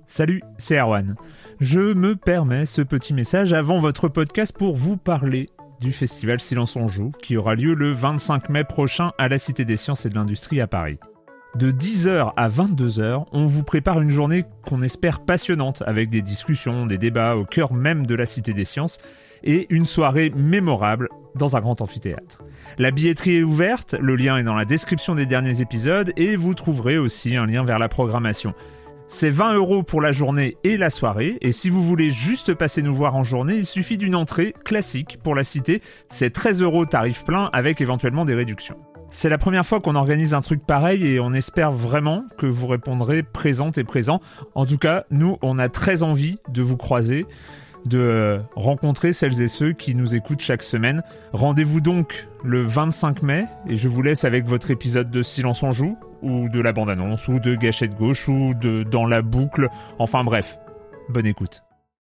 Salut, c'est Erwan. Je me permets ce petit message avant votre podcast pour vous parler du festival Silence on Joue qui aura lieu le 25 mai prochain à la Cité des Sciences et de l'Industrie à Paris. De 10h à 22h, on vous prépare une journée qu'on espère passionnante avec des discussions, des débats au cœur même de la Cité des Sciences et une soirée mémorable dans un grand amphithéâtre. La billetterie est ouverte, le lien est dans la description des derniers épisodes et vous trouverez aussi un lien vers la programmation. C'est 20 € pour la journée et la soirée, et si vous voulez juste passer nous voir en journée, il suffit d'une entrée classique pour la Cité, c'est 13 € tarif plein avec éventuellement des réductions. C'est la première fois qu'on organise un truc pareil et on espère vraiment que vous répondrez présentes et présents. En tout cas, nous, on a très envie de vous croiser, de rencontrer celles et ceux qui nous écoutent chaque semaine. Rendez-vous donc le 25 mai et je vous laisse avec votre épisode de Silence on Joue, ou de la bande-annonce, ou de Gâchette Gauche, ou de Dans la boucle. Enfin bref, bonne écoute.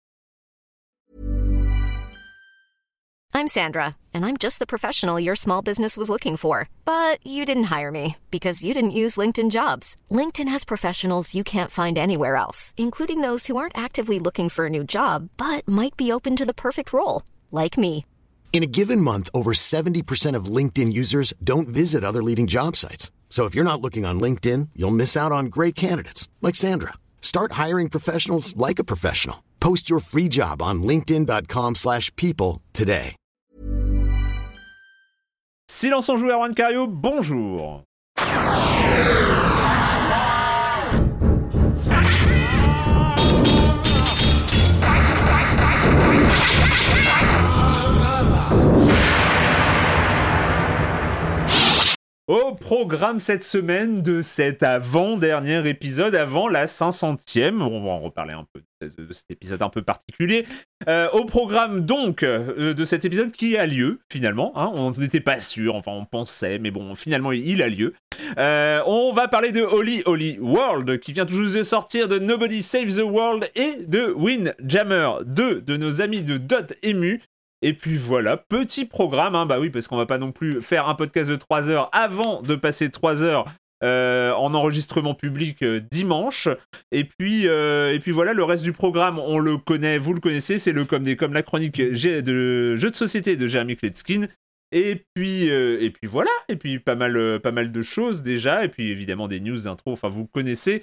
I'm Sandra, and I'm just the professional your small business was looking for. But you didn't hire me, because you didn't use LinkedIn Jobs. LinkedIn has professionals you can't find anywhere else, including those who aren't actively looking for a new job, but might be open to the perfect role, like me. In a given month, over 70% of LinkedIn users don't visit other leading job sites. So if you're not looking on LinkedIn, you'll miss out on great candidates like Sandra. Start hiring professionals like a professional. Post your free job on linkedin.com/people today. Silence on Joue, Erwan Cario, bonjour. Au programme cette semaine de cet avant-dernier épisode, avant la 500e, on va en reparler un peu de cet épisode un peu particulier. Au programme donc de cet épisode qui a lieu finalement, hein, on n'était pas sûr, enfin on pensait, mais bon finalement il a lieu. On va parler de Holy Holy World qui vient tout juste de sortir, de Nobody Saves the World et de Windjammer, deux de nos amis de Dotemu. Et puis voilà, petit programme, hein, bah oui, parce qu'on va pas non plus faire un podcast de 3 heures avant de passer 3 heures en enregistrement public dimanche. Et puis voilà, le reste du programme, on le connaît, vous le connaissez, c'est le Comme des Comme, la chronique de jeux de société de Jérémy Kletskin. Et puis voilà, et puis pas mal de choses déjà, et puis évidemment des news, intros, enfin vous connaissez.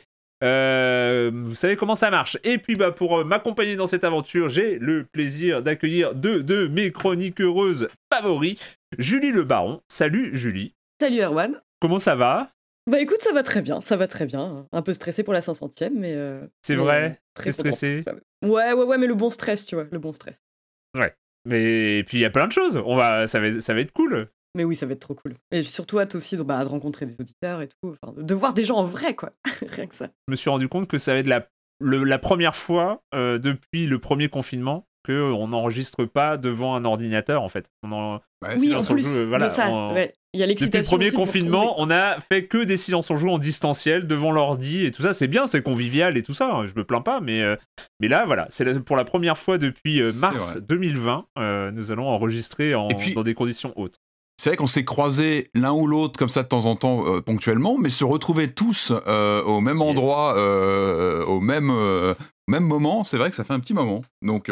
Vous savez comment ça marche. Et puis pour m'accompagner dans cette aventure, j'ai le plaisir d'accueillir deux de mes chroniqueuses favoris, Julie Le Baron. Salut Julie. Salut Erwan. Comment ça va? Bah écoute, ça va très bien. Un peu stressé pour la 500e, mais... C'est vrai? Très stressé? Ouais, mais le bon stress, tu vois, le bon stress. Ouais, mais puis il y a plein de choses, ça va être cool. Mais oui, ça va être trop cool. Et surtout hâte aussi de rencontrer des auditeurs et tout, enfin, de voir des gens en vrai, quoi. Rien que ça. Je me suis rendu compte que ça va être la première fois depuis le premier confinement qu'on n'enregistre pas devant un ordinateur, en fait. Oui, en plus de ça, il y a l'excitation. Depuis le premier confinement, on a fait que des silences on joue en distanciel devant l'ordi et tout ça. C'est bien, c'est convivial et tout ça. Je me plains pas, mais là, voilà, c'est pour la première fois depuis mars 2020, nous allons enregistrer dans des conditions hautes. C'est vrai qu'on s'est croisés l'un ou l'autre comme ça de temps en temps ponctuellement, mais se retrouver tous au même endroit, au même moment, c'est vrai que ça fait un petit moment. Donc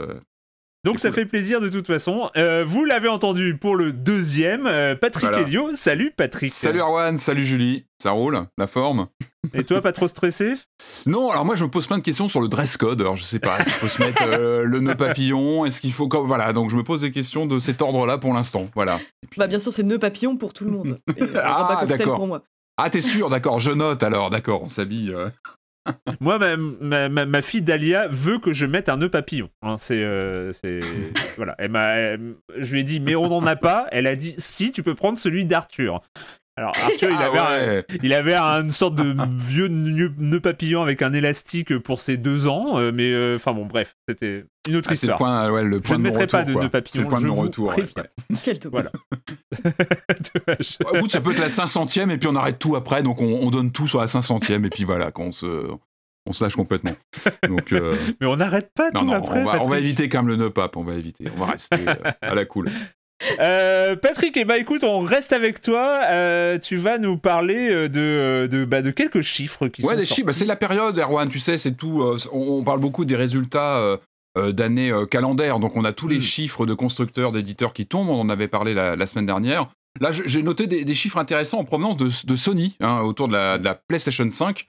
ça fait plaisir de toute façon. Vous l'avez entendu pour le deuxième, Patrick Helio. Salut Patrick. Salut Erwan, salut Julie. Ça roule, la forme? Et toi, pas trop stressé? Non, alors moi je me pose plein de questions sur le dress code. Alors je sais pas, est-ce qu'il faut se mettre le nœud papillon? Est-ce qu'il faut... Voilà, donc je me pose des questions de cet ordre-là pour l'instant. Voilà. Puis... Bah bien sûr, c'est nœud papillon pour tout le monde. Et, d'accord. Pour moi. Ah, t'es sûr? D'accord, je note alors. D'accord, on s'habille... Moi, ma fille Dahlia veut que je mette un nœud papillon. Hein, c'est voilà. Je lui ai dit, mais on n'en a pas. Elle a dit, si, tu peux prendre celui d'Arthur. Alors Arthur, il avait une sorte de vieux nœud papillon avec un élastique pour ses 2 ans, mais enfin bon, bref, c'était une autre histoire. C'est le point je ne mettrai retour, pas de nœud papillon. C'est le point de non-retour. Quel dommage. Voilà. Écoute, ça peut être la 500e et puis on arrête tout après, donc on donne tout sur la 500e et puis voilà, on se lâche complètement. Donc, mais on n'arrête pas tout après. On va éviter quand même le nœud pape, on va rester à la cool. Patrick, écoute, on reste avec toi. Tu vas nous parler de quelques chiffres qui sont des sortis. chiffres. C'est la période, Erwan, tu sais, c'est tout. On parle beaucoup des résultats d'années calendaires. Donc, on a tous les chiffres de constructeurs, d'éditeurs qui tombent. On en avait parlé la semaine dernière. Là, j'ai noté des chiffres intéressants en provenance de Sony, autour de la PlayStation 5.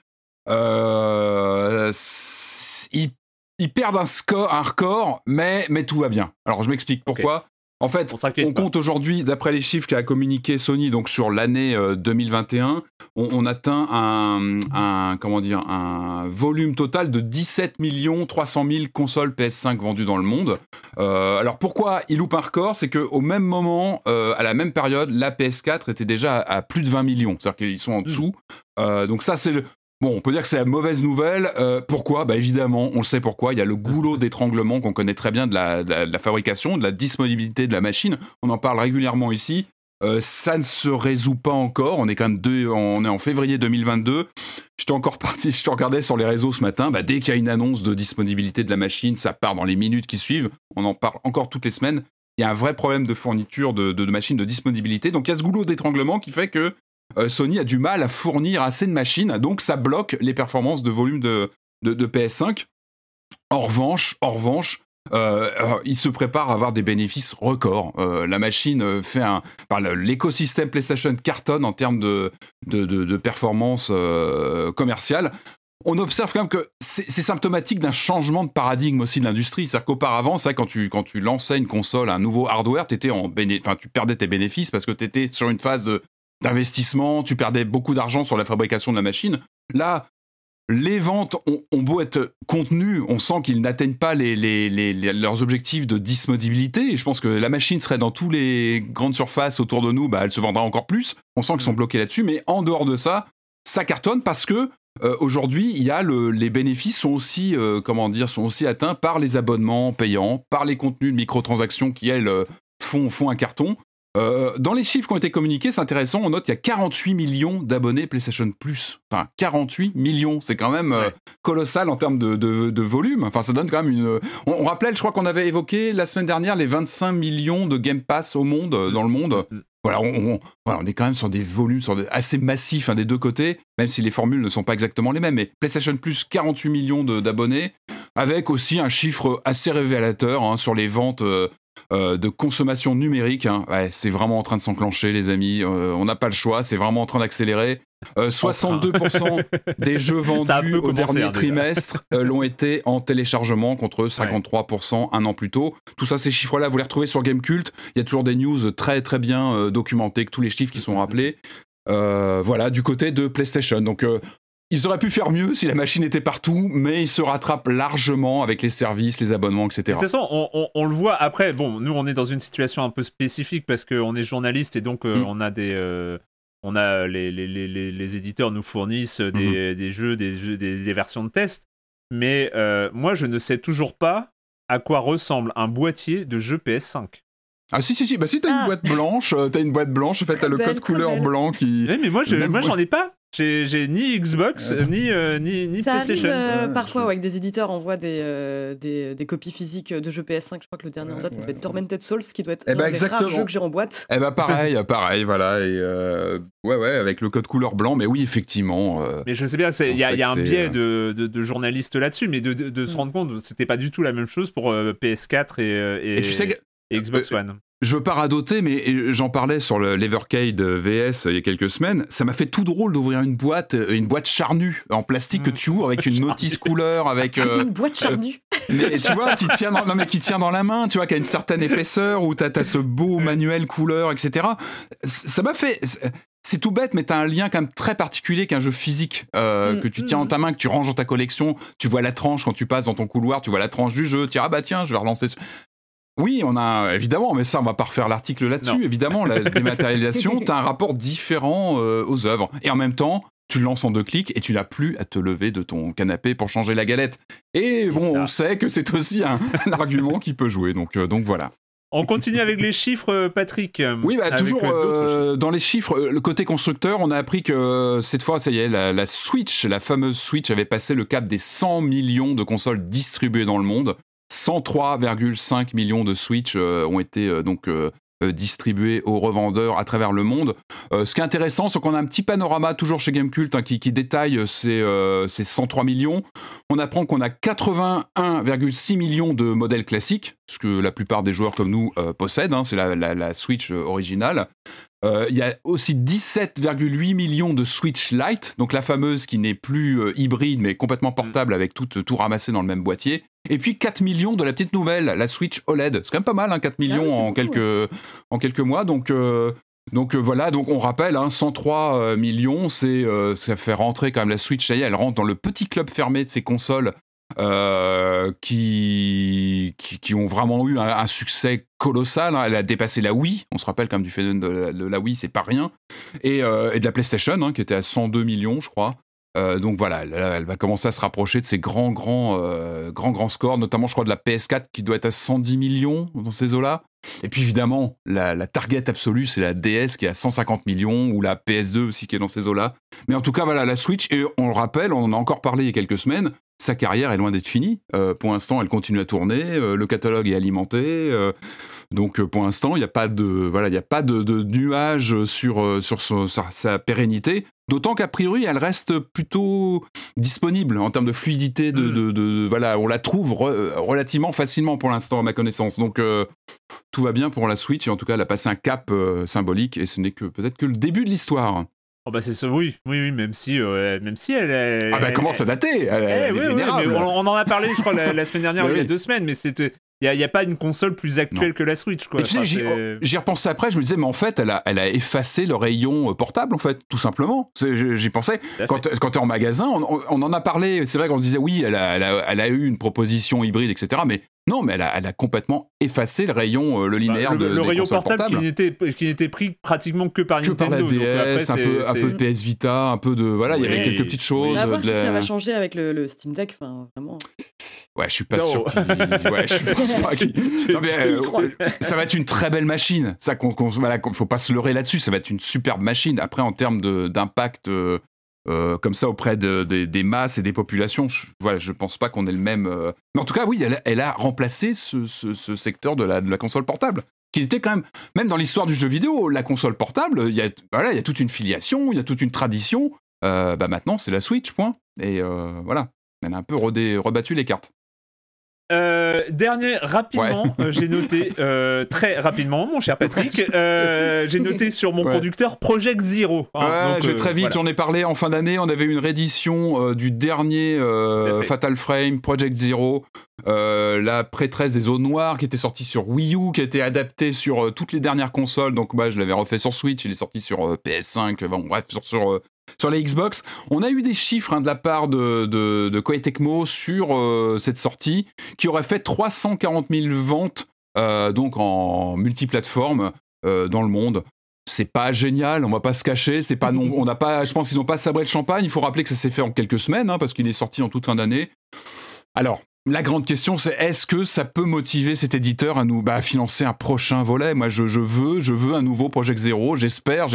Ils perdent un record, mais tout va bien. Alors, je m'explique pourquoi. Okay. En fait, on compte aujourd'hui, d'après les chiffres qu'a communiqué Sony, donc sur l'année 2021, on atteint un volume total de 17 300 000 consoles PS5 vendues dans le monde. Alors pourquoi ils loupent un record ? C'est qu'au même moment, à la même période, la PS4 était déjà à plus de 20 millions. C'est-à-dire qu'ils sont en dessous. Donc ça, c'est Bon, on peut dire que c'est la mauvaise nouvelle. Pourquoi ? Évidemment, on le sait pourquoi. Il y a le goulot d'étranglement qu'on connaît très bien de la fabrication, de la disponibilité de la machine. On en parle régulièrement ici. Ça ne se résout pas encore. On est quand même on est en février 2022. Je regardais sur les réseaux ce matin. Dès qu'il y a une annonce de disponibilité de la machine, ça part dans les minutes qui suivent. On en parle encore toutes les semaines. Il y a un vrai problème de fourniture de machines de disponibilité. Donc il y a ce goulot d'étranglement qui fait que Sony a du mal à fournir assez de machines, donc ça bloque les performances de volume de PS5. En revanche, il se prépare à avoir des bénéfices records. La machine l'écosystème PlayStation cartonne en termes de performance commerciale. On observe quand même que c'est symptomatique d'un changement de paradigme aussi de l'industrie. C'est-à-dire qu'auparavant, c'est vrai, quand tu lançais une console, un nouveau hardware, tu perdais tes bénéfices parce que tu étais sur une phase d'investissement, tu perdais beaucoup d'argent sur la fabrication de la machine. Là, les ventes ont beau être contenues, on sent qu'ils n'atteignent pas leurs objectifs de disponibilité. Et je pense que la machine serait dans toutes les grandes surfaces autour de nous, elle se vendra encore plus. On sent qu'ils sont bloqués là-dessus, mais en dehors de ça, ça cartonne parce que aujourd'hui, il y a les bénéfices sont aussi atteints par les abonnements payants, par les contenus de microtransactions qui elles font un carton. Dans les chiffres qui ont été communiqués, c'est intéressant, on note qu'il y a 48 millions d'abonnés PlayStation Plus. Enfin, 48 millions, c'est quand même colossal en termes de volume. Enfin, ça donne quand même une... On rappelle, je crois qu'on avait évoqué la semaine dernière les 25 millions de Game Pass au monde, dans le monde. Voilà, on est quand même sur des volumes assez massifs des deux côtés, même si les formules ne sont pas exactement les mêmes. Mais PlayStation Plus, 48 millions d'abonnés, avec aussi un chiffre assez révélateur sur les ventes... de consommation numérique, c'est vraiment en train de s'enclencher, les amis. On n'a pas le choix, c'est vraiment en train d'accélérer. 62% des jeux vendus au dernier trimestre l'ont été en téléchargement contre 53% un an plus tôt. Tout ça, ces chiffres-là, vous les retrouvez sur Gamecult. Il y a toujours des news très très bien documentées, avec tous les chiffres qui sont rappelés. Voilà, du côté de PlayStation. Donc, ils auraient pu faire mieux si la machine était partout, mais ils se rattrapent largement avec les services, les abonnements, etc. De toute façon, on le voit après. Bon, nous, on est dans une situation un peu spécifique parce qu'on est journaliste et donc on a les éditeurs nous fournissent des jeux, des versions de test. Mais moi, je ne sais toujours pas à quoi ressemble un boîtier de jeu PS5. Ah si, si, t'as une boîte blanche, en fait, t'as le code couleur blanc qui... Oui, mais moi j'en ai pas. J'ai ni Xbox, ni ça PlayStation. Arrive parfois avec des éditeurs envoient des copies physiques de jeux PS5. Je crois que le dernier en date, ça doit être Tormented Souls, qui doit être un des rares jeux que j'ai en boîte. Pareil, voilà. Et avec le code couleur blanc, mais oui, effectivement. Mais je sais bien, il y a un biais de journalistes là-dessus, mais de se rendre compte, c'était pas du tout la même chose pour PS4 et tu sais que, et Xbox One. Je veux pas radoter, mais j'en parlais sur l'Evercade VS il y a quelques semaines. Ça m'a fait tout drôle d'ouvrir une boîte charnue en plastique que tu ouvres avec une notice couleur, avec une boîte charnue. Mais tu vois, qui tient dans la main, tu vois, qui a une certaine épaisseur, où t'as ce beau manuel couleur, etc. Ça m'a fait. C'est tout bête, mais t'as un lien quand même très particulier qu'un jeu physique que tu tiens en ta main, que tu ranges dans ta collection. Tu vois la tranche quand tu passes dans ton couloir, tu vois la tranche du jeu. Tu dis tiens, je vais relancer. Oui, on a évidemment, mais ça, on va pas refaire l'article là-dessus. Non. Évidemment, la dématérialisation, t'as un rapport différent aux œuvres. Et en même temps, tu le lances en 2 clics et tu n'as plus à te lever de ton canapé pour changer la galette. Et bon, on sait que c'est aussi un argument qui peut jouer. Donc voilà. On continue avec les chiffres, Patrick. Oui, toujours dans les chiffres, le côté constructeur, on a appris que cette fois, ça y est, la Switch, la fameuse Switch, avait passé le cap des 100 millions de consoles distribuées dans le monde. 103,5 millions de Switch ont été distribués aux revendeurs à travers le monde. Ce qui est intéressant, c'est qu'on a un petit panorama toujours chez Gamecult qui détaille ces 103 millions. On apprend qu'on a 81,6 millions de modèles classiques, ce que la plupart des joueurs comme nous possèdent, c'est la Switch originale. Il y a aussi 17,8 millions de Switch Lite, donc la fameuse qui n'est plus hybride mais complètement portable avec tout ramassé dans le même boîtier. Et puis 4 millions de la petite nouvelle, la Switch OLED. C'est quand même pas mal, 4 millions en quelques mois. Donc voilà, donc on rappelle, 103 millions, ça fait rentrer quand même la Switch. Ça y est, elle rentre dans le petit club fermé de ces consoles qui ont vraiment eu un succès colossal. Elle a dépassé la Wii. On se rappelle quand même du phénomène de la Wii, c'est pas rien. Et de la PlayStation, qui était à 102 millions, je crois. Donc voilà, elle va commencer à se rapprocher de ces grands scores, notamment je crois de la PS4 qui doit être à 110 millions dans ces eaux-là. Et puis évidemment, la target absolue, c'est la DS qui est à 150 millions, ou la PS2 aussi qui est dans ces eaux-là. Mais en tout cas, voilà, la Switch, et on le rappelle, on en a encore parlé il y a quelques semaines, sa carrière est loin d'être finie. Pour l'instant, elle continue à tourner, le catalogue est alimenté. Donc pour l'instant, il n'y a pas de nuage sur sa pérennité. D'autant qu'a priori, elle reste plutôt disponible en termes de fluidité. On la trouve relativement facilement pour l'instant, à ma connaissance. Donc tout va bien pour la Switch. Et en tout cas, elle a passé un cap symbolique. Et ce n'est peut-être que le début de l'histoire. Oh bah c'est ça, oui, même si elle est... Ah bah elle commence à dater, elle est vénérable. Mais on en a parlé, je crois, la semaine dernière, il y a 2 semaines, mais c'était... Il n'y a pas une console plus actuelle que la Switch, quoi. Et tu sais, j'y repensais après, je me disais, mais en fait, elle a effacé le rayon portable, en fait, tout simplement. J'y pensais. Quand t'es en magasin, on en a parlé, c'est vrai qu'on disait, oui, elle a eu une proposition hybride, etc., mais non, mais elle a complètement effacé le rayon, le linéaire des rayon consoles portables. Qui n'était pris pratiquement que par Nintendo. Que par la DS, après, un peu de PS Vita, un peu de... Voilà, il y avait quelques petites choses. On va voir si ça va changer avec le Steam Deck, enfin, vraiment... Ouais, je suis pas sûr qu'il... Ouais, je pense pas qu'il... Non, mais, ça va être une très belle machine. Ça, faut pas se leurrer là-dessus. Ça va être une superbe machine. Après, en termes d'impact comme ça auprès des masses et des populations, je pense pas qu'on ait le même... Mais en tout cas, oui, elle a remplacé ce secteur de la console portable. Qui était quand même dans l'histoire du jeu vidéo, la console portable, il y a toute une filiation, il y a toute une tradition. Maintenant, c'est la Switch, point. Et voilà, elle a un peu rebattu les cartes. Dernier, rapidement, j'ai noté, très rapidement, mon cher Patrick, j'ai noté sur mon conducteur Project Zero. Donc, je vais très vite, j'en ai parlé en fin d'année, on avait une réédition du dernier Fatal Frame, Project Zero, la prêtresse des zones noires qui était sortie sur Wii U, qui a été adaptée sur toutes les dernières consoles, donc je l'avais refait sur Switch, il est sorti sur PS5, sur la Xbox. On a eu des chiffres de la part de Koei Tecmo sur cette sortie qui aurait fait 340 000 ventes donc en multiplateforme dans le monde. C'est pas génial, on va pas se cacher, c'est pas on n'a pas, je pense qu'ils n'ont pas sabré le champagne. Il faut rappeler que ça s'est fait en quelques semaines parce qu'il est sorti en toute fin d'année. Alors, la grande question, c'est est-ce que ça peut motiver cet éditeur à nous financer un prochain volet ? Moi, je veux un nouveau Project Zero, j'espère.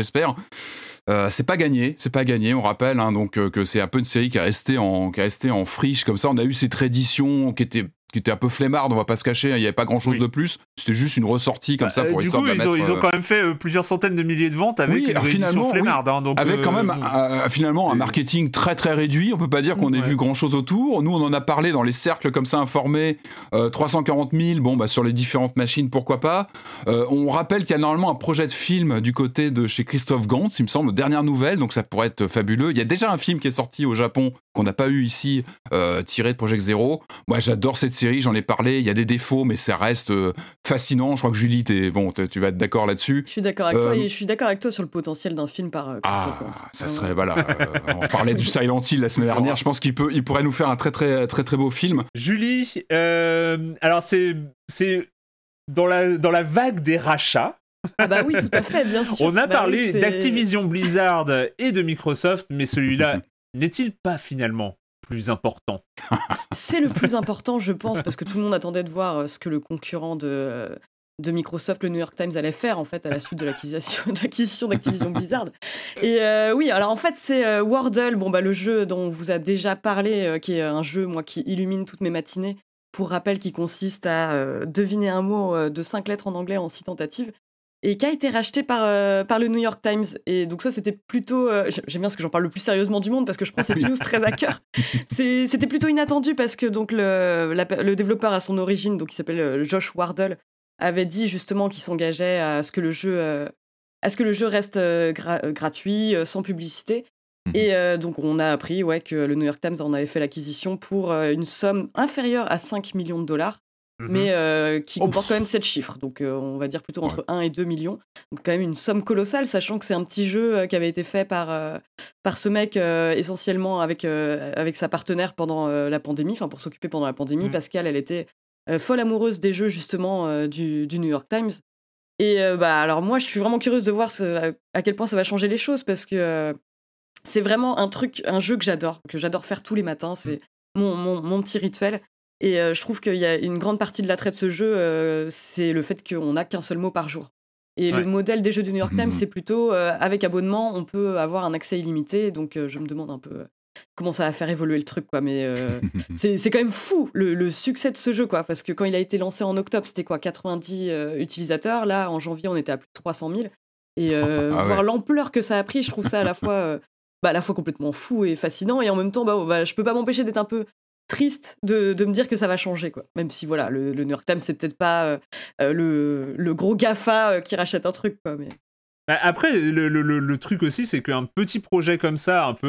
C'est pas gagné, on rappelle donc que c'est un peu une série qui est restée en friche comme ça. On a eu cette réédition qui était un peu flemmarde, on va pas se cacher, il y avait pas grand chose de plus, c'était juste une ressortie comme ça pour histoire de la mettre. Ils ont quand même fait plusieurs centaines de milliers de ventes avec une réédition flemmarde. Donc, avec quand même finalement un marketing très très réduit, on peut pas dire qu'on ait vu grand chose autour. Nous on en a parlé dans les cercles comme ça informés, 340 000, sur les différentes machines, pourquoi pas. On rappelle qu'il y a normalement un projet de film du côté de chez Christophe Gans, il me semble, dernière nouvelle, donc ça pourrait être fabuleux. Il y a déjà un film qui est sorti au Japon qu'on n'a pas eu ici, tiré de Project Zero. Moi j'adore cette série, j'en ai parlé, il y a des défauts mais ça reste fascinant. Je crois que Julie tu vas être d'accord là-dessus. Je suis d'accord avec toi et je suis d'accord avec toi sur le potentiel d'un film par Christophe Gans. Ça serait on parlait du Silent Hill la semaine dernière, je pense qu'il pourrait nous faire un très très très très beau film. Julie, alors c'est dans la vague des rachats. Ah bah oui, tout à fait, bien sûr. On a parlé d'Activision Blizzard et de Microsoft, mais celui-là n'est-il pas finalement plus important? C'est le plus important, je pense, parce que tout le monde attendait de voir ce que le concurrent de Microsoft, le New York Times, allait faire en fait à la suite de l'acquisition d'Activision Blizzard. Et oui, alors en fait c'est Wordle, le jeu dont on vous a déjà parlé, qui est un jeu qui illumine toutes mes matinées. Pour rappel, qui consiste à deviner un mot de 5 lettres en anglais en 6 tentatives. et qui a été racheté par le New York Times. Et donc ça, c'était plutôt... j'aime bien parce que j'en parle le plus sérieusement du monde, parce que je prends cette news très à cœur. C'était plutôt inattendu, parce que donc, le développeur à son origine, donc, qui s'appelle Josh Wardle, avait dit justement qu'il s'engageait à ce que le jeu reste gratuit, sans publicité. Et donc, on a appris que le New York Times en avait fait l'acquisition pour une somme inférieure à 5 millions de dollars, mais qui comporte quand même 7 chiffres. Donc, on va dire plutôt entre 1 et 2 millions. Donc, quand même une somme colossale, sachant que c'est un petit jeu qui avait été fait par ce mec essentiellement avec sa partenaire pendant la pandémie, enfin, pour s'occuper pendant la pandémie. Pascal, elle était folle amoureuse des jeux, justement, du New York Times. Et alors, moi, je suis vraiment curieuse de voir à quel point ça va changer les choses, parce que... c'est vraiment un jeu que j'adore faire tous les matins. C'est mon petit rituel. Et je trouve qu'il y a une grande partie de l'attrait de ce jeu, c'est le fait qu'on n'a qu'un seul mot par jour. Et le modèle des jeux du New York Times, c'est plutôt, avec abonnement, on peut avoir un accès illimité. Donc je me demande un peu comment ça va faire évoluer le truc, quoi. Mais c'est quand même fou, le succès de ce jeu, quoi. Parce que quand il a été lancé en octobre, c'était 90 utilisateurs. Là, en janvier, on était à plus de 300 000. Et voir l'ampleur que ça a pris, je trouve ça à la fois complètement fou et fascinant, et en même temps je peux pas m'empêcher d'être un peu triste de me dire que ça va changer, quoi. Même si voilà, le New York Times, c'est peut-être pas le gros GAFA qui rachète un truc, quoi, mais... Après, le truc aussi, c'est qu'un petit projet comme ça, un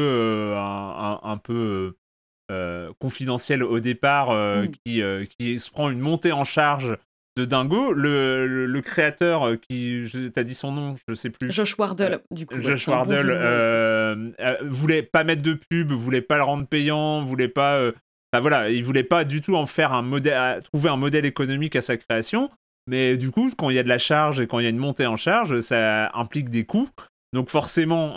peu confidentiel au départ, qui se prend une montée en charge de dingo, le créateur t'as dit son nom, je sais plus. Josh Wardle, du coup. Josh Wardle voulait pas mettre de pub, voulait pas le rendre payant, voulait pas... il voulait pas du tout en faire trouver un modèle économique à sa création, mais du coup, quand il y a de la charge et quand il y a une montée en charge, ça implique des coûts. Donc forcément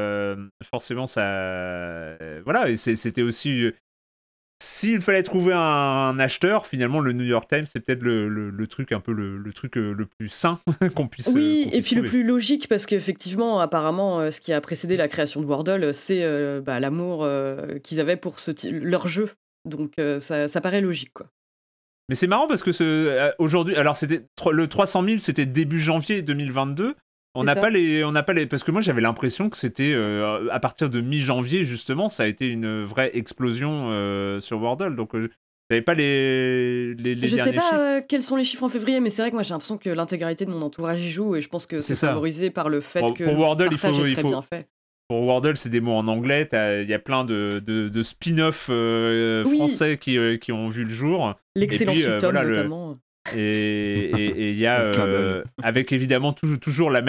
ça... voilà, et c'était aussi... S'il fallait trouver un acheteur, finalement, le New York Times, c'est peut-être le truc un peu le truc le plus sain qu'on puisse. Oui, et puis trouver. Le plus logique, parce qu'effectivement, apparemment, ce qui a précédé la création de Wardle, c'est l'amour qu'ils avaient pour leur jeu. Donc ça paraît logique, quoi. Mais c'est marrant parce que aujourd'hui, alors c'était le 300 000, c'était début janvier 2022. On n'a pas les, parce que moi j'avais l'impression que c'était à partir de mi-janvier justement, ça a été une vraie explosion sur Wordle. Donc j'avais pas les je sais pas chiffres. Quels sont les chiffres en février, mais c'est vrai que moi j'ai l'impression que l'intégralité de mon entourage y joue, et je pense que c'est favorisé par le fait que pour Wordle, le partage est très bien fait. Pour Wordle, c'est des mots en anglais. Il y a plein de spin-off français qui ont vu le jour. L'excellent Sutom, notamment. Et il y a avec évidemment toujours le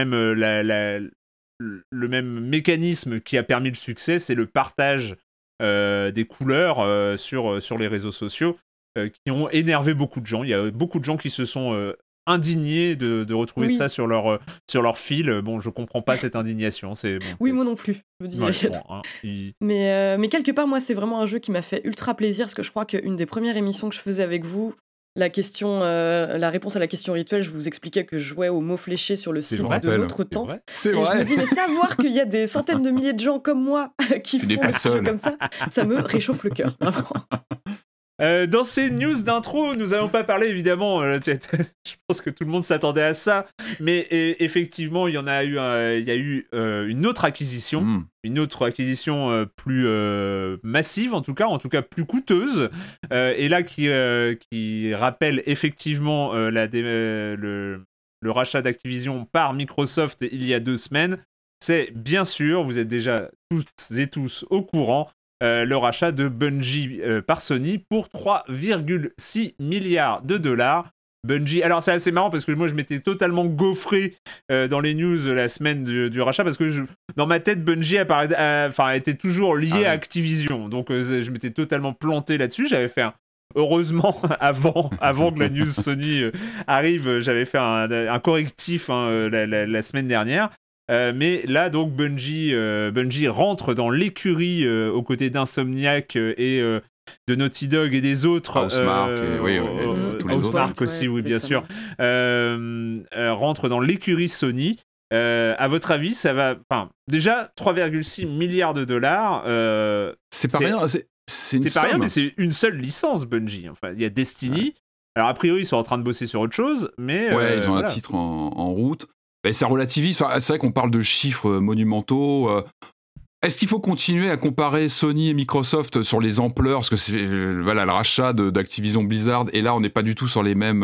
même mécanisme qui a permis le succès, c'est le partage des couleurs sur les réseaux sociaux qui ont énervé beaucoup de gens. Il y a beaucoup de gens qui se sont indignés de retrouver ça sur leur fil. Bon, je comprends pas cette indignation. Moi non plus. Je me dis, mais quelque part, moi, c'est vraiment un jeu qui m'a fait ultra plaisir, parce que je crois qu'une des premières émissions que je faisais avec vous, la réponse à la question rituelle, je vous expliquais que je jouais aux mots fléchés sur le site de Notre Temps. C'est vrai. Je me dis, mais savoir qu'il y a des centaines de milliers de gens comme moi qui font des jeux comme ça me réchauffe le cœur, vraiment. Dans ces news d'intro, nous n'allons pas parler évidemment, je pense que tout le monde s'attendait à ça, mais effectivement il y a eu une autre acquisition, plus massive en tout cas plus coûteuse, et là qui rappelle effectivement le rachat d'Activision par Microsoft il y a 2 semaines. C'est bien sûr, vous êtes déjà toutes et tous au courant, le rachat de Bungie par Sony pour 3,6 milliards de dollars. Bungie, alors c'est assez marrant parce que moi je m'étais totalement gaufré dans les news la semaine du rachat, parce que dans ma tête Bungie était toujours lié à Activision, donc je m'étais totalement planté là-dessus. J'avais fait heureusement avant que la news Sony arrive, j'avais fait un correctif la semaine dernière. Mais là donc Bungie rentre dans l'écurie aux côtés d'Insomniac et de Naughty Dog et des autres, Housemarque, tous les autres. Housemarque aussi, oui, bien sûr, rentre dans l'écurie Sony. À votre avis, ça va... déjà 3,6 milliards de dollars, c'est pas rien, c'est pas rien, mais c'est une seule licence Bungie. Enfin, il y a Destiny. Alors a priori ils sont en train de bosser sur autre chose, mais ils ont un titre en route. ça relativise. Enfin, c'est vrai qu'on parle de chiffres monumentaux. Est-ce qu'il faut continuer à comparer Sony et Microsoft sur les ampleurs, parce que c'est le rachat d'Activision Blizzard, et là on n'est pas du tout sur les mêmes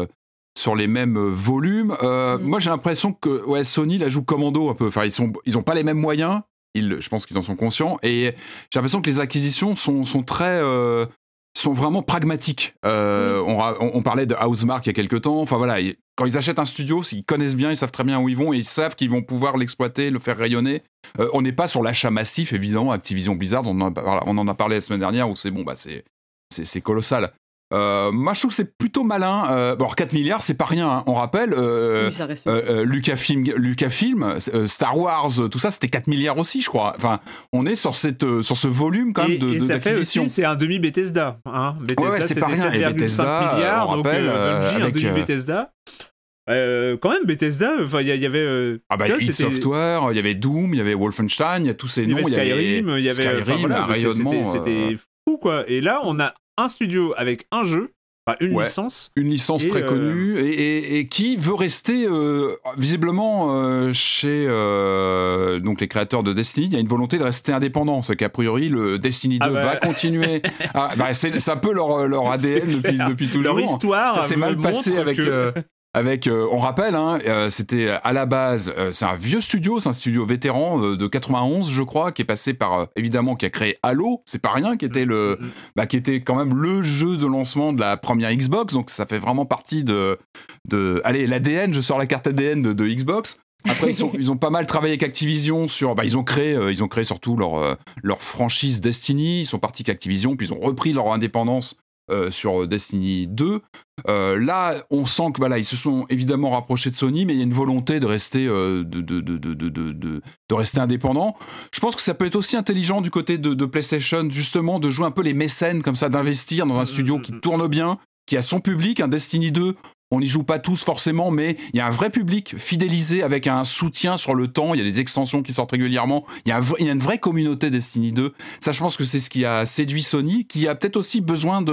volumes. Moi j'ai l'impression que Sony la joue commando un peu. Enfin ils ont pas les mêmes moyens. Je pense qu'ils en sont conscients, et j'ai l'impression que les acquisitions sont vraiment pragmatiques. On parlait de Housemarque il y a quelques temps. Enfin voilà, quand ils achètent un studio, ils connaissent bien, ils savent très bien où ils vont, et ils savent qu'ils vont pouvoir l'exploiter, le faire rayonner. On n'est pas sur l'achat massif, évidemment. Activision Blizzard, on en a parlé la semaine dernière, où c'est colossal. Moi, je trouve que c'est plutôt malin. 4 milliards, c'est pas rien, hein. On rappelle, ça reste Lucasfilm, Star Wars, tout ça, c'était 4 milliards aussi, je crois. Enfin, on est sur ce volume quand même d'acquisition. C'est un demi Bethesda. Hein. Bethesda, c'est pas rien. Et Bethesda, milliards, on rappelle, un demi Bethesda. Quand même, Bethesda, il y avait. id Software, il y avait Doom, il y avait Wolfenstein, il y a tous ces noms. Il y avait Skyrim, un rayonnement. C'était fou, quoi. Et là, on a un studio avec un jeu, licence. Une licence très connue, et qui veut rester, visiblement, chez donc les créateurs de Destiny. Il y a une volonté de rester indépendant. C'est qu'a priori, le Destiny 2 va continuer. C'est un peu leur ADN depuis toujours. Leur histoire. Ça s'est mal passé avec on rappelle, c'était à la base, c'est un vieux studio, c'est un studio vétéran de 91, je crois, qui est passé par, évidemment, qui a créé Halo, c'est pas rien, qui était qui était quand même le jeu de lancement de la première Xbox, donc ça fait vraiment partie allez, l'ADN, je sors la carte ADN de Xbox. Après, ils ont pas mal travaillé avec Activision sur, ils ont créé surtout leur franchise Destiny, ils sont partis qu'Activision, puis ils ont repris leur indépendance sur Destiny 2. Là, on sent que ils se sont évidemment rapprochés de Sony, mais il y a une volonté de rester de rester indépendant. Je pense que ça peut être aussi intelligent du côté de PlayStation, justement, de jouer un peu les mécènes comme ça, d'investir dans un studio qui tourne bien, qui a son public. Un Destiny 2, on n'y joue pas tous forcément, mais il y a un vrai public fidélisé avec un soutien sur le temps. Il y a des extensions qui sortent régulièrement. Il y a une vraie communauté Destiny 2. Ça, je pense que c'est ce qui a séduit Sony, qui a peut-être aussi besoin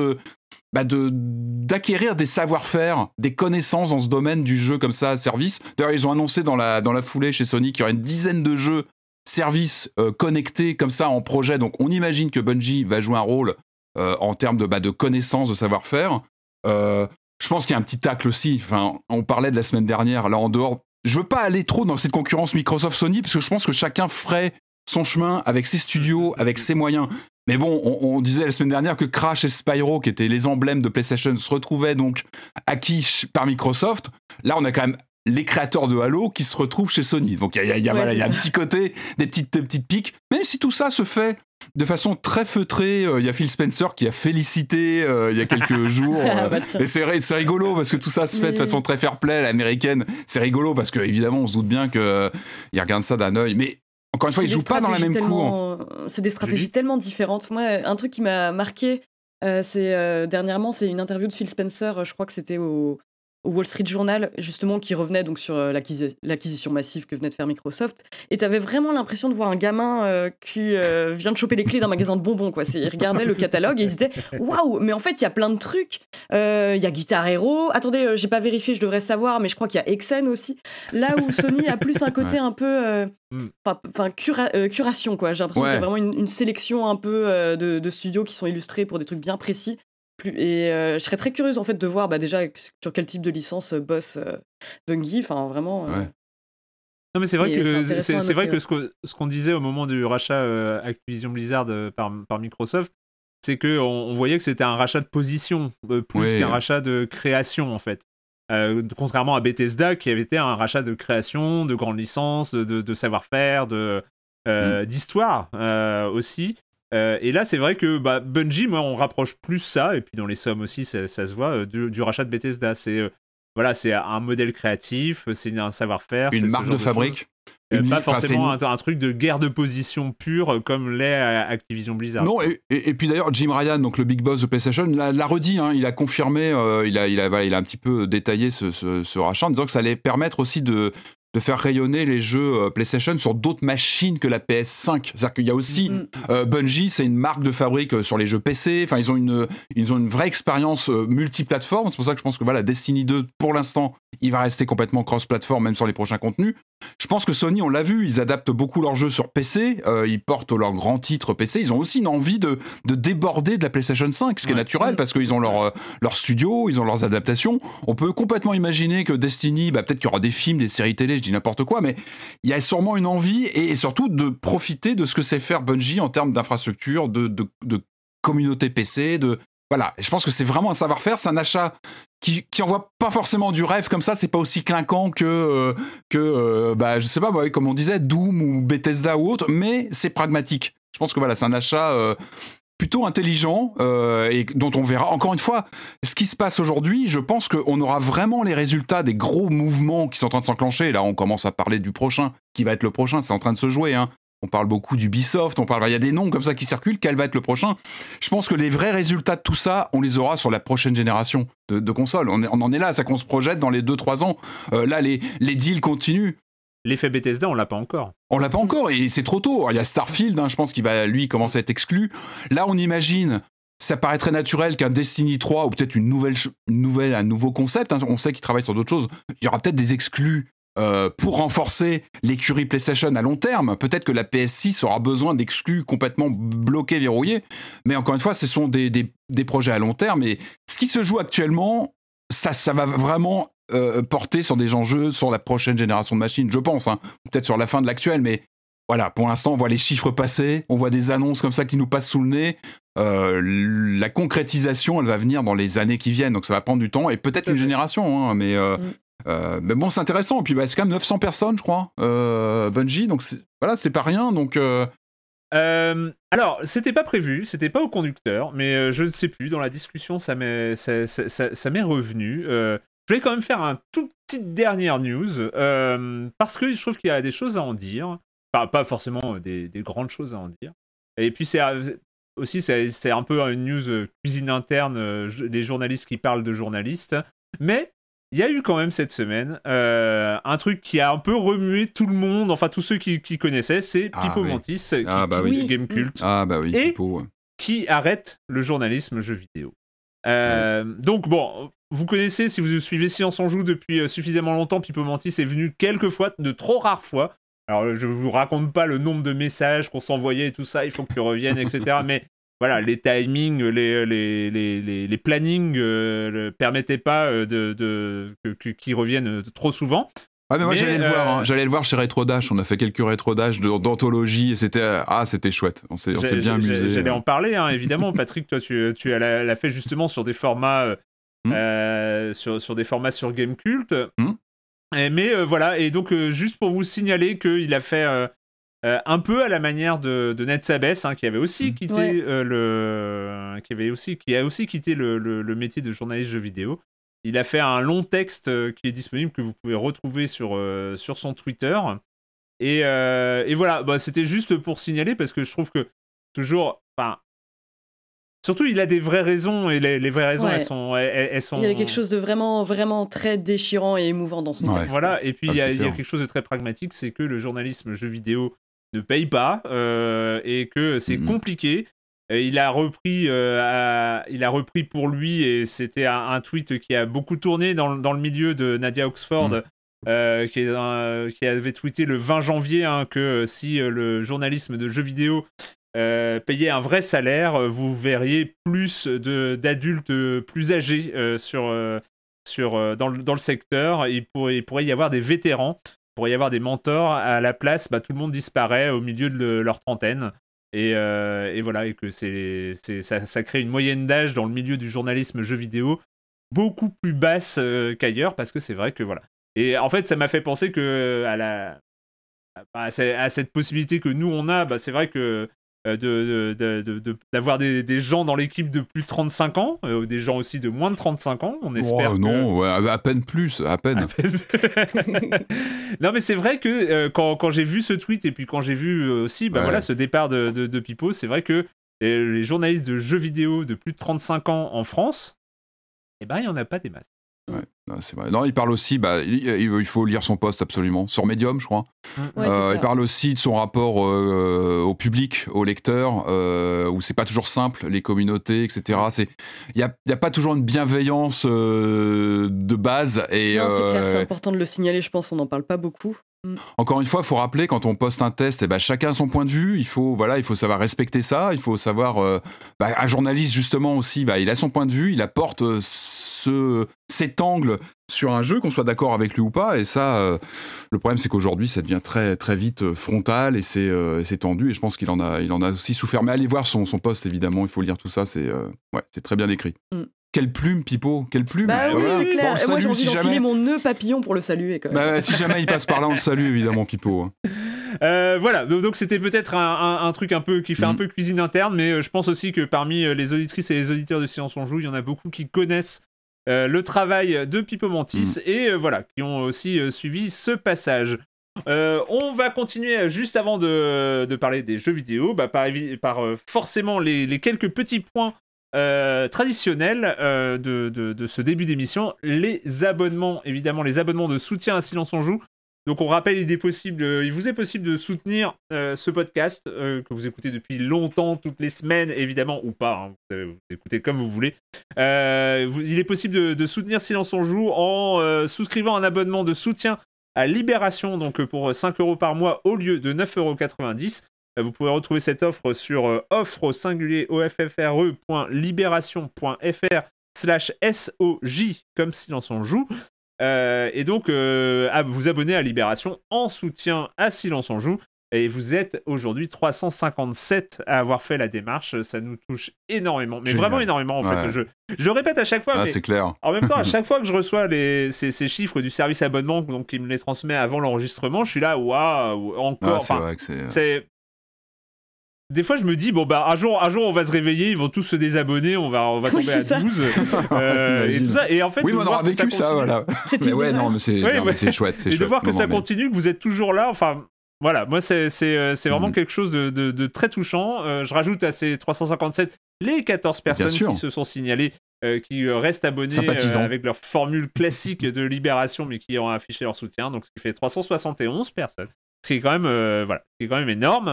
d'acquérir des savoir-faire, des connaissances dans ce domaine du jeu comme ça, service. D'ailleurs, ils ont annoncé dans la foulée chez Sony qu'il y aurait une dizaine de jeux services connectés comme ça en projet. Donc, on imagine que Bungie va jouer un rôle en termes de connaissances, de savoir-faire. Je pense qu'il y a un petit tacle aussi. Enfin, on parlait de la semaine dernière, là en dehors. Je veux pas aller trop dans cette concurrence Microsoft-Sony, parce que je pense que chacun ferait son chemin avec ses studios, avec ses moyens. Mais bon, on disait la semaine dernière que Crash et Spyro, qui étaient les emblèmes de PlayStation, se retrouvaient donc acquis par Microsoft. Là, on a quand même les créateurs de Halo qui se retrouvent chez Sony. Donc il y a un petit côté, des petites piques. Même si tout ça se fait de façon très feutrée. Il y a Phil Spencer qui a félicité il y a quelques jours. Et c'est rigolo parce que tout ça se fait de façon très fair-play à l'américaine. C'est rigolo parce que évidemment on se doute bien qu'ils regardent ça d'un œil. Mais encore une fois, ils jouent pas dans la même cour. C'est des stratégies tellement différentes. Moi, un truc qui m'a marqué, dernièrement, c'est une interview de Phil Spencer. Je crois que c'était au Wall Street Journal, justement, qui revenait donc sur l'acquisition massive que venait de faire Microsoft. Et t'avais vraiment l'impression de voir un gamin qui vient de choper les clés d'un magasin de bonbons, quoi. Il regardait le catalogue et il se disait « Waouh, mais en fait, il y a plein de trucs. Il y a Guitar Hero. Attendez, j'ai pas vérifié, je devrais savoir, mais je crois qu'il y a Exen aussi. » Là où Sony a plus un côté un peu... curation, quoi. J'ai l'impression qu'il y a vraiment une sélection un peu de studios qui sont illustrés pour des trucs bien précis. Et je serais très curieuse en fait de voir déjà sur quel type de licence bosse Bungie. Enfin vraiment. Non mais c'est vrai que c'est vrai que ce qu'on disait au moment du rachat Activision Blizzard par Microsoft, c'est que on voyait que c'était un rachat de position plus qu'un rachat de création en fait. Contrairement à Bethesda qui avait été un rachat de création, de grandes licences, de savoir-faire, d'histoire aussi. Et là, c'est vrai que Bungie, moi, on rapproche plus ça, et puis dans les sommes aussi, ça se voit, du rachat de Bethesda. C'est un modèle créatif, c'est un savoir-faire. Une marque de fabrique. Pas forcément un truc de guerre de position pure comme l'est Activision Blizzard. Non, et puis d'ailleurs, Jim Ryan, donc le big boss de PlayStation, l'a redit, il a confirmé, il a un petit peu détaillé ce rachat en disant que ça allait permettre aussi de de faire rayonner les jeux PlayStation sur d'autres machines que la PS5. C'est-à-dire qu'il y a aussi Bungie, c'est une marque de fabrique sur les jeux PC. Enfin, ils ont une vraie expérience multiplateforme. C'est pour ça que je pense que voilà, Destiny 2, pour l'instant, il va rester complètement cross-platform, même sur les prochains contenus. Je pense que Sony, on l'a vu, ils adaptent beaucoup leurs jeux sur PC. Ils portent leurs grands titres PC. Ils ont aussi une envie de déborder de la PlayStation 5, ce qui est naturel parce qu'ils ont leur studio, ils ont leurs adaptations. On peut complètement imaginer que Destiny, peut-être qu'il y aura des films, des séries télé, je dis n'importe quoi, mais il y a sûrement une envie et surtout de profiter de ce que sait faire Bungie en termes d'infrastructure, de communauté PC, voilà. Je pense que c'est vraiment un savoir-faire, c'est un achat qui envoie pas forcément du rêve comme ça, c'est pas aussi clinquant que je sais pas, comme on disait, Doom ou Bethesda ou autre, mais c'est pragmatique. Je pense que voilà, c'est un achat plutôt intelligent et dont on verra. Encore une fois, ce qui se passe aujourd'hui, je pense qu'on aura vraiment les résultats des gros mouvements qui sont en train de s'enclencher. Là, on commence à parler du prochain, qui va être le prochain, c'est en train de se jouer, hein. On parle beaucoup d'Ubisoft, il y a des noms comme ça qui circulent, quel va être le prochain. Je pense que les vrais résultats de tout ça, on les aura sur la prochaine génération de consoles. On en est là, ça qu'on se projette dans les 2-3 ans. Là, les deals continuent. L'effet Bethesda, on l'a pas encore. On l'a pas encore et c'est trop tôt. Alors, il y a Starfield, je pense qu'il va, lui, commencer à être exclu. Là, on imagine, ça paraît très naturel qu'un Destiny 3 ou peut-être un nouveau concept, on sait qu'ils travaillent sur d'autres choses, il y aura peut-être des exclus pour renforcer l'écurie PlayStation à long terme. Peut-être que la PS6 aura besoin d'exclus complètement bloqués, verrouillés. Mais encore une fois, ce sont des projets à long terme. Et ce qui se joue actuellement, ça va vraiment porter sur des enjeux sur la prochaine génération de machines, je pense. Peut-être sur la fin de l'actuelle, mais voilà, pour l'instant, on voit les chiffres passer, on voit des annonces comme ça qui nous passent sous le nez. La concrétisation, elle va venir dans les années qui viennent, donc ça va prendre du temps, et peut-être une génération, mais bon, c'est intéressant. Et puis, c'est quand même 900 personnes, je crois, Bungie, donc c'est pas rien, donc... Alors, c'était pas prévu, c'était pas au conducteur, mais je ne sais plus, dans la discussion, ça m'est revenu. Je vais quand même faire un tout petite dernière news, parce que je trouve qu'il y a des choses à en dire. Enfin, pas forcément des grandes choses à en dire. Et puis, c'est un peu une news cuisine interne, les journalistes qui parlent de journalistes. Mais il y a eu quand même cette semaine un truc qui a un peu remué tout le monde, enfin tous ceux qui connaissaient, c'est Pipo Mantis, qui quitte Gamekult, qui arrête le journalisme jeux vidéo. Donc bon, vous connaissez, si vous suivez Silence on Joue depuis suffisamment longtemps, Pipo Mantis est venu quelques fois, de trop rares fois. Alors je vous raconte pas le nombre de messages qu'on s'envoyait et tout ça, il faut que tu reviennes, etc. Mais voilà, les timings, les plannings ne permettaient pas qu'ils reviennent trop souvent. Ouais, mais moi j'allais le voir chez Retrodash, on a fait quelques Retrodash d'anthologie et c'était chouette, on s'est bien amusé. J'allais en parler, évidemment. Patrick, toi tu l'as fait justement sur des formats sur des formats sur Gamekult. Mais voilà, et donc juste pour vous signaler qu'il a fait un peu à la manière de Ned Sabes, qui avait aussi quitté qui a aussi quitté le métier de journaliste jeux vidéo. Il a fait un long texte qui est disponible, que vous pouvez retrouver sur son Twitter. Et voilà, c'était juste pour signaler, parce que je trouve que toujours... Surtout, il a des vraies raisons, et les vraies raisons, elles sont... Il y avait quelque chose de vraiment, vraiment très déchirant et émouvant dans son texte. Voilà, et puis il y a quelque chose de très pragmatique, c'est que le journalisme jeux vidéo ne paye pas, et que c'est compliqué. Il a repris pour lui, et c'était un tweet qui a beaucoup tourné dans le milieu de Nadia Oxford, qui avait tweeté le 20 janvier que si le journalisme de jeux vidéo payait un vrai salaire, vous verriez plus d'adultes plus âgés dans le secteur. Il pourrait y avoir des vétérans, il pourrait y avoir des mentors. À la place, tout le monde disparaît au milieu de leur trentaine. Et voilà, et que ça crée une moyenne d'âge dans le milieu du journalisme jeux vidéo beaucoup plus basse qu'ailleurs, parce que c'est vrai que voilà. Et en fait, ça m'a fait penser que à cette possibilité que nous on a, c'est vrai que d'avoir des gens dans l'équipe de plus de 35 ans, des gens aussi de moins de 35 ans, on espère. À peine plus, à peine. Non, mais c'est vrai que quand j'ai vu ce tweet, et puis quand j'ai vu aussi voilà, ce départ de Pipo, c'est vrai que les journalistes de jeux vidéo de plus de 35 ans en France, il n'y en a pas des masses. C'est vrai. Non, il parle aussi, il faut lire son post absolument, sur Medium, je crois. Il parle aussi de son rapport au public, au lecteur, où c'est pas toujours simple, les communautés, etc. Il y a pas toujours une bienveillance de base. Et, non, c'est clair, c'est important de le signaler, je pense, on n'en parle pas beaucoup. Encore une fois, il faut rappeler, quand on poste un test, chacun a son point de vue, il faut savoir respecter ça, il faut savoir... un journaliste, justement, aussi, il a son point de vue, il apporte cet angle sur un jeu, qu'on soit d'accord avec lui ou pas, et ça, le problème, c'est qu'aujourd'hui, ça devient très, très vite frontal, et c'est tendu, et je pense qu'il en a aussi souffert. Mais allez voir son post, évidemment, il faut lire tout ça, c'est très bien écrit. Quelle plume, Pipo, quelle plume. Bah oui, c'est clair. Bon, moi, j'ai envie d'enfiler mon nœud papillon pour le saluer. Quand même. Si jamais il passe par là, on le salue, évidemment, Pipo. Voilà, donc c'était peut-être un truc un peu qui fait un peu cuisine interne, mais je pense aussi que parmi les auditrices et les auditeurs de Silence on Joue, il y en a beaucoup qui connaissent le travail de Pipo Mantis et qui ont aussi suivi ce passage. On va continuer juste avant de parler des jeux vidéo, par forcément les quelques petits points traditionnel de ce début d'émission, les abonnements, évidemment les abonnements de soutien à Silence on Joue. Donc on rappelle, il vous est possible de soutenir ce podcast que vous écoutez depuis longtemps, toutes les semaines évidemment, ou pas, vous écoutez comme vous voulez. Il est possible de soutenir Silence on Joue en souscrivant un abonnement de soutien à Libération, donc pour 5€ par mois au lieu de 9,90€. Vous pouvez retrouver cette offre sur offre@libération.fr/SOJ comme Silence on Joue. Et donc, vous abonner à Libération en soutien à Silence on Joue. Et vous êtes aujourd'hui 357 à avoir fait la démarche. Ça nous touche énormément, mais vraiment énormément en fait. Je le répète à chaque fois. Mais c'est clair. En même temps, à chaque fois que je reçois ces chiffres du service abonnement, donc qui me les transmet avant l'enregistrement, je suis là, waouh, encore. C'est vrai que c'est... Des fois, je me dis, un jour, on va se réveiller, ils vont tous se désabonner, on va tomber à 12. Et tout ça. Et en fait, oui, mais on aura vécu ça, voilà. Mais non, mais c'est chouette. Et de voir que ça continue, que vous êtes toujours là, voilà, moi, c'est vraiment quelque chose de très touchant. Je rajoute à ces 357 les 14 personnes qui se sont signalées, qui restent abonnés avec leur formule classique de Libération, mais qui ont affiché leur soutien. Donc, ce qui fait 371 personnes. Ce qui est quand même énorme.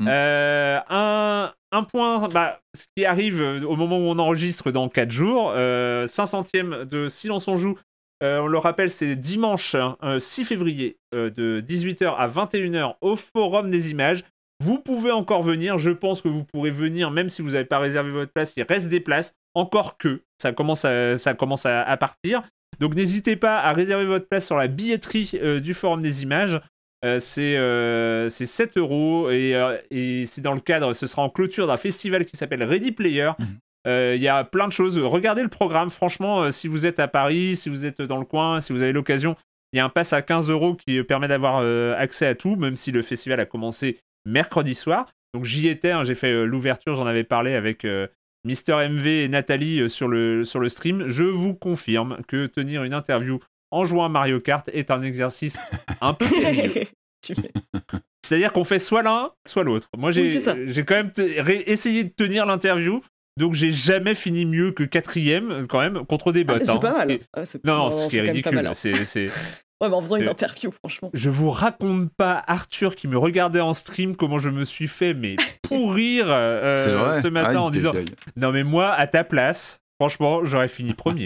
Un point, ce qui arrive au moment où on enregistre dans 4 jours, 500e de Silence on Joue, on le rappelle, c'est dimanche 6 février de 18h à 21h au Forum des Images. Vous pouvez encore venir, je pense que vous pourrez venir même si vous n'avez pas réservé votre place, il reste des places, encore que ça commence à partir. Donc n'hésitez pas à réserver votre place sur la billetterie du Forum des Images. C'est 7€ et c'est dans le cadre, ce sera en clôture d'un festival qui s'appelle Ready Player. Il y a plein de choses, regardez le programme, franchement, si vous êtes à Paris, si vous êtes dans le coin, si vous avez l'occasion, il y a un pass à 15€ qui permet d'avoir accès à tout, même si le festival a commencé mercredi soir. Donc j'y étais, j'ai fait l'ouverture, j'en avais parlé avec Mister MV et Nathalie sur le stream. Je vous confirme que tenir une interview en jouant à Mario Kart est un exercice un peu périlleux. C'est-à-dire qu'on fait soit l'un, soit l'autre. Moi, j'ai quand même essayé de tenir l'interview, donc j'ai jamais fini mieux que 4e, quand même, contre des bots. C'est pas mal. Non, ce qui est ridicule. Ouais, en faisant une interview, franchement. Je vous raconte pas, Arthur, qui me regardait en stream, comment je me suis fait pourrir ce matin en disant « Non, mais moi, à ta place... » Franchement, j'aurais fini premier.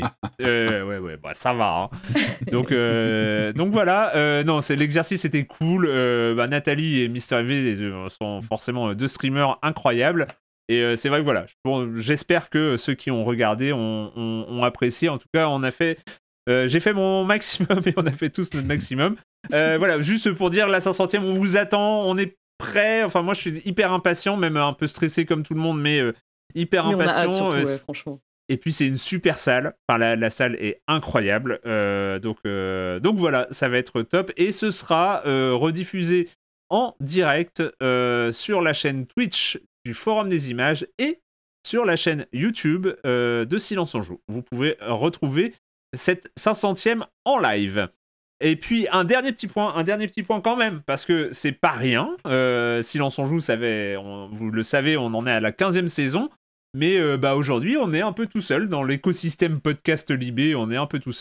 Ça va. Donc voilà. Non, l'exercice était cool. Nathalie et Mister V sont forcément 2 streamers incroyables. Et c'est vrai que voilà. J'espère que ceux qui ont regardé ont apprécié. En tout cas, on a fait. J'ai fait mon maximum et on a fait tous notre maximum. Voilà, juste pour dire la 500e, on vous attend. On est prêt. Enfin, moi, je suis hyper impatient, même un peu stressé comme tout le monde, mais hyper impatient. On a hâte surtout, franchement. Et puis c'est une super salle, la salle est incroyable, donc voilà, ça va être top, et ce sera rediffusé en direct sur la chaîne Twitch du Forum des Images et sur la chaîne YouTube de Silence on Joue. Vous pouvez retrouver cette 500e en live. Et puis un dernier petit point quand même, parce que c'est pas rien, Silence on Joue, vous le savez, on en est à la 15e saison. Mais aujourd'hui, on est un peu tout seul dans l'écosystème podcast Libé, on est un peu tout seul.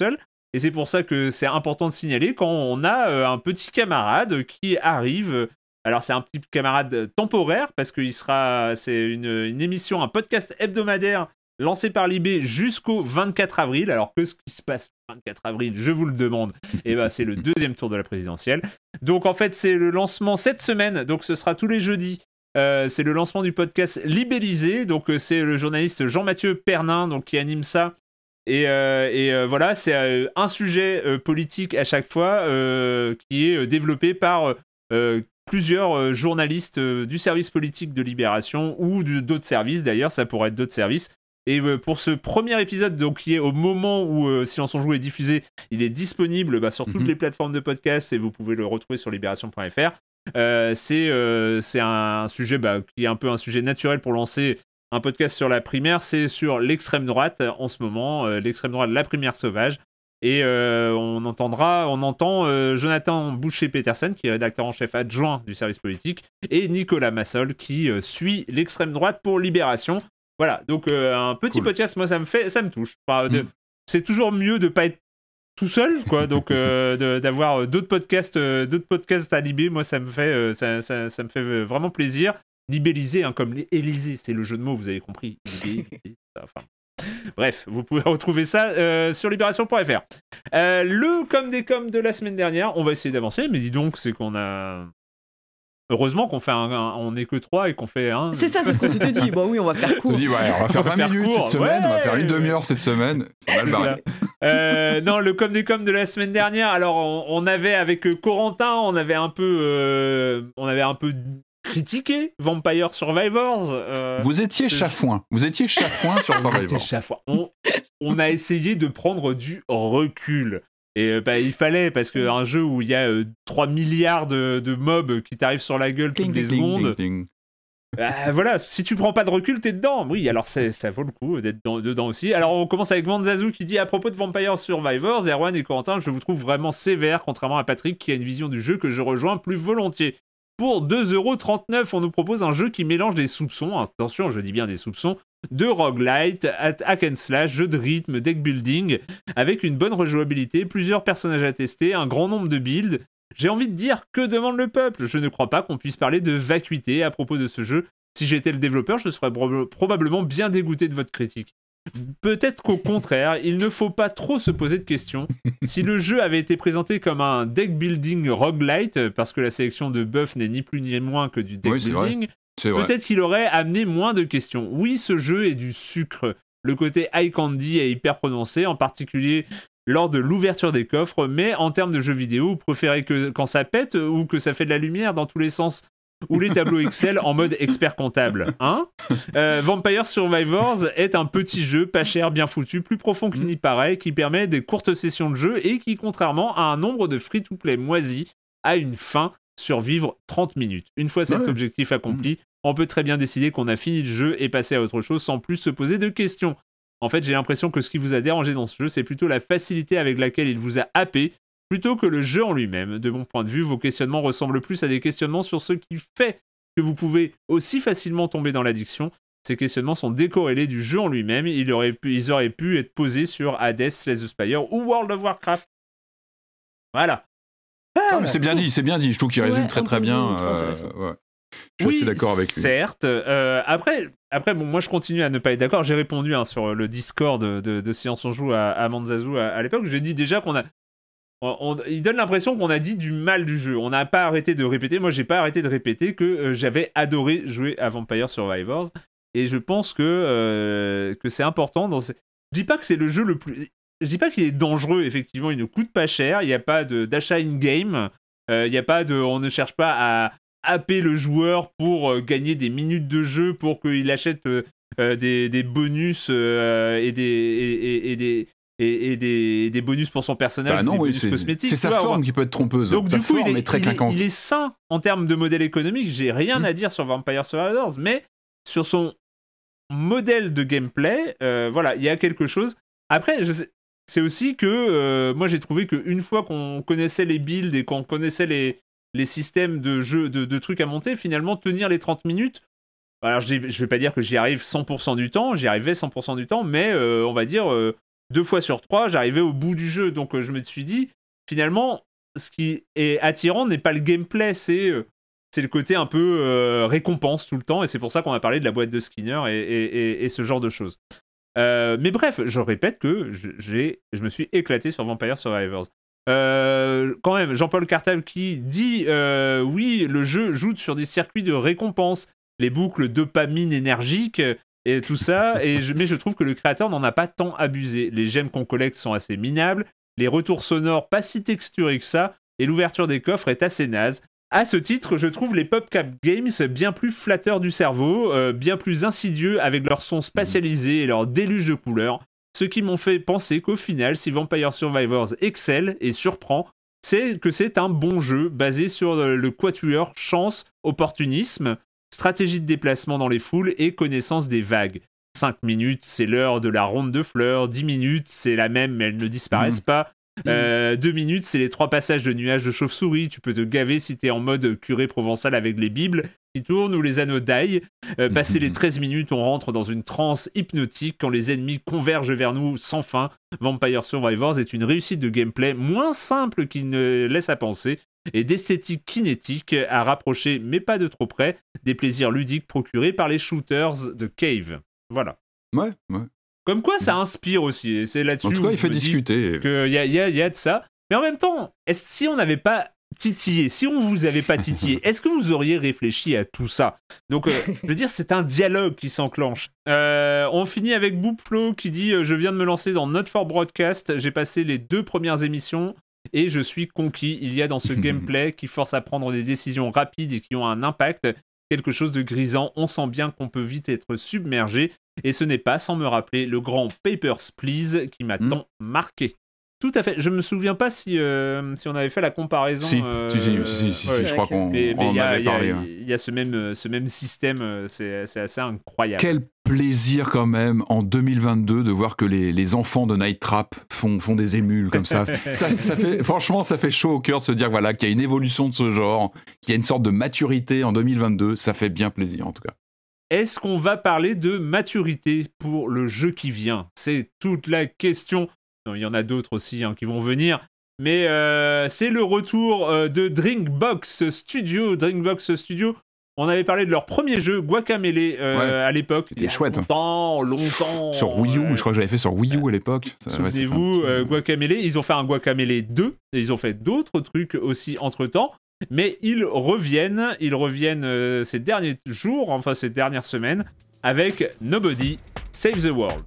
Et c'est pour ça que c'est important de signaler quand on a un petit camarade qui arrive. Alors c'est un petit camarade temporaire parce que c'est une émission, un podcast hebdomadaire lancé par Libé jusqu'au 24 avril. Alors que ce qui se passe le 24 avril, je vous le demande, et ben c'est le deuxième tour de la présidentielle. Donc en fait c'est le lancement cette semaine, donc ce sera tous les jeudis. C'est le lancement du podcast Libellisé, donc c'est le journaliste Jean-Mathieu Pernin donc, qui anime ça. Et voilà, c'est un sujet politique à chaque fois qui est développé par plusieurs journalistes du service politique de Libération ou d'autres services d'ailleurs, ça pourrait être d'autres services. Et pour ce premier épisode, donc, qui est au moment où Silence on Joue est diffusé, il est disponible sur toutes les plateformes de podcast et vous pouvez le retrouver sur libération.fr. C'est un sujet qui est un peu un sujet naturel pour lancer un podcast sur la primaire. C'est sur l'extrême droite en ce moment, l'extrême droite, la primaire sauvage. Et on entend Jonathan Boucher-Petersen, qui est rédacteur en chef adjoint du service politique, et Nicolas Massol, qui suit l'extrême droite pour Libération. Voilà, donc un petit podcast, moi ça me touche. C'est toujours mieux de pas être tout seul, quoi. Donc d'avoir d'autres podcasts à Libé, moi ça me fait vraiment plaisir. Libellisé, comme Élysée, c'est le jeu de mots, vous avez compris. Bref, vous pouvez retrouver ça sur libération.fr. Le com des coms de la semaine dernière, on va essayer d'avancer, mais dis donc, c'est qu'on a... Heureusement qu'on fait on n'est que 3 et qu'on fait un... C'est ça, c'est ce qu'on s'était dit. Bon oui, on va faire court. On va faire 20 minutes court, cette semaine, on va faire une demi-heure cette semaine. C'est mal barré. Non, le com des coms de la semaine dernière, alors on avait avec Corentin, on avait un peu critiqué Vampire Survivors. Vous étiez chafouin. Sur Survivors. On a essayé de prendre du recul. Et il fallait, parce qu'un jeu où il y a 3 milliards de mobs qui t'arrivent sur la gueule toutes les secondes, voilà, si tu prends pas de recul, t'es dedans. Oui, alors ça vaut le coup d'être dedans aussi. Alors on commence avec Manzazou qui dit à propos de Vampire Survivors, Erwan et Corentin, je vous trouve vraiment sévère, contrairement à Patrick qui a une vision du jeu que je rejoins plus volontiers. Pour 2,39€, on nous propose un jeu qui mélange des soupçons, attention, je dis bien des soupçons, de roguelite, hack and slash, jeu de rythme, deck building, avec une bonne rejouabilité, plusieurs personnages à tester, un grand nombre de builds. J'ai envie de dire, que demande le peuple ? Je ne crois pas qu'on puisse parler de vacuité à propos de ce jeu. Si j'étais le développeur, je serais probablement bien dégoûté de votre critique. Peut-être qu'au contraire, il ne faut pas trop se poser de questions. Si le jeu avait été présenté comme un deck building roguelite, parce que la sélection de buffs n'est ni plus ni moins que du deck building, peut-être qu'il aurait amené moins de questions. Oui, ce jeu est du sucre. Le côté high candy est hyper prononcé, en particulier lors de l'ouverture des coffres, mais en termes de jeux vidéo, vous préférez que quand ça pète ou que ça fait de la lumière dans tous les sens, ou les tableaux Excel en mode expert comptable, hein ? Vampire Survivors est un petit jeu, pas cher, bien foutu, plus profond qu'il n'y paraît, qui permet des courtes sessions de jeu et qui, contrairement à un nombre de free-to-play moisis, a une fin, survivre 30 minutes. Une fois cet objectif accompli, on peut très bien décider qu'on a fini le jeu et passer à autre chose sans plus se poser de questions. En fait, j'ai l'impression que ce qui vous a dérangé dans ce jeu, c'est plutôt la facilité avec laquelle il vous a happé, plutôt que le jeu en lui-même. De mon point de vue, vos questionnements ressemblent plus à des questionnements sur ce qui fait que vous pouvez aussi facilement tomber dans l'addiction. Ces questionnements sont décorrélés du jeu en lui-même. Ils auraient pu être posés sur Hades, Slay the Spire ou World of Warcraft. Voilà. Mais c'est bien dit. Je trouve qu'il résume très bien. Je suis assez d'accord avec lui. Certes. Après, bon, moi je continue à ne pas être d'accord. J'ai répondu sur le Discord de Silence on Joue à Manzazou à l'époque. J'ai dit déjà il donne l'impression qu'on a dit du mal du jeu. On n'a pas arrêté de répéter. Moi, j'ai pas arrêté de répéter que j'avais adoré jouer à Vampire Survivors. Et je pense que c'est important. Je dis pas que c'est le jeu le plus... Je dis pas qu'il est dangereux, effectivement. Il ne coûte pas cher. Il n'y a pas d'achat in-game. Il y a pas on ne cherche pas à happer le joueur pour gagner des minutes de jeu, pour qu'il achète des bonus et des bonus pour son personnage, des bonus cosmétiques. C'est sa forme qui peut être trompeuse. Donc, du coup, il est sain en termes de modèle économique. J'ai rien à dire sur Vampire Survivors, mais sur son modèle de gameplay, voilà, il y a quelque chose. Après, c'est aussi que moi, j'ai trouvé qu'une fois qu'on connaissait les builds et qu'on connaissait les systèmes de jeu, de trucs à monter, finalement, tenir les 30 minutes. Alors, je vais pas dire que j'y arrive 100% du temps, j'y arrivais 100% du temps, mais on va dire... 2 fois sur 3, j'arrivais au bout du jeu. Donc je me suis dit, finalement, ce qui est attirant n'est pas le gameplay, c'est le côté un peu récompense tout le temps. Et c'est pour ça qu'on a parlé de la boîte de Skinner et ce genre de choses. Mais bref, je répète que je me suis éclaté sur Vampire Survivors. Quand même, Jean-Paul Cartal qui dit oui, le jeu joue sur des circuits de récompense, les boucles dopamine énergiques et tout ça, mais je trouve que le créateur n'en a pas tant abusé. Les gemmes qu'on collecte sont assez minables, les retours sonores pas si texturés que ça, et l'ouverture des coffres est assez naze. À ce titre, je trouve les PopCap Games bien plus flatteurs du cerveau, bien plus insidieux avec leurs sons spatialisés et leur déluge de couleurs, ce qui m'ont fait penser qu'au final, si Vampire Survivors excelle et surprend, c'est que c'est un bon jeu basé sur le quatuor chance, opportunisme, stratégie de déplacement dans les foules et connaissance des vagues. 5 minutes, c'est l'heure de la ronde de fleurs, 10 minutes, c'est la même mais elles ne disparaissent pas. 2 minutes, c'est les 3 passages de nuages de chauve-souris. Tu peux te gaver si t'es en mode curé provençal avec les bibles qui tournent ou les anneaux d'ail. Passer les 13 minutes, on rentre dans une transe hypnotique quand les ennemis convergent vers nous sans fin. Vampire Survivors est une réussite de gameplay moins simple qu'il ne laisse à penser et d'esthétique kinétique à rapprocher, mais pas de trop près, des plaisirs ludiques procurés par les shooters de Cave. Voilà. Ouais. Comme quoi, ça inspire aussi. Et c'est là-dessus. En tout cas, il fait discuter. Il y a de ça. Mais en même temps, si on n'avait pas titillé, si on vous avait pas titillé, est-ce que vous auriez réfléchi à tout ça? Donc, je veux dire, c'est un dialogue qui s'enclenche. On finit avec Boupflo qui dit « Je viens de me lancer dans Not for Broadcast. J'ai passé les 2 premières émissions et je suis conquis. Il y a dans ce gameplay qui force à prendre des décisions rapides et qui ont un impact. Quelque chose de grisant. On sent bien qu'on peut vite être submergé. Et ce n'est pas sans me rappeler le grand Papers, Please qui m'a tant marqué. » Tout à fait. Je me souviens pas si on avait fait la comparaison. Si, je crois qu'on en avait parlé. Il y a ce même système, c'est assez incroyable. Quel plaisir quand même en 2022 de voir que les enfants de Night Trap font des émules comme ça. ça fait, franchement, ça fait chaud au cœur de se dire voilà, qu'il y a une évolution de ce genre, qu'il y a une sorte de maturité en 2022. Ça fait bien plaisir en tout cas. Est-ce qu'on va parler de maturité pour le jeu qui vient? C'est toute la question. Il y en a d'autres aussi qui vont venir. Mais c'est le retour de Drinkbox Studio. Drinkbox Studio, on avait parlé de leur premier jeu, Guacamelee, à l'époque. C'était chouette. Longtemps. Sur Wii U, je crois que j'avais fait sur Wii U à l'époque. Souvenez-vous, Guacamelee, ils ont fait un Guacamelee 2. Et ils ont fait d'autres trucs aussi entre-temps. Mais ils reviennent ces derniers jours, enfin ces dernières semaines, avec Nobody Save the World.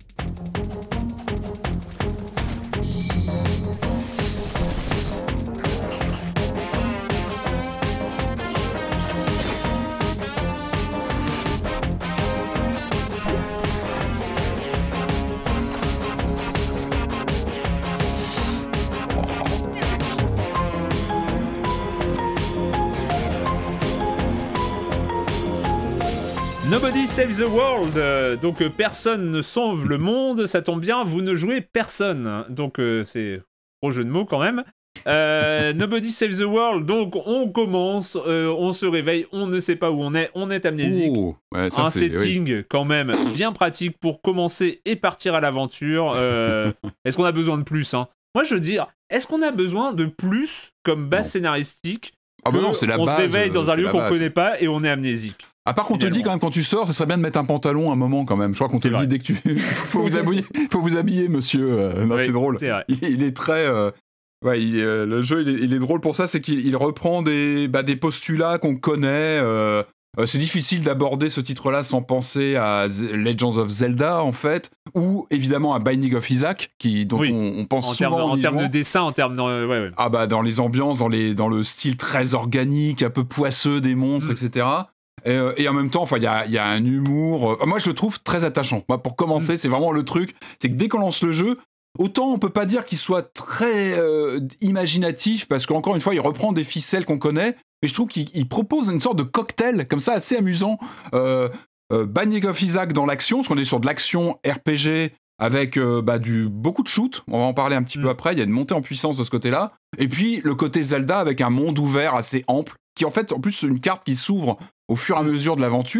Nobody Save the World, donc personne ne sauve le monde, ça tombe bien, vous ne jouez personne, donc c'est gros jeu de mots quand même. Nobody Save the World, donc on commence, on se réveille, on ne sait pas où on est amnésique. Ouais, ça, un setting quand même bien pratique pour commencer et partir à l'aventure. Est-ce qu'on a besoin de plus Moi je veux dire, est-ce qu'on a besoin de plus comme base scénaristique? Non, c'est la base. On se réveille dans un lieu qu'on connaît pas et on est amnésique. À part qu'on te dit quand même quand tu sors, ça serait bien de mettre un pantalon un moment quand même. Je crois qu'on te le dit dès que tu faut vous habiller, monsieur. Non, oui, c'est drôle. Il est très le jeu il est drôle pour ça, c'est qu'il reprend des postulats qu'on connaît. C'est difficile d'aborder ce titre-là sans penser à Legends of Zelda en fait, ou évidemment à Binding of Isaac, dont on pense souvent en termes de dessin, en termes dans les ambiances, dans le style très organique, un peu poisseux des monstres, etc. Et en même temps, il y a un humour. Moi, je le trouve très attachant. Moi, pour commencer, c'est vraiment le truc. C'est que dès qu'on lance le jeu, autant on peut pas dire qu'il soit très imaginatif, parce qu'encore une fois, il reprend des ficelles qu'on connaît. Mais je trouve qu'il propose une sorte de cocktail comme ça, assez amusant. Binding of Isaac dans l'action, parce qu'on est sur de l'action RPG avec beaucoup de shoot. On va en parler un petit peu après. Il y a une montée en puissance de ce côté-là. Et puis le côté Zelda avec un monde ouvert assez ample, qui en fait, en plus, c'est une carte qui s'ouvre au fur et à mesure de l'aventure.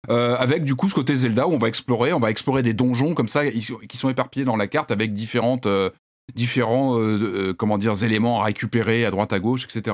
avec du coup ce côté Zelda où on va explorer des donjons comme ça qui sont éparpillés dans la carte avec différents éléments à récupérer à droite à gauche, etc.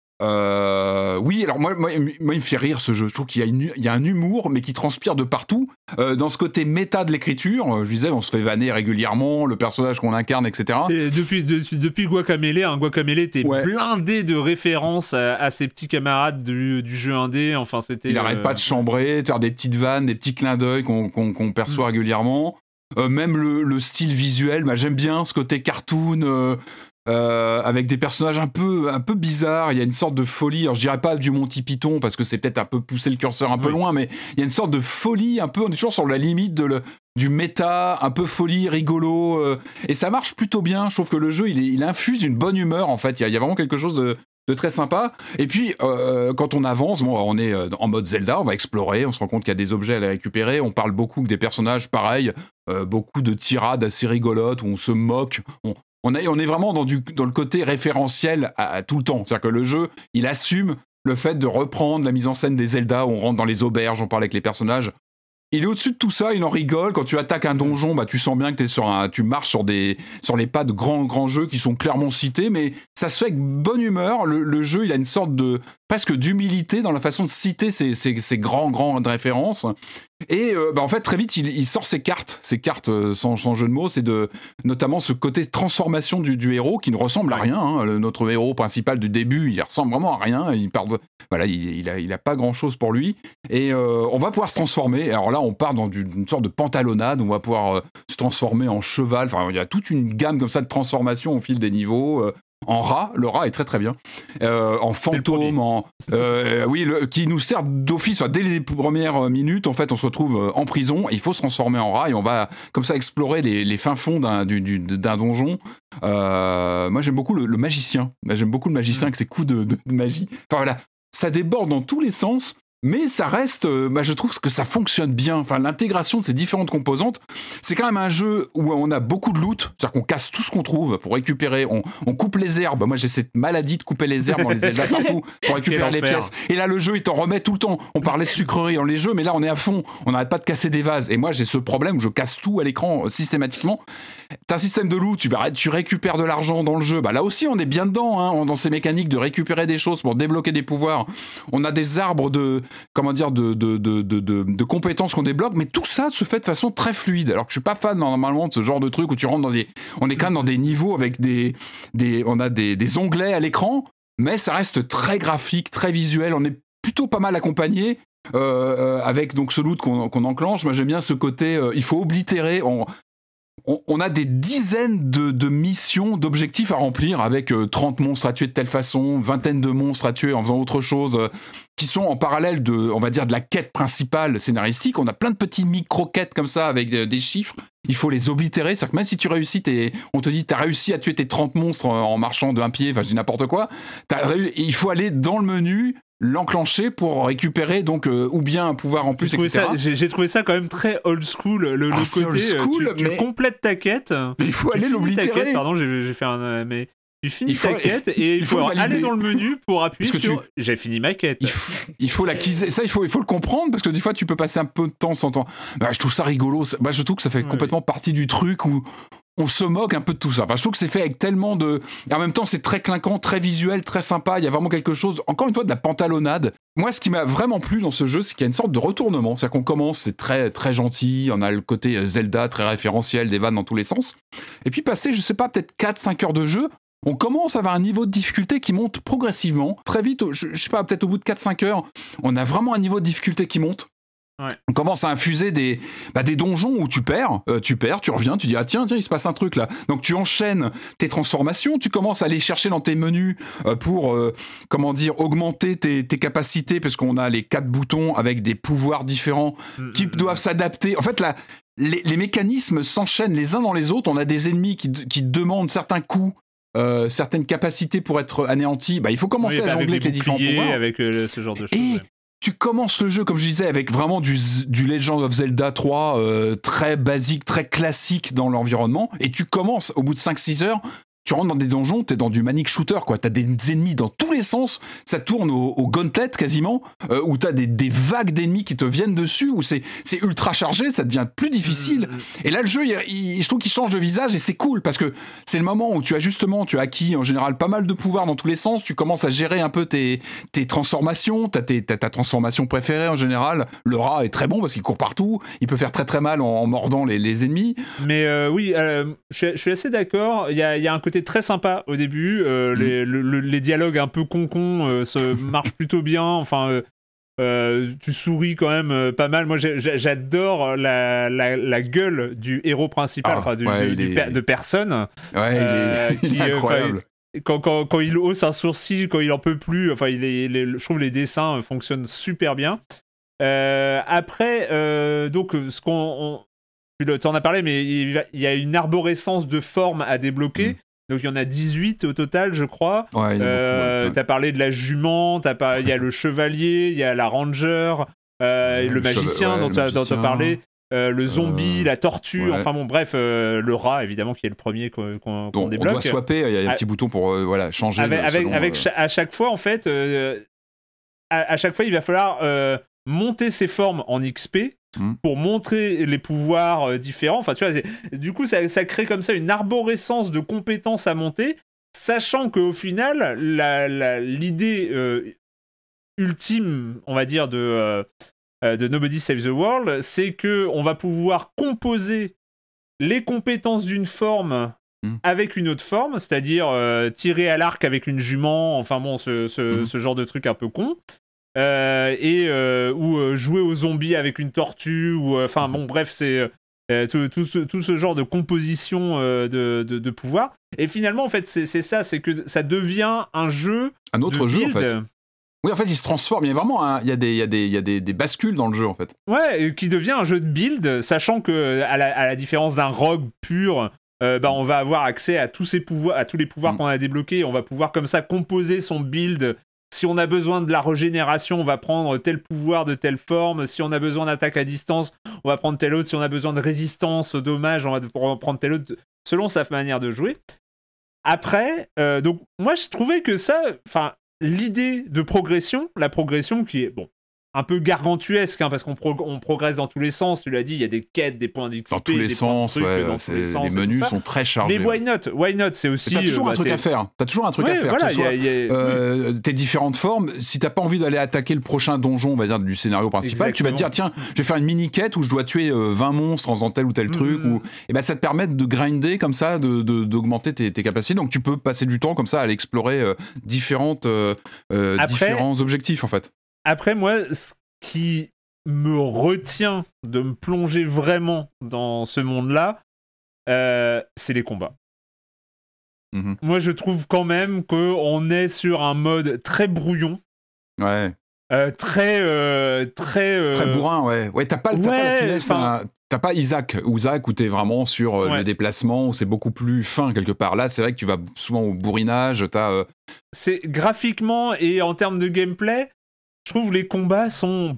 Oui, alors moi, il me fait rire ce jeu. Je trouve qu'il y a un humour, mais qui transpire de partout. Dans ce côté méta de l'écriture, je disais, on se fait vanner régulièrement, le personnage qu'on incarne, etc. C'est depuis Guacamelee, Guacamelee était blindé de références à ses petits camarades du jeu indé. Enfin, c'était. Il n'arrête pas de chambrer, de faire des petites vannes, des petits clins d'œil qu'on perçoit régulièrement. Même le style visuel, j'aime bien ce côté cartoon. Avec des personnages un peu bizarres, il y a une sorte de folie. Alors je dirais pas du Monty Python parce que c'est peut-être un peu pousser le curseur un peu loin, mais il y a une sorte de folie un peu. On est toujours sur la limite du méta, un peu folie, rigolo, et ça marche plutôt bien. Je trouve que le jeu il infuse une bonne humeur en fait. Il y a vraiment quelque chose de très sympa. Et puis quand on avance, on est en mode Zelda, on va explorer, on se rend compte qu'il y a des objets à les récupérer. On parle beaucoup des personnages, pareil, beaucoup de tirades assez rigolotes où on se moque. On est vraiment dans le côté référentiel à tout le temps. C'est-à-dire que le jeu, il assume le fait de reprendre la mise en scène des Zelda où on rentre dans les auberges, on parle avec les personnages. Il est au-dessus de tout ça, il en rigole. Quand tu attaques un donjon, tu sens bien que tu marches sur les pas de grands jeux qui sont clairement cités, mais ça se fait avec bonne humeur. Le jeu, il a une sorte de presque d'humilité dans la façon de citer ces grandes références. Et en fait, très vite, il sort ses cartes sans jeu de mots. C'est notamment ce côté transformation du héros qui ne ressemble à rien. Notre héros principal du début, il ressemble vraiment à rien. Il a pas grand-chose pour lui. Et on va pouvoir se transformer. Alors là, on part dans une sorte de pantalonnade. On va pouvoir se transformer en cheval. Enfin, il y a toute une gamme comme ça de transformations au fil des niveaux. En rat, le rat est très très bien. En fantôme, qui nous sert d'office. Dès les premières minutes, en fait, on se retrouve en prison. Et il faut se transformer en rat et on va comme ça explorer les fins fonds d'un donjon. Moi, j'aime beaucoup le magicien. J'aime beaucoup le magicien avec ses coups de magie. Enfin voilà, ça déborde dans tous les sens. Mais ça reste, je trouve que ça fonctionne bien. Enfin, l'intégration de ces différentes composantes, c'est quand même un jeu où on a beaucoup de loot, c'est-à-dire qu'on casse tout ce qu'on trouve pour récupérer. On coupe les herbes. Moi, j'ai cette maladie de couper les herbes dans les Zelda partout pour récupérer les pièces. Et là, le jeu, il t'en remet tout le temps. On parlait de sucreries dans les jeux, mais là, on est à fond. On n'arrête pas de casser des vases. Et moi, j'ai ce problème où je casse tout à l'écran systématiquement. T'as un système de loot, tu récupères de l'argent dans le jeu. Là aussi, on est bien dedans, dans ces mécaniques de récupérer des choses pour débloquer des pouvoirs. On a des arbres de compétences qu'on débloque, mais tout ça se fait de façon très fluide. Alors que je suis pas fan normalement de ce genre de truc où tu rentres on est quand même dans des niveaux avec on a des onglets à l'écran, mais ça reste très graphique, très visuel. On est plutôt pas mal accompagné. Avec donc ce loot qu'on enclenche. Moi j'aime bien ce côté, il faut oblitérer. On a des dizaines de missions, d'objectifs à remplir avec 30 monstres à tuer de telle façon, vingtaine de monstres à tuer en faisant autre chose, qui sont en parallèle de la quête principale scénaristique. On a plein de petits micro-quêtes comme ça avec des chiffres. Il faut les oblitérer. C'est-à-dire que même si tu réussis, on te dit t'as réussi à tuer tes 30 monstres en marchant d'un pied, enfin je dis n'importe quoi, il faut aller dans le menu, l'enclencher pour récupérer donc ou bien un pouvoir en plus, etc. J'ai trouvé ça quand même très old school, le côté old school, tu complètes ta quête, mais il faut aller l'oblitérer. Pardon, j'ai fait mais tu finis ta quête et il faut aller dans le menu pour appuyer sur j'ai fini ma quête. Il faut l'acquiser. Ça, il faut le comprendre parce que des fois tu peux passer un peu de temps sans temps. Je trouve ça rigolo. Je trouve que ça fait complètement partie du truc où on se moque un peu de tout ça. Enfin, je trouve que c'est fait avec tellement de... Et en même temps, c'est très clinquant, très visuel, très sympa. Il y a vraiment quelque chose, encore une fois, de la pantalonnade. Moi, ce qui m'a vraiment plu dans ce jeu, c'est qu'il y a une sorte de retournement. C'est-à-dire qu'on commence, c'est très, très gentil. On a le côté Zelda, très référentiel, des vannes dans tous les sens. Et puis, passé, je sais pas, peut-être 4-5 heures de jeu, on commence à avoir un niveau de difficulté qui monte progressivement. Très vite, je sais pas, peut-être au bout de 4-5 heures, on a vraiment un niveau de difficulté qui monte. Ouais. On commence à infuser des donjons où tu perds, tu reviens, tu dis ah tiens il se passe un truc là. Donc tu enchaînes tes transformations, tu commences à aller chercher dans tes menus pour augmenter tes capacités parce qu'on a les 4 boutons avec des pouvoirs différents qui doivent s'adapter. En fait là, les mécanismes s'enchaînent les uns dans les autres. On a des ennemis qui demandent certains coups. Certaines capacités pour être anéanties, il faut commencer à jongler avec les différents pouvoirs. Avec ce genre de choses. Et tu commences le jeu, comme je disais, avec vraiment du Legend of Zelda 3 très basique, très classique dans l'environnement, et tu commences, au bout de 5-6 heures, tu rentres dans des donjons, t'es dans du manic shooter, quoi. T'as des ennemis dans tous les sens, ça tourne au gauntlet quasiment, où t'as des vagues d'ennemis qui te viennent dessus, où c'est ultra chargé, ça devient plus difficile. Et là, le jeu, je trouve qu'il change de visage et c'est cool parce que c'est le moment où tu as acquis en général pas mal de pouvoir dans tous les sens, tu commences à gérer un peu tes transformations, t'as ta transformation préférée en général. Le rat est très bon parce qu'il court partout, il peut faire très très mal en mordant les ennemis. Mais je suis assez d'accord, il y a un côté très sympa au début, les dialogues un peu con-con marchent plutôt bien, enfin tu souris quand même pas mal. Moi j'adore la gueule du héros principal, de personne. Ouais, il est incroyable. Quand il hausse un sourcil, quand il en peut plus, enfin je trouve les dessins fonctionnent super bien. Après, donc tu t'en as parlé, mais il y a une arborescence de formes à débloquer. Donc il y en a 18 au total, je crois. Ouais, t'as parlé de la jument, il y a le chevalier, il y a la ranger, le magicien dont tu as parlé, le zombie, la tortue, enfin bon, bref, le rat évidemment qui est le premier qu'on débloque. On doit swapper, il y a un petit bouton pour changer. À chaque fois en fait, à chaque fois il va falloir monter ses formes en XP. Pour montrer les pouvoirs différents. Enfin, tu vois, du coup, ça crée comme ça une arborescence de compétences à monter, sachant qu'au final, l'idée ultime, on va dire, de Nobody Saves the World, c'est qu'on va pouvoir composer les compétences d'une forme avec une autre forme, c'est-à-dire tirer à l'arc avec une jument, enfin bon, ce genre de truc un peu con. Ou jouer aux zombies avec une tortue, ou enfin bon bref, c'est tout ce genre de composition de pouvoir. Et finalement en fait c'est ça, c'est que ça devient un autre jeu en fait. Oui, en fait, il se transforme. Il y a vraiment il y a des bascules dans le jeu en fait. Ouais, qui devient un jeu de build, sachant que à la différence d'un rogue pur. On va avoir accès à tous les pouvoirs qu'on a débloqués. On va pouvoir comme ça composer son build. Si on a besoin de la régénération, on va prendre tel pouvoir de telle forme. Si on a besoin d'attaque à distance, on va prendre tel autre. Si on a besoin de prendre dommage, on va prendre tel autre, selon sa manière de jouer. Après, donc moi je trouvais que l'idée de progression, la progression qui est un peu gargantuesque, parce qu'on progresse dans tous les sens. Tu l'as dit, il y a des quêtes, des points d'XP, dans tous les sens, les menus sont très chargés. Mais why not, c'est aussi. T'as toujours un truc à faire. T'as toujours un truc à faire. Voilà, que ce soit tes différentes formes. Si t'as pas envie d'aller attaquer le prochain donjon, on va dire du scénario principal, exactement. Tu vas te dire tiens, je vais faire une mini quête où je dois tuer 20 monstres en faisant tel ou tel truc. Et ça te permet de grinder comme ça, d'augmenter tes capacités. Donc tu peux passer du temps comme ça à aller explorer différents objectifs en fait. Après, moi, ce qui me retient de me plonger vraiment dans ce monde-là, c'est les combats. Moi, je trouve quand même qu'on est sur un mode très brouillon. Ouais. Très bourrin, ouais. Ouais, t'as pas la finesse, t'as pas Isaac où t'es vraiment sur le déplacement, où c'est beaucoup plus fin quelque part. Là, c'est vrai que tu vas souvent au bourrinage, C'est graphiquement et en termes de gameplay, je trouve les combats sont...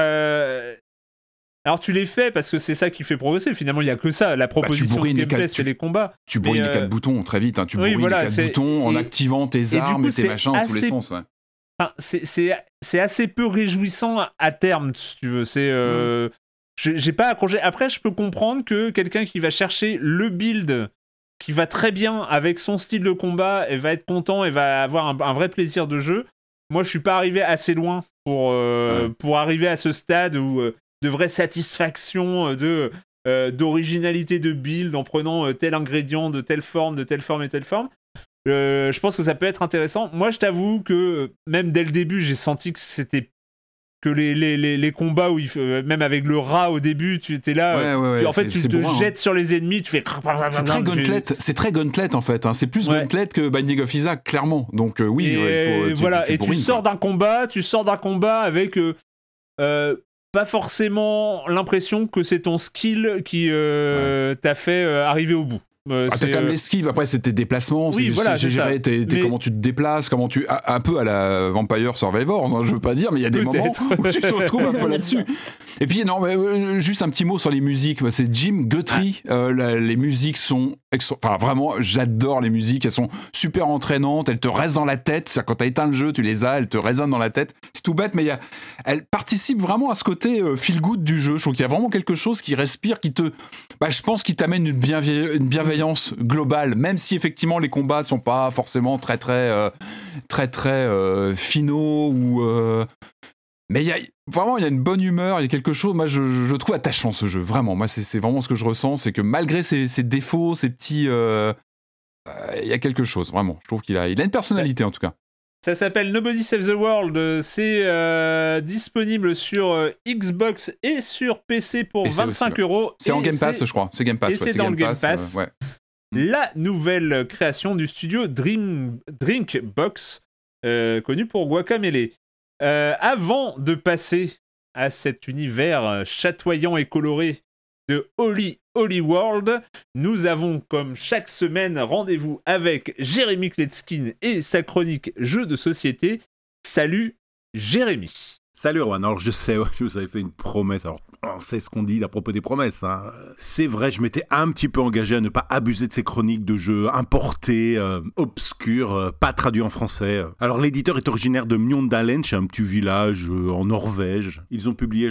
Alors tu les fais parce que c'est ça qui fait progresser. Finalement, il n'y a que ça. La proposition de gameplay, c'est les combats. Tu bourrines les 4 boutons très vite. Tu bourrines les 4 boutons en activant tes armes et tes machins dans tous les sens. Ouais. C'est assez peu réjouissant à terme, si tu veux. J'ai pas accroché. Après, je peux comprendre que quelqu'un qui va chercher le build qui va très bien avec son style de combat et va être content et va avoir un vrai plaisir de jeu. Moi, je suis pas arrivé assez loin pour arriver à ce stade où de vraie satisfaction d'originalité de build en prenant tel ingrédient de telle forme et telle forme. Je pense que ça peut être intéressant. Moi, je t'avoue que même dès le début, j'ai senti que c'était que les combats où même avec le rat au début, tu étais là, en fait, tu te jettes sur les ennemis, tu fais. C'est très Gauntlet en fait. C'est plus Gauntlet que Binding of Isaac, clairement. Donc oui, il faut. Voilà. Et tu sors d'un combat avec pas forcément l'impression que c'est ton skill qui t'a fait arriver au bout. T'as quand même l'esquive, après c'est tes déplacements, c'est gérer comment tu te déplaces, un peu à la Vampire Survivors, je veux pas dire, mais il y a des moments où tu te retrouves un peu là-dessus. Et puis juste un petit mot sur les musiques, c'est Jim Guthrie, les musiques sont Enfin, vraiment, j'adore les musiques. Elles sont super entraînantes. Elles te restent dans la tête. C'est-à-dire, quand t'as éteint le jeu, tu les as. Elles te résonnent dans la tête. C'est tout bête, mais elles participent vraiment à ce côté feel good du jeu. Je trouve qu'il y a vraiment quelque chose qui respire, je pense qu'il t'amène une bienveillance globale. Même si effectivement les combats sont pas forcément très finaux ou. Mais il y a une bonne humeur, il y a quelque chose, moi je trouve attachant ce jeu, vraiment. Moi c'est vraiment ce que je ressens, c'est que malgré ses défauts, ses petits... il y a quelque chose, vraiment. Je trouve qu'il a une personnalité en tout cas. Ça s'appelle Nobody Save the World, c'est disponible sur Xbox et sur PC pour 25 €. C'est en Game Pass, je crois. C'est Game Pass, c'est dans le Game Pass. Ouais. La nouvelle création du studio Drinkbox, connu pour Guacamelee. Avant de passer à cet univers chatoyant et coloré de Holy World, nous avons comme chaque semaine rendez-vous avec Jérémy Kletskin et sa chronique Jeux de société. Salut Jérémy. Salut Erwan, alors je sais, je vous avais fait une promesse, alors on sait ce qu'on dit à propos des promesses. Hein. C'est vrai, je m'étais un petit peu engagé à ne pas abuser de ces chroniques de jeux importés, obscurs, pas traduits en français. Alors l'éditeur est originaire de Mjøndalen, c'est un petit village en Norvège. Ils ont publié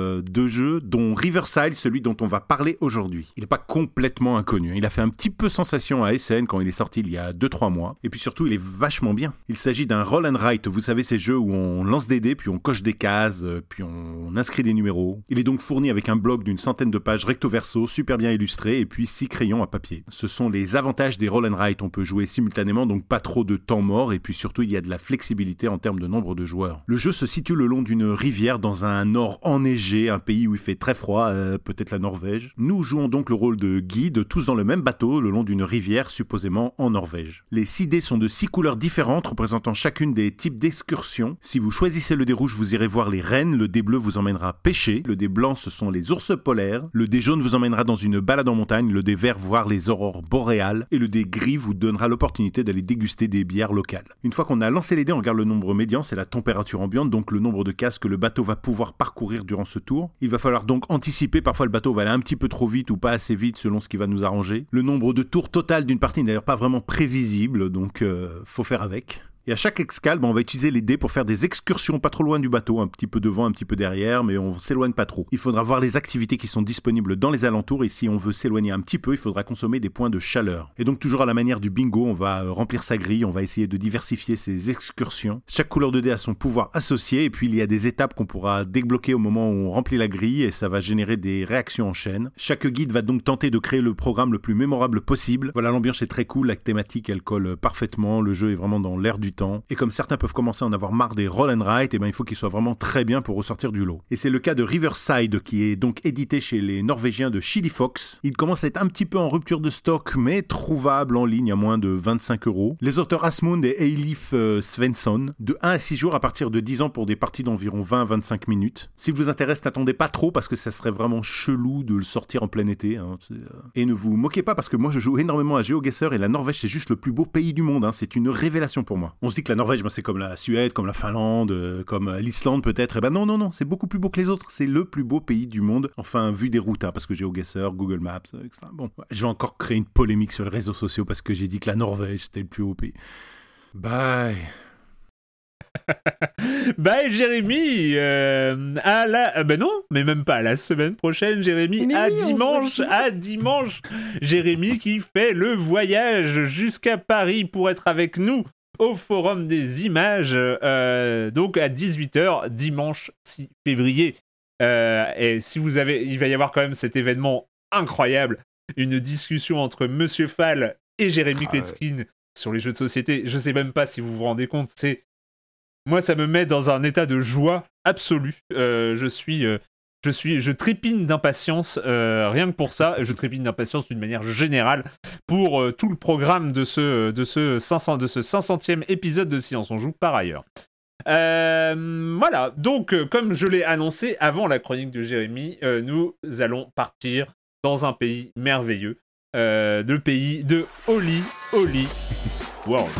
2 jeux, dont Riverside, celui dont on va parler aujourd'hui. Il n'est pas complètement inconnu, il a fait un petit peu sensation à SN quand il est sorti il y a 2-3 mois. Et puis surtout, il est vachement bien. Il s'agit d'un roll and write, vous savez ces jeux où on lance des dés, puis on coche des cases, puis on inscrit des numéros. Il est donc fourni avec un bloc d'une centaine de pages recto-verso, super bien illustré, et puis 6 crayons à papier. Ce sont les avantages des roll and write, on peut jouer simultanément, donc pas trop de temps mort, et puis surtout il y a de la flexibilité en termes de nombre de joueurs. Le jeu se situe le long d'une rivière dans un nord enneigé, un pays où il fait très froid, peut-être la Norvège. Nous jouons donc le rôle de guide, tous dans le même bateau, le long d'une rivière supposément en Norvège. Les 6 dés sont de 6 couleurs différentes, représentant chacune des types d'excursions. Si vous choisissez le dé rouge, vous irez voir les rennes, le dé bleu vous emmènera pêcher, le dé blanc ce sont les ours polaires, le dé jaune vous emmènera dans une balade en montagne, le dé vert voir les aurores boréales, et le dé gris vous donnera l'opportunité d'aller déguster des bières locales. Une fois qu'on a lancé les dés, on regarde le nombre médian, c'est la température ambiante, donc le nombre de cases que le bateau va pouvoir parcourir durant ce tour. Il va falloir donc anticiper, parfois le bateau va aller un petit peu trop vite ou pas assez vite selon ce qui va nous arranger. Le nombre de tours total d'une partie n'est d'ailleurs pas vraiment prévisible, donc faut faire avec. Et à chaque escale, on va utiliser les dés pour faire des excursions pas trop loin du bateau, un petit peu devant, un petit peu derrière, mais on s'éloigne pas trop. Il faudra voir les activités qui sont disponibles dans les alentours, et si on veut s'éloigner un petit peu, il faudra consommer des points de chaleur. Et donc toujours à la manière du bingo, on va remplir sa grille, on va essayer de diversifier ses excursions. Chaque couleur de dé a son pouvoir associé, et puis il y a des étapes qu'on pourra débloquer au moment où on remplit la grille, et ça va générer des réactions en chaîne. Chaque guide va donc tenter de créer le programme le plus mémorable possible. Voilà, l'ambiance est très cool, la thématique elle colle parfaitement, le jeu est vraiment dans l'air du temps. Et comme certains peuvent commencer à en avoir marre des roll and write, il faut qu'il soit vraiment très bien pour ressortir du lot. Et c'est le cas de Riverside, qui est donc édité chez les Norvégiens de Chili Fox. Il commence à être un petit peu en rupture de stock, mais trouvable en ligne à moins de 25 €. Les auteurs Asmund et Eilif Svensson, de 1 à 6 jours à partir de 10 ans pour des parties d'environ 20 à 25 minutes. Si vous intéresse, n'attendez pas trop parce que ça serait vraiment chelou de le sortir en plein été. Et ne vous moquez pas parce que moi je joue énormément à GeoGuessr et la Norvège c'est juste le plus beau pays du monde. C'est une révélation pour moi. On se dit que la Norvège c'est comme la Suède, comme la Finlande, comme l'Islande peut-être. Et non, c'est beaucoup plus beau que les autres. C'est le plus beau pays du monde. Enfin, vu des routes, parce que GeoGuessr, Google Maps, etc. Bon, je vais encore créer une polémique sur les réseaux sociaux parce que j'ai dit que la Norvège c'était le plus beau pays. Bye. Bye Jérémy, non, mais même pas la semaine prochaine Jérémy, à dimanche, Jérémy qui fait le voyage jusqu'à Paris pour être avec nous au Forum des Images, donc à 18h, dimanche 6 février. Et si il va y avoir quand même cet événement incroyable, une discussion entre Monsieur Fall et Jérémy Kletskin sur les jeux de société. Je sais même pas si vous vous rendez compte, moi ça me met dans un état de joie absolue. Je trépine d'impatience, rien que pour ça. Je trépine d'impatience d'une manière générale pour tout le programme de ce 500e épisode de Silence on Joue par ailleurs. Voilà, donc comme je l'ai annoncé avant la chronique de Jérémy, nous allons partir dans un pays merveilleux, le pays de Holy World.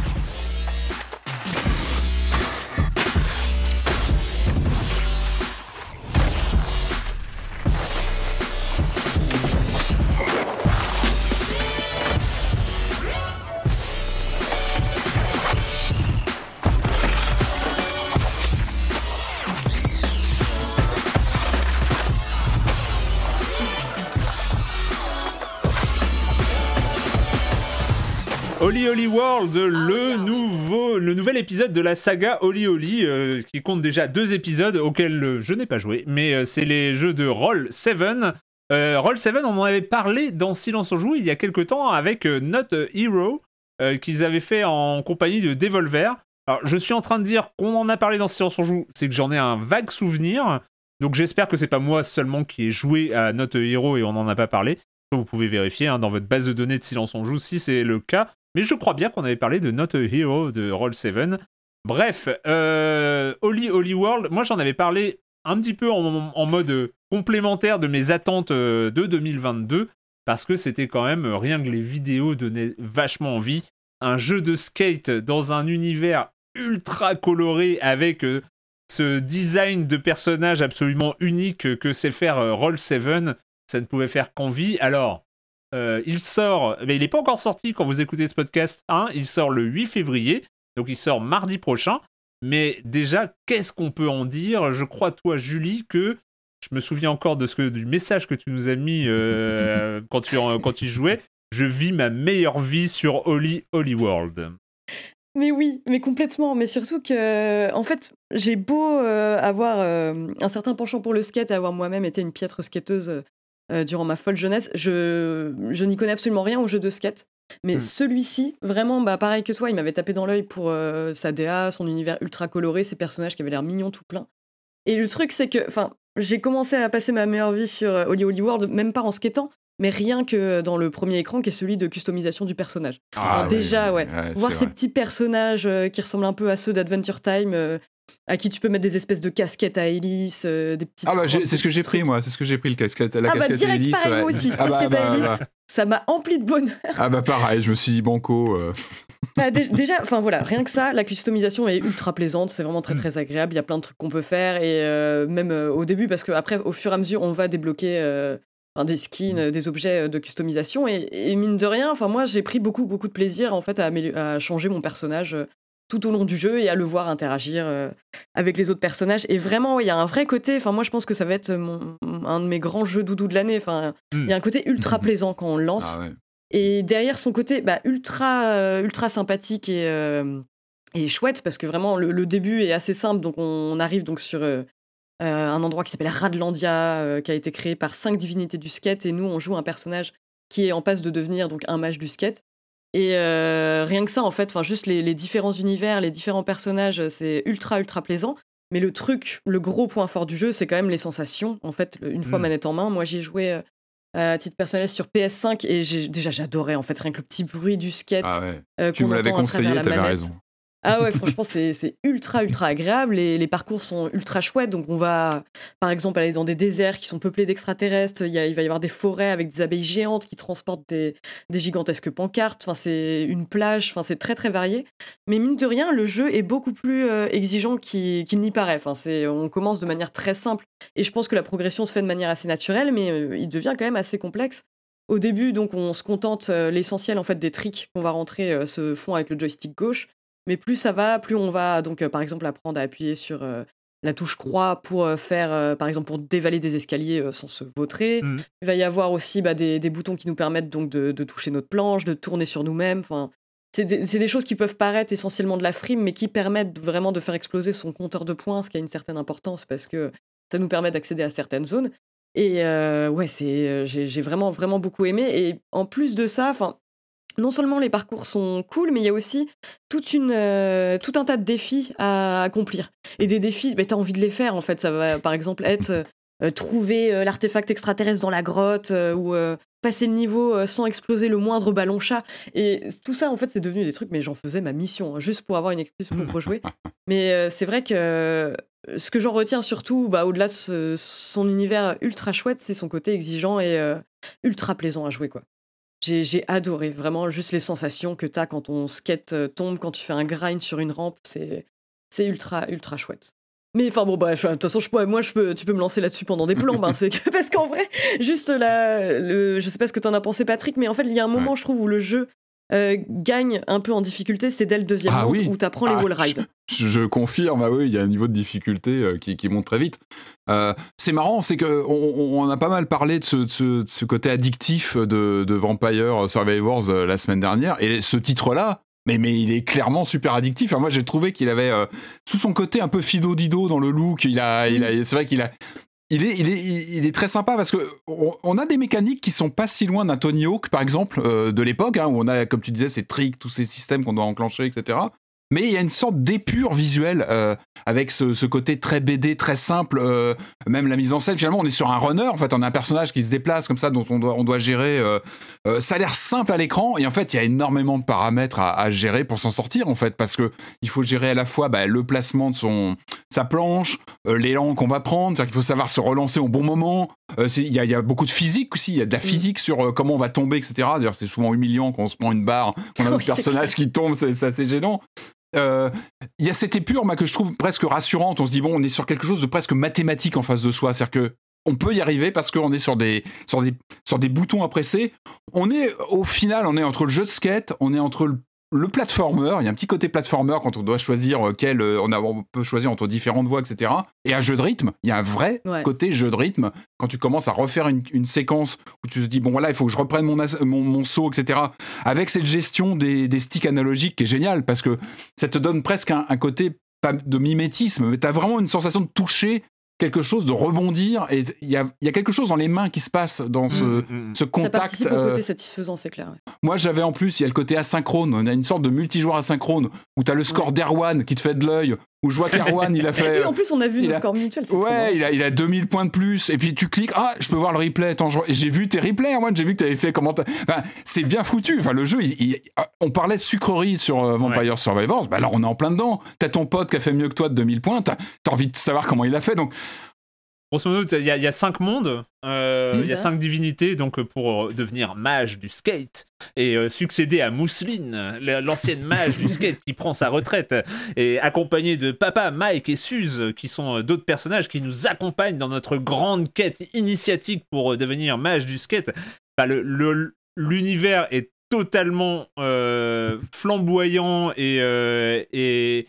Oli Oli World, le nouvel épisode de la saga Oli Oli, qui compte déjà 2 épisodes auxquels je n'ai pas joué, mais c'est les jeux de Roll7. Roll7, on en avait parlé dans Silence on Joue il y a quelques temps avec Not a Hero, qu'ils avaient fait en compagnie de Devolver. Alors, je suis en train de dire qu'on en a parlé dans Silence on Joue, c'est que j'en ai un vague souvenir, donc j'espère que c'est pas moi seulement qui ai joué à Not a Hero et on n'en a pas parlé. Vous pouvez vérifier dans votre base de données de Silence on Joue si c'est le cas, mais je crois bien qu'on avait parlé de Not a Hero de Roll7. Bref, Oli Oli World, moi j'en avais parlé un petit peu en mode complémentaire de mes attentes de 2022, parce que c'était quand même, rien que les vidéos donnaient vachement envie. Un jeu de skate dans un univers ultra coloré avec ce design de personnage absolument unique que sait faire Roll7, ça ne pouvait faire qu'envie. Alors, il sort, mais il n'est pas encore sorti quand vous écoutez ce podcast, il sort le 8 février, donc il sort mardi prochain. Mais déjà, qu'est-ce qu'on peut en dire ? Je crois, toi, Julie, que je me souviens encore du message que tu nous as mis quand tu jouais. Je vis ma meilleure vie sur Oli Oli World. Mais oui, mais complètement. Mais surtout que, en fait, j'ai beau avoir un certain penchant pour le skate et avoir moi-même été une piètre skateuse durant ma folle jeunesse, je n'y connais absolument rien au jeu de skate. Mais celui-ci, vraiment, pareil que toi, il m'avait tapé dans l'œil pour sa DA, son univers ultra coloré, ses personnages qui avaient l'air mignons tout plein. Et le truc, c'est que j'ai commencé à passer ma meilleure vie sur Oli Oli World, même pas en skatant, mais rien que dans le premier écran, qui est celui de customisation du personnage. Alors déjà, voir ces petits personnages qui ressemblent un peu à ceux d'Adventure Time, à qui tu peux mettre des espèces de casquettes à hélice, des petites... c'est ce que j'ai pris, moi. C'est ce que j'ai pris, la casquette à direct, hélice. Pareil, moi aussi, casquette à hélice. Ça m'a empli de bonheur. Pareil, je me suis dit banco. Déjà, rien que ça, la customisation est ultra plaisante, c'est vraiment très très agréable, il y a plein de trucs qu'on peut faire, et même au début, parce qu'après, au fur et à mesure, on va débloquer des skins, des objets de customisation, et mine de rien, moi j'ai pris beaucoup de plaisir en fait à changer mon personnage tout au long du jeu et à le voir interagir avec les autres personnages. Et vraiment, il y a un vrai côté, moi je pense que ça va être un de mes grands jeux doudou de l'année. Il y a un côté ultra plaisant quand on le lance. Et derrière son côté ultra sympathique et chouette, parce que vraiment le début est assez simple. Donc on arrive donc sur un endroit qui s'appelle Radlandia, qui a été créé par 5 divinités du skate. Et nous, on joue un personnage qui est en passe de devenir donc un mage du skate. Et rien que ça, en fait, juste les différents univers, les différents personnages, c'est ultra plaisant. Mais le gros point fort du jeu, c'est quand même les sensations. En fait, une fois manette en main, moi j'y ai joué à titre personnel sur PS5 et j'adorais en fait rien que le petit bruit du skate. Tu me l'avais conseillé, t'avais raison. Ah ouais, franchement, c'est ultra agréable. Les parcours sont ultra chouettes. Donc, on va, par exemple, aller dans des déserts qui sont peuplés d'extraterrestres. Il va y avoir des forêts avec des abeilles géantes qui transportent des gigantesques pancartes. C'est une plage. C'est très, très varié. Mais mine de rien, le jeu est beaucoup plus exigeant qu'il n'y paraît. On commence de manière très simple. Et je pense que la progression se fait de manière assez naturelle, mais il devient quand même assez complexe. Au début, donc, on se contente, l'essentiel en fait, des tricks qu'on va rentrer se font avec le joystick gauche. Mais plus ça va, plus on va donc par exemple apprendre à appuyer sur la touche croix pour faire, par exemple pour dévaler des escaliers sans se vautrer. Il va y avoir aussi des boutons qui nous permettent donc de toucher notre planche, de tourner sur nous-mêmes. C'est des choses qui peuvent paraître essentiellement de la frime, mais qui permettent vraiment de faire exploser son compteur de points, ce qui a une certaine importance parce que ça nous permet d'accéder à certaines zones. Et j'ai vraiment beaucoup aimé. Et en plus de ça, non seulement les parcours sont cool, mais il y a aussi tout un tas de défis à accomplir. Et des défis, t'as envie de les faire, en fait. Ça va, par exemple, être trouver l'artefact extraterrestre dans la grotte ou passer le niveau sans exploser le moindre ballon chat. Et tout ça, en fait, c'est devenu des trucs, mais j'en faisais ma mission, juste pour avoir une excuse pour rejouer. Mais c'est vrai que ce que j'en retiens surtout, au-delà de son univers ultra chouette, c'est son côté exigeant et ultra plaisant à jouer, quoi. J'ai adoré, vraiment, juste les sensations que t'as quand ton skate tombe, quand tu fais un grind sur une rampe, c'est ultra chouette. Mais bref, de toute façon, tu peux me lancer là-dessus pendant des plombes, parce qu'en vrai, juste là, je sais pas ce que t'en as pensé, Patrick, mais en fait, il y a un moment, je trouve, où le jeu gagne un peu en difficulté, c'est dès le deuxième monde où tu apprends les wall rides. Je confirme, oui, il y a un niveau de difficulté qui monte très vite. C'est marrant, c'est qu'on a pas mal parlé de ce côté addictif de Vampire Survivors la semaine dernière, et ce titre-là, mais il est clairement super addictif. Moi, j'ai trouvé qu'il avait, sous son côté un peu Fido-Dido dans le look, c'est vrai qu'il a... Il est très sympa parce que on a des mécaniques qui sont pas si loin d'un Tony Hawk, par exemple, de l'époque, où on a, comme tu disais, ces tricks, tous ces systèmes qu'on doit enclencher, etc. Mais il y a une sorte d'épure visuelle avec ce côté très BD, très simple, même la mise en scène. Finalement, on est sur un runner, en fait, on a un personnage qui se déplace comme ça, dont on doit gérer. Ça a l'air simple à l'écran, et en fait, il y a énormément de paramètres à gérer pour s'en sortir, en fait, parce que il faut gérer à la fois le placement de sa planche, l'élan qu'on va prendre, c'est-à-dire qu'il faut savoir se relancer au bon moment. Il y a beaucoup de physique aussi, il y a de la physique sur comment on va tomber, etc. D'ailleurs, c'est souvent humiliant quand on se prend une barre, qu'on a un personnage qui tombe, c'est assez gênant. Il y a cette épure que je trouve presque rassurante. On se dit on est sur quelque chose de presque mathématique en face de soi, c'est-à-dire que on peut y arriver parce qu'on est sur des boutons à presser. Au final, on est entre le jeu de skate, on est entre le platformer. Il y a un petit côté platformer quand on doit choisir on peut choisir entre différentes voies, etc. Et un jeu de rythme. Il y a un vrai côté jeu de rythme. Quand tu commences à refaire une séquence où tu te dis il faut que je reprenne mon saut, etc. Avec cette gestion des sticks analogiques qui est géniale parce que ça te donne presque un côté pas de mimétisme, mais t'as vraiment une sensation de toucher quelque chose, de rebondir, et il y a quelque chose dans les mains qui se passe dans ce contact. Ça participe au côté satisfaisant, c'est clair. Ouais. Moi, j'avais en plus, il y a le côté asynchrone, on a une sorte de multijoueur asynchrone, où t'as le score d'Erwan qui te fait de l'œil, où je vois qu'Erwan, il a fait... Oui, en plus, on a vu le score mutuel. Il a 2000 points de plus, et puis tu cliques, je peux voir le replay, attends, et j'ai vu tes replays, Erwan, j'ai vu que t'avais fait comment... c'est bien foutu, le jeu, on parlait de sucrerie sur Vampire Survivors, alors on est en plein dedans, t'as ton pote qui a fait mieux que toi de 2000 points, t'as envie de savoir comment il a fait, donc... Grosso modo, il y a 5 mondes, il y a 5 divinités, donc pour devenir mage du skate et succéder à Mousseline, l'ancienne mage du skate qui prend sa retraite, et accompagné de Papa, Mike et Suze, qui sont d'autres personnages qui nous accompagnent dans notre grande quête initiatique pour devenir mage du skate. L'univers est totalement flamboyant et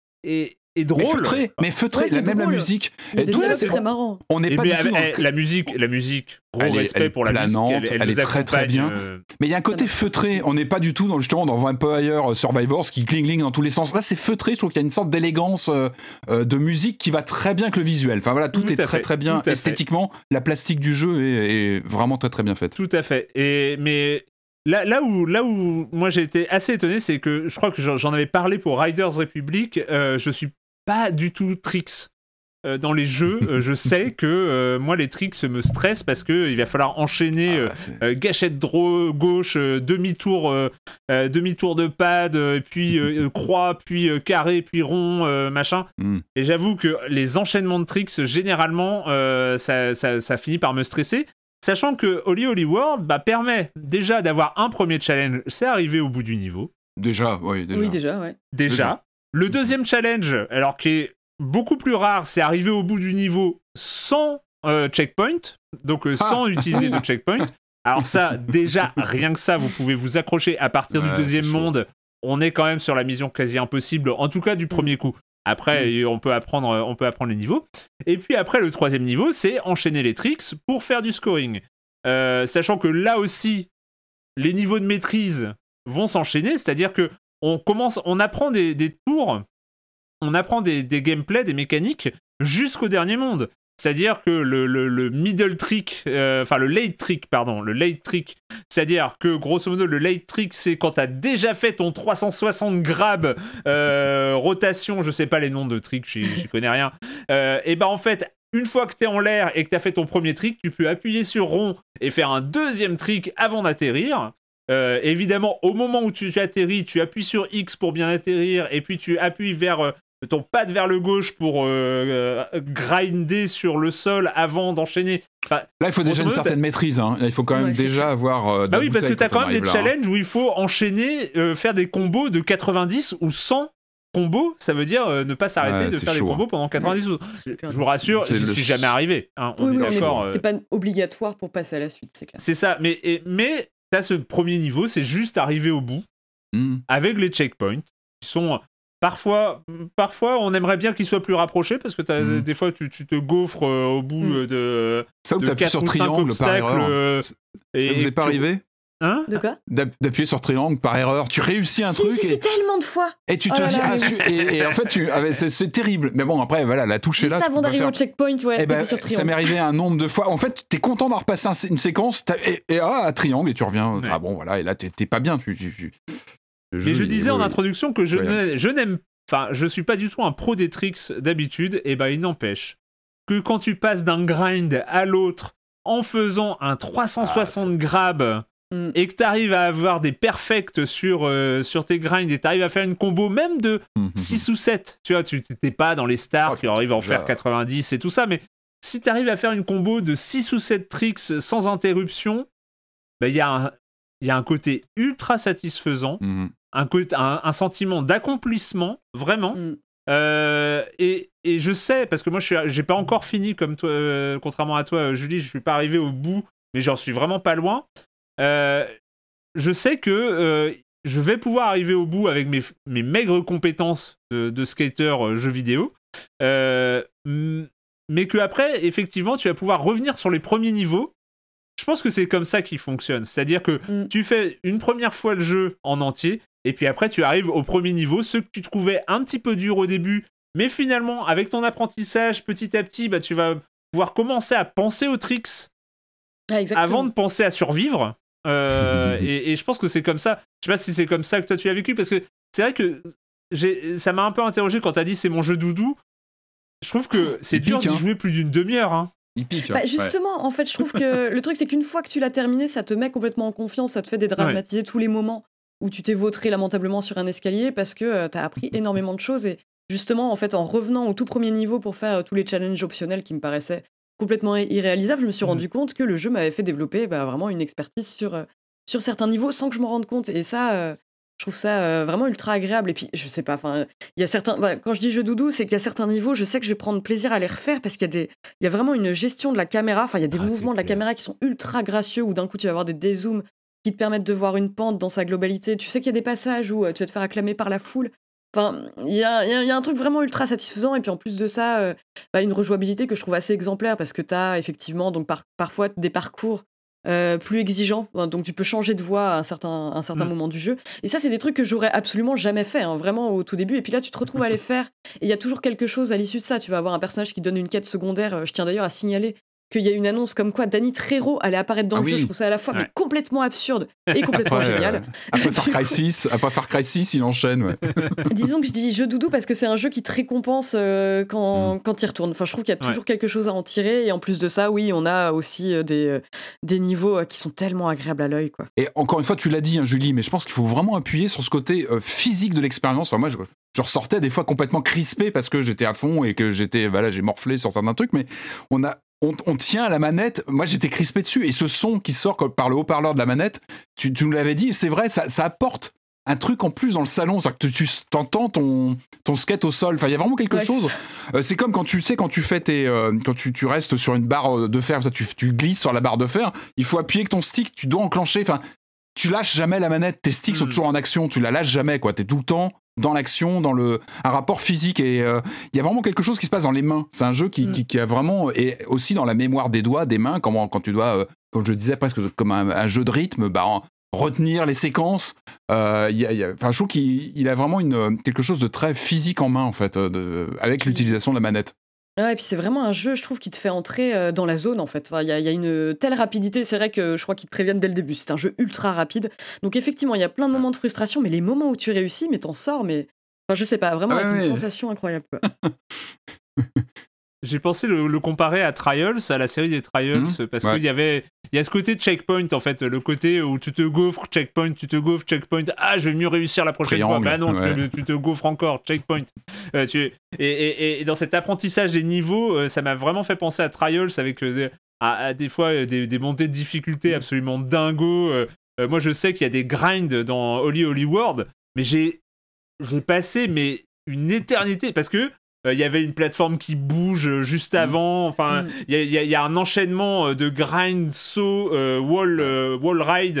drôle. Mais feutré, la musique. C'est très marrant. On n'est pas du tout la musique, gros respect pour la musique. Elle est très très bien. Mais il y a un côté feutré. On n'est pas du tout dans Vampire Survivors qui cling dans tous les sens. Là, c'est feutré. Je trouve qu'il y a une sorte d'élégance de musique qui va très bien avec le visuel. Enfin voilà, tout est très très bien esthétiquement. La plastique du jeu est vraiment très très bien faite. Tout à fait. Mais Là où moi j'ai été assez étonné, c'est que je crois que j'en avais parlé pour Riders Republic, je suis pas du tout tricks dans les jeux. Je sais que moi les tricks me stressent parce que il va falloir enchaîner gâchette gauche, demi-tour de pad, puis croix, puis carré, puis rond, machin. Et j'avoue que les enchaînements de tricks généralement ça finit par me stresser. Sachant que Holy Holy World permet déjà d'avoir un premier challenge, c'est arriver au bout du niveau. Déjà, oui. Oui, déjà, ouais. Déjà. Le deuxième challenge, alors qui est beaucoup plus rare, c'est arriver au bout du niveau sans checkpoint, donc sans utiliser de checkpoint. Alors ça, déjà, rien que ça, vous pouvez vous accrocher à partir du deuxième monde. On est quand même sur la mission quasi impossible, en tout cas du premier coup. Après, on peut apprendre les niveaux. Et puis après, le troisième niveau, c'est enchaîner les tricks pour faire du scoring. Sachant que là aussi, les niveaux de maîtrise vont s'enchaîner, c'est-à-dire que on apprend des tours, on apprend des gameplays, des mécaniques jusqu'au dernier monde. C'est-à-dire que le middle trick, le late trick, c'est-à-dire que grosso modo le late trick c'est quand t'as déjà fait ton 360 grab rotation, je sais pas les noms de tricks, j'y connais rien, et en fait une fois que t'es en l'air et que t'as fait ton premier trick, tu peux appuyer sur rond et faire un deuxième trick avant d'atterrir. Évidemment au moment où tu atterris, tu appuies sur X pour bien atterrir et puis tu appuies vers ton pad vers le gauche pour grinder sur le sol avant d'enchaîner. Là, il faut déjà une certaine maîtrise. Hein. Là, il faut quand même déjà avoir... oui, parce que tu as quand même des challenges où il faut enchaîner, faire des combos de 90 ou 100 combos. Ça veut dire ne pas s'arrêter de faire des combos pendant 90 ou... Je vous rassure, je n'y suis jamais arrivé. Hein. On est d'accord. C'est pas obligatoire pour passer à la suite, c'est clair. C'est ça, mais tu as ce premier niveau, c'est juste arriver au bout. avec les checkpoints qui sont parfois on aimerait bien qu'ils soient plus rapprochés parce que des fois tu te gaufres au bout de ça où de t'appuies 4 sur ou 5 triangle par erreur. obstacles, Ça vous est pas arrivé Hein De quoi? D'appuyer sur triangle par erreur. Tu réussis un truc Si, tellement de fois. et tu te dis et en fait c'est terrible. Mais bon après voilà la touche est là. Juste avant d'arriver au checkpoint, t'appuies sur ça triangle. m'est arrivé un nombre de fois. En fait t'es content d'en repasser une séquence à triangle et tu reviens. Enfin bon voilà et là t'es pas bien. Mais je disais en introduction que je n'aime. Enfin, je suis pas du tout un pro des tricks d'habitude, et il n'empêche que quand tu passes d'un grind à l'autre en faisant un 360 grab et que tu arrives à avoir des perfects sur tes grinds et tu arrives à faire une combo même de 6 ou 7, tu vois, tu t'es pas dans les stars qui arrivent à en faire 90 et tout ça, mais si tu arrives à faire une combo de 6 ou 7 tricks sans interruption, il y a un côté ultra satisfaisant, un sentiment d'accomplissement, vraiment. Et je sais, parce que moi j'ai pas encore fini comme toi, contrairement à toi Julie, je suis pas arrivé au bout, mais j'en suis vraiment pas loin. Je sais que je vais pouvoir arriver au bout avec mes maigres compétences de skater jeux vidéo, mais que après effectivement tu vas pouvoir revenir sur les premiers niveaux. Je pense que c'est comme ça qu'il fonctionne, c'est-à-dire que tu fais une première fois le jeu en entier et puis après tu arrives au premier niveau, ceux que tu trouvais un petit peu durs au début, mais finalement avec ton apprentissage petit à petit tu vas pouvoir commencer à penser aux tricks avant de penser à survivre. Et je pense que c'est comme ça. Je sais pas si c'est comme ça que toi tu l'as vécu, parce que c'est vrai que ça m'a un peu interrogé quand t'as dit c'est mon jeu doudou. Je trouve que c'est dur d'y jouer plus d'une demi-heure. Hein. Il pique. Justement, en fait, je trouve que le truc c'est qu'une fois que tu l'as terminé, ça te met complètement en confiance, ça te fait dédramatiser tous les moments où tu t'es vautré lamentablement sur un escalier parce que t'as appris énormément de choses. Et justement, en fait, en revenant au tout premier niveau pour faire tous les challenges optionnels qui me paraissaient complètement irréalisable, je me suis rendu compte que le jeu m'avait fait développer vraiment une expertise sur certains niveaux sans que je m'en rende compte. Et ça, je trouve ça vraiment ultra agréable. Et puis, je sais pas, il y a certains... quand je dis jeu doudou, c'est qu'il y a certains niveaux, je sais que je vais prendre plaisir à les refaire parce qu'il y a vraiment une gestion de la caméra. Enfin, il y a des mouvements de la caméra qui sont ultra gracieux où d'un coup, tu vas avoir des dézooms qui te permettent de voir une pente dans sa globalité. Tu sais qu'il y a des passages où tu vas te faire acclamer par la foule. Enfin, il y a un truc vraiment ultra satisfaisant, et puis en plus de ça, une rejouabilité que je trouve assez exemplaire parce que tu as effectivement donc parfois des parcours plus exigeants, donc tu peux changer de voie à un certain moment du jeu. Et ça, c'est des trucs que j'aurais absolument jamais fait, vraiment au tout début. Et puis là, tu te retrouves à les faire, et il y a toujours quelque chose à l'issue de ça. Tu vas avoir un personnage qui donne une quête secondaire. Je tiens d'ailleurs à signaler qu'il y a une annonce comme quoi Danny Trejo allait apparaître dans le jeu. Je trouve ça à la fois mais complètement absurde et complètement génial. Après Far Cry 6, il enchaîne. Disons que je dis jeu doudou parce que c'est un jeu qui te récompense quand il retourne. Enfin, je trouve qu'il y a toujours quelque chose à en tirer. Et en plus de ça, oui, on a aussi des niveaux qui sont tellement agréables à l'œil, quoi. Et encore une fois, tu l'as dit, Julie, mais je pense qu'il faut vraiment appuyer sur ce côté physique de l'expérience. Enfin, moi, je ressortais des fois complètement crispé parce que j'étais à fond et que j'ai morflé sur certains trucs, mais on tient à la manette. Moi, j'étais crispé dessus. Et ce son qui sort par le haut-parleur de la manette, tu nous l'avais dit, c'est vrai, ça apporte un truc en plus dans le salon. C'est-à-dire que tu t'entends ton skate au sol. Enfin, il y a vraiment quelque chose. C'est comme quand tu fais quand tu restes sur une barre de fer, ça, tu glisses sur la barre de fer. Il faut appuyer avec ton stick. Tu dois enclencher. Enfin, tu lâches jamais la manette. Tes sticks sont toujours en action. Tu la lâches jamais, quoi. T'es tout le temps dans l'action, un rapport physique, et il y a vraiment quelque chose qui se passe dans les mains. C'est un jeu qui a vraiment, et aussi dans la mémoire des doigts, des mains, quand tu dois, comme je disais, presque comme un jeu de rythme, retenir les séquences. Je trouve qu'il a vraiment quelque chose de très physique en main, en fait, avec l'utilisation de la manette. Ouais, et puis c'est vraiment un jeu, je trouve, qui te fait entrer dans la zone, en fait. Il y a une telle rapidité, c'est vrai que je crois qu'ils te préviennent dès le début. C'est un jeu ultra rapide. Donc effectivement, il y a plein de moments de frustration, mais les moments où tu réussis, mais t'en sors, mais... Enfin, je sais pas, vraiment avec une sensation incroyable, quoi. J'ai pensé le comparer à Trials, à la série des Trials, parce qu'il y a ce côté checkpoint, en fait, le côté où tu te gaufres, checkpoint, je vais mieux réussir la prochaine fois. Bah non, tu te gaufres encore, checkpoint. Et dans cet apprentissage des niveaux, ça m'a vraiment fait penser à Trials, avec à des fois des montées de difficulté absolument dingos. Moi, je sais qu'il y a des grinds dans Holy World, mais j'ai passé une éternité, parce que il y avait une plateforme qui bouge juste avant. Enfin, il y a un enchaînement de grind, saut, wall ride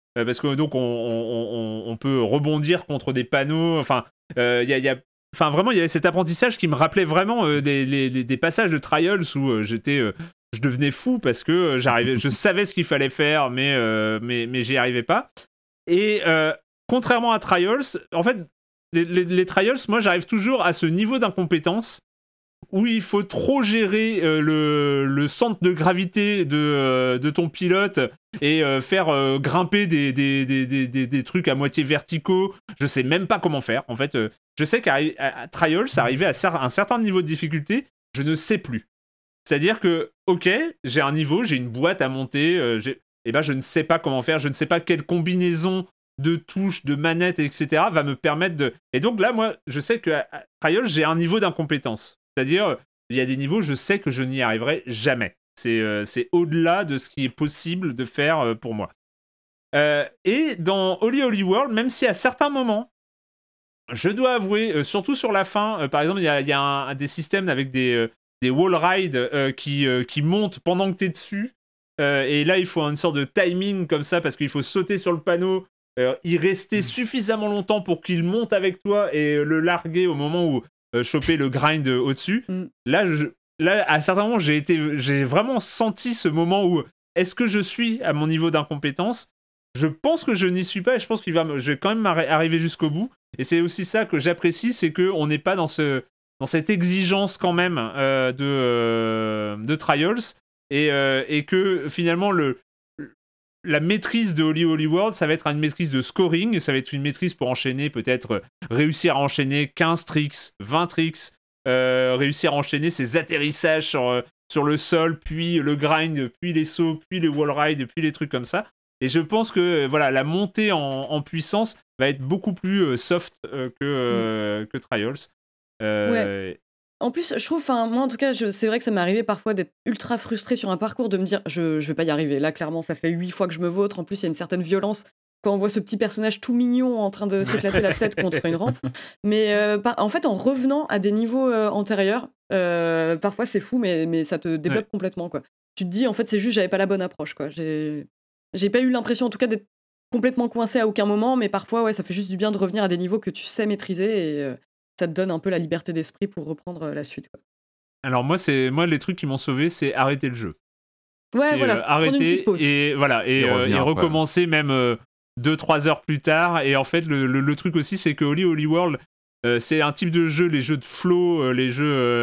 parce que donc on peut rebondir contre des panneaux. Enfin, vraiment, il y avait cet apprentissage qui me rappelait vraiment des passages de Trials où je devenais fou parce que je savais ce qu'il fallait faire, mais j'y arrivais pas. Et contrairement à Trials, en fait, les Trials, moi, j'arrive toujours à ce niveau d'incompétence où il faut trop gérer le centre de gravité de ton pilote et faire grimper des trucs à moitié verticaux. Je sais même pas comment faire. En fait, je sais qu'à Trials, arrivé à un certain niveau de difficulté, je ne sais plus. C'est-à-dire que, ok, j'ai un niveau, j'ai une boîte à monter, et ben je ne sais pas comment faire, je ne sais pas quelle combinaison de touches, de manettes, etc. va me permettre de... Et donc là, moi, je sais qu'à Trials, j'ai un niveau d'incompétence. C'est-à-dire, il y a des niveaux, je sais que je n'y arriverai jamais. C'est au-delà de ce qui est possible de faire pour moi. Et dans Holy Holy World, même si à certains moments, je dois avouer, surtout sur la fin, par exemple, il y a des systèmes avec des wall rides qui montent pendant que tu es dessus. Et là, il faut une sorte de timing comme ça, parce qu'il faut sauter sur le panneau, y rester suffisamment longtemps pour qu'il monte avec toi et le larguer au moment où choper le grind au-dessus. Là, à certains moments, j'ai vraiment senti ce moment où est-ce que je suis à mon niveau d'incompétence ? Je pense que je n'y suis pas et je pense je vais quand même arriver jusqu'au bout. Et c'est aussi ça que j'apprécie, c'est qu'on n'est pas dans cette exigence quand même de Trials et que finalement la maîtrise de Holy Holy World, ça va être une maîtrise de scoring, ça va être une maîtrise pour enchaîner, peut-être réussir à enchaîner 15 tricks, 20 tricks, réussir à enchaîner ces atterrissages sur le sol, puis le grind, puis les sauts, puis les wall rides, puis les trucs comme ça. Et je pense que voilà, la montée en puissance va être beaucoup plus soft que Trials. Ouais. En plus, je trouve, moi en tout cas, c'est vrai que ça m'est arrivé parfois d'être ultra frustrée sur un parcours, de me dire je vais pas y arriver. Là, clairement, ça fait 8 fois que je me vautre. En plus, il y a une certaine violence quand on voit ce petit personnage tout mignon en train de s'éclater la tête contre une rampe. Mais en fait, en revenant à des niveaux antérieurs, parfois c'est fou, mais ça te débloque complètement, quoi. Tu te dis, en fait, c'est juste, j'avais pas la bonne approche, quoi. J'ai pas eu l'impression, en tout cas, d'être complètement coincé à aucun moment, mais parfois, ouais, ça fait juste du bien de revenir à des niveaux que tu sais maîtriser et ça te donne un peu la liberté d'esprit pour reprendre la suite, quoi. Alors moi, les trucs qui m'ont sauvé, c'est arrêter le jeu. Ouais, voilà, arrêter et voilà et recommencer même 2-3 heures plus tard. Et en fait, le truc aussi, c'est que Holy Holy World, c'est un type de jeu, les jeux de flow, les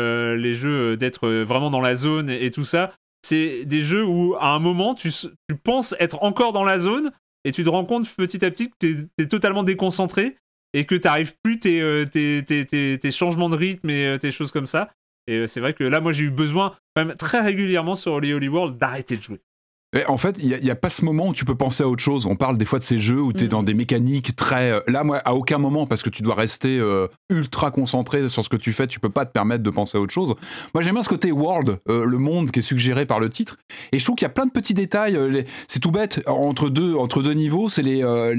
jeux d'être vraiment dans la zone et tout ça. C'est des jeux où à un moment, tu penses être encore dans la zone et tu te rends compte petit à petit que t'es totalement déconcentré et que t'arrives plus tes changements de rythme et tes choses comme ça. Et c'est vrai que là, moi, j'ai eu besoin, quand même, très régulièrement sur Holy Holy World, d'arrêter de jouer. Et en fait, il n'y a pas ce moment où tu peux penser à autre chose. On parle des fois de ces jeux où tu es dans des mécaniques très... Là, moi, à aucun moment, parce que tu dois rester ultra concentré sur ce que tu fais, tu peux pas te permettre de penser à autre chose. Moi, j'aime bien ce côté world, le monde qui est suggéré par le titre. Et je trouve qu'il y a plein de petits détails. C'est tout bête. Entre deux niveaux, c'est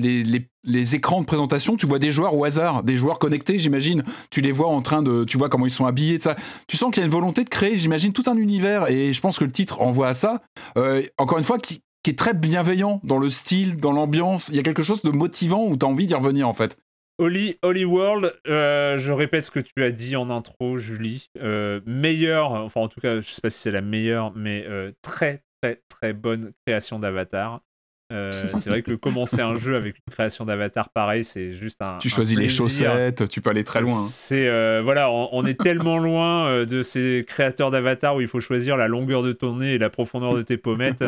les écrans de présentation. Tu vois des joueurs au hasard, des joueurs connectés, j'imagine. Tu les vois tu vois comment ils sont habillés, ça. Tu sens qu'il y a une volonté de créer, j'imagine, tout un univers. Et je pense que le titre envoie à ça. Encore une fois, qui est très bienveillant dans le style, dans l'ambiance. Il y a quelque chose de motivant où tu as envie d'y revenir, en fait. Holy World, je répète ce que tu as dit en intro, Julie. Meilleure, enfin en tout cas, je sais pas si c'est la meilleure, mais très très très bonne création d'avatar. C'est vrai que commencer un jeu avec une création d'avatar pareil, c'est juste tu choisis les chaussettes, tu peux aller très loin. C'est voilà, on est tellement loin de ces créateurs d'avatar où il faut choisir la longueur de ton nez et la profondeur de tes pommettes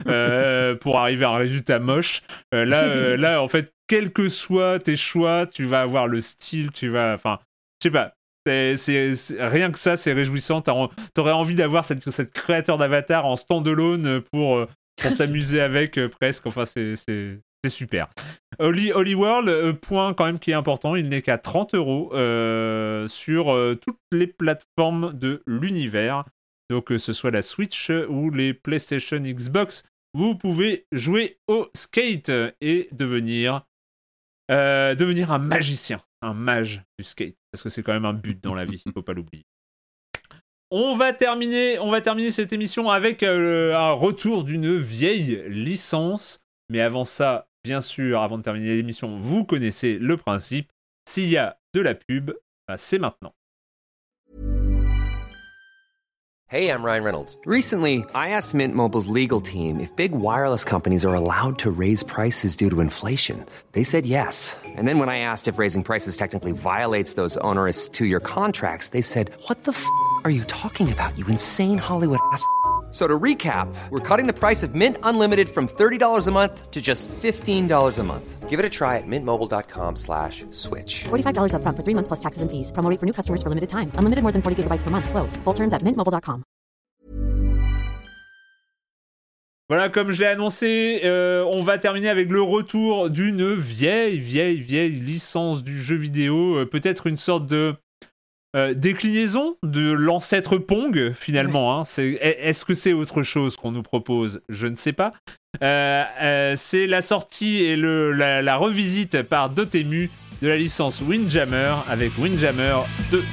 pour arriver à un résultat moche. Là, en fait, quels que soient tes choix, tu vas avoir le style, enfin, je sais pas. C'est rien que ça, c'est réjouissant. T'aurais envie d'avoir cette créateur d'avatar en stand-alone pour t'amuser avec presque. Enfin, c'est super. Holy World, point quand même qui est important, il n'est qu'à 30€ sur toutes les plateformes de l'univers. Donc que ce soit la Switch ou les PlayStation, Xbox, vous pouvez jouer au skate et devenir un magicien, un mage du skate. Parce que c'est quand même un but dans la vie, il faut pas l'oublier. On va terminer cette émission avec un retour d'une vieille licence. Mais avant ça, bien sûr, avant de terminer l'émission, vous connaissez le principe. S'il y a de la pub, c'est maintenant. Hey, I'm Ryan Reynolds. Recently, I asked Mint Mobile's legal team if big wireless companies are allowed to raise prices due to inflation. They said yes. And then when I asked if raising prices technically violates those onerous 2-year contracts, they said, "What the f*** are you talking about, you insane Hollywood ass?" So to recap, we're cutting the price of Mint Unlimited from $30 a month to just $15 a month. Give it a try at mintmobile.com/switch. $45 up front for 3 months plus taxes and fees. Promo rate for new customers for limited time. Unlimited more than 40 gigabytes per month. Slows full terms at mintmobile.com. Voilà, comme je l'ai annoncé, on va terminer avec le retour d'une vieille licence du jeu vidéo. Peut-être une sorte de déclinaison de l'ancêtre Pong, finalement. Hein. Est-ce que c'est autre chose qu'on nous propose ? Je ne sais pas. C'est la sortie et la revisite par Dotemu de la licence Windjammer avec Windjammer 2.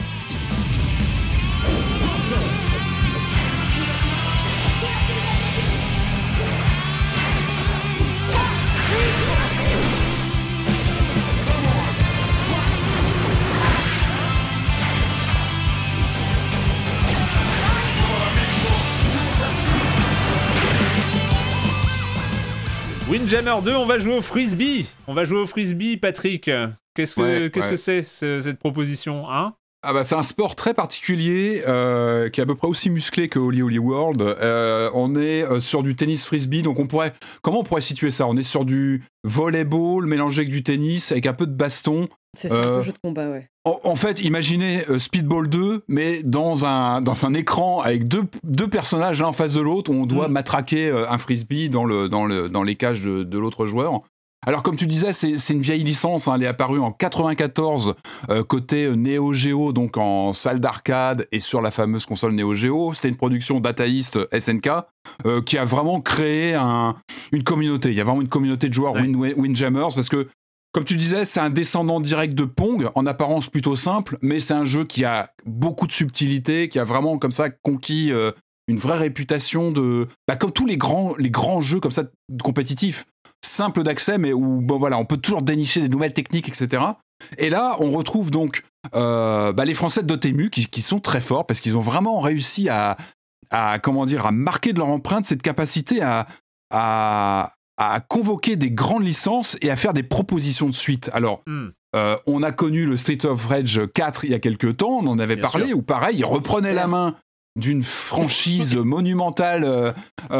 Windjammer 2, on va jouer au frisbee. Patrick. Qu'est-ce que c'est cette proposition, hein ? Ah bah c'est un sport très particulier qui est à peu près aussi musclé que Holy Holy World. On est sur du tennis frisbee, donc comment on pourrait situer ça ? On est sur du volleyball mélangé avec du tennis, avec un peu de baston. C'est ça, un jeu de combat, ouais. En fait, imaginez Speedball 2, mais dans un écran avec deux personnages l'un en face de l'autre, où on doit matraquer un frisbee dans les cages de l'autre joueur. Alors, comme tu disais, c'est une vieille licence, hein, elle est apparue en 94 côté Neo Geo, donc en salle d'arcade et sur la fameuse console Neo Geo. C'était une production Data East SNK qui a vraiment créé une communauté. Il y a vraiment une communauté de joueurs Windjammers parce que, comme tu disais, c'est un descendant direct de Pong, en apparence plutôt simple, mais c'est un jeu qui a beaucoup de subtilité, qui a vraiment comme ça conquis une vraie réputation comme tous les grands jeux comme ça compétitifs, simples d'accès, mais où on peut toujours dénicher des nouvelles techniques, etc. Et là, on retrouve donc les Français de Dotemu qui sont très forts parce qu'ils ont vraiment réussi à marquer de leur empreinte cette capacité à convoquer des grandes licences et à faire des propositions de suite. Alors, on a connu le Streets of Rage 4 il y a quelques temps, on en avait parlé, où pareil, ils reprenaient la main d'une franchise monumentale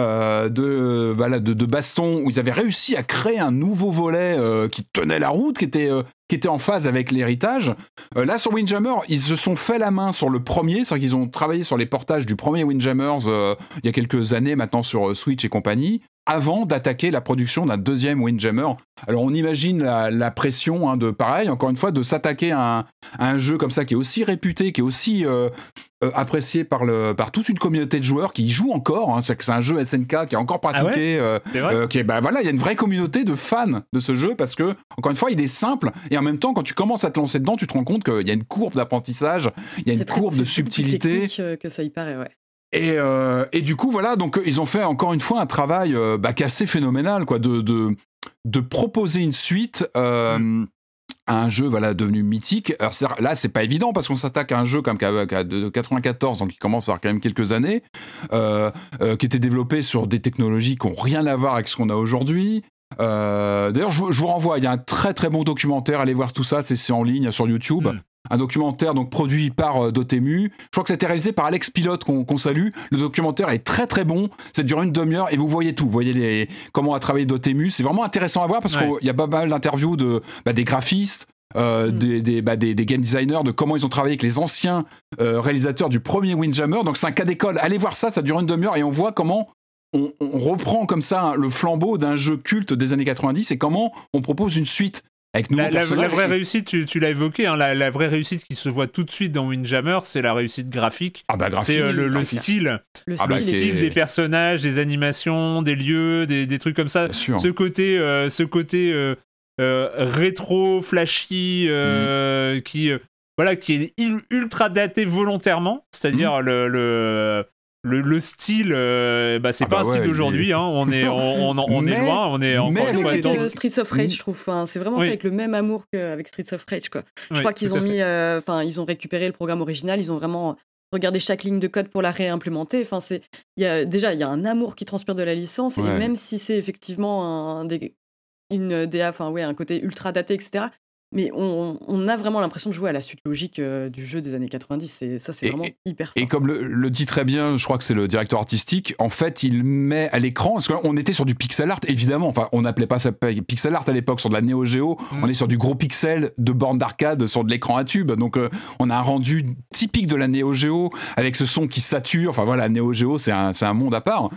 de baston, où ils avaient réussi à créer un nouveau volet qui tenait la route, qui était en phase avec l'héritage. Là, sur Windjammer, ils se sont fait la main sur le premier, c'est-à-dire qu'ils ont travaillé sur les portages du premier Windjammers il y a quelques années maintenant sur Switch et compagnie, avant d'attaquer la production d'un deuxième Windjammer. Alors on imagine la pression encore une fois, de s'attaquer à un jeu comme ça qui est aussi réputé, qui est aussi apprécié par toute une communauté de joueurs qui y jouent encore. Hein. C'est un jeu SNK qui est encore pratiqué. C'est vrai il y a une vraie communauté de fans de ce jeu parce que, encore une fois, il est simple et en même temps, quand tu commences à te lancer dedans, tu te rends compte qu'il y a une courbe d'apprentissage, il y a une courbe de subtilité. C'est plus technique que ça y paraît, ouais. Et du coup, voilà, donc ils ont fait encore une fois un travail qui est assez phénoménal, quoi, de proposer une suite à un jeu devenu mythique. Alors là, c'est pas évident parce qu'on s'attaque à un jeu comme de 94, donc qui commence à avoir quand même quelques années, qui était développé sur des technologies qui n'ont rien à voir avec ce qu'on a aujourd'hui. D'ailleurs, je vous renvoie, il y a un très très bon documentaire, allez voir tout ça, c'est en ligne sur YouTube. Un documentaire donc produit par Dotemu. Je crois que c'était réalisé par Alex Pilote qu'on salue. Le documentaire est très très bon. Ça dure une demi-heure et vous voyez tout. Vous voyez comment a travaillé Dotemu. C'est vraiment intéressant à voir parce qu'il y a pas mal d'interviews des graphistes, des game designers, de comment ils ont travaillé avec les anciens réalisateurs du premier Windjammer. Donc c'est un cas d'école. Allez voir ça dure une demi-heure et on voit comment on reprend comme ça le flambeau d'un jeu culte des années 90 et comment on propose une suite. Avec la vraie réussite, tu l'as évoqué, hein, la vraie réussite qui se voit tout de suite dans Windjammer, c'est la réussite graphique. C'est le style. Le style des personnages, des animations, des lieux, des trucs comme ça. Ce côté rétro, flashy, qui est ultra daté volontairement. C'est-à-dire le style, c'est pas un style d'aujourd'hui. Hein. On est loin. On est encore une fois avec Streets of Rage, je trouve. Enfin, c'est vraiment fait avec le même amour qu'avec Streets of Rage, quoi. Je crois qu'ils ont ils ont récupéré le programme original. Ils ont vraiment regardé chaque ligne de code pour la réimplémenter. Enfin, il y a un amour qui transpire de la licence, et même si c'est effectivement une DA, un côté ultra daté, etc. Mais on a vraiment l'impression de jouer à la suite logique du jeu des années 90. Et ça, c'est vraiment hyper fort. Et comme le dit très bien, je crois que c'est le directeur artistique, en fait, il met à l'écran, parce qu'on était sur du pixel art, évidemment. Enfin, on n'appelait pas ça pixel art à l'époque, sur de la Neo Geo. On est sur du gros pixel de borne d'arcade sur de l'écran à tube. Donc, on a un rendu typique de la Neo Geo, avec ce son qui sature. Enfin, voilà, Neo Geo, c'est un monde à part.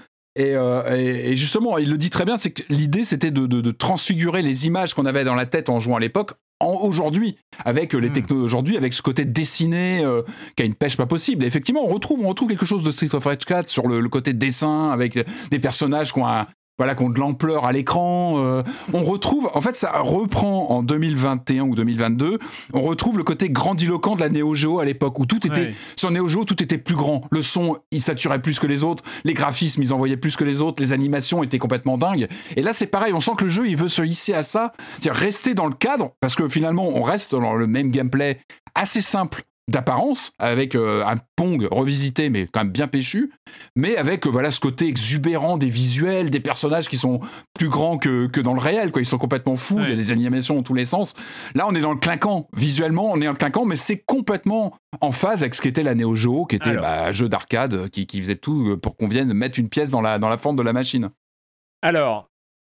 Et justement, il le dit très bien, c'est que l'idée, c'était de transfigurer les images qu'on avait dans la tête en jouant à l'époque, aujourd'hui, avec les technos d'aujourd'hui, avec ce côté dessiné qui a une pêche pas possible. Et effectivement, on retrouve quelque chose de Street of Rage 4 sur le côté dessin, avec des personnages qui ont de l'ampleur à l'écran. On retrouve, en fait, ça reprend en 2021 ou 2022, on retrouve le côté grandiloquent de la Neo Geo à l'époque, où tout était, sur Neo Geo, tout était plus grand. Le son, il saturait plus que les autres, les graphismes, ils envoyaient plus que les autres, les animations étaient complètement dingues. Et là, c'est pareil, on sent que le jeu, il veut se hisser à ça, c'est-à-dire rester dans le cadre, parce que finalement, on reste dans le même gameplay assez simple d'apparence, avec un Pong revisité, mais quand même bien péchu, mais avec ce côté exubérant des visuels, des personnages qui sont plus grands que dans le réel, quoi. Ils sont complètement fous, il y a des animations dans tous les sens. Là, on est dans le clinquant, visuellement, on est dans le clinquant, mais c'est complètement en phase avec ce qu'était la Neo Geo, qui était un jeu d'arcade qui faisait tout pour qu'on vienne mettre une pièce dans la forme de la machine. Alors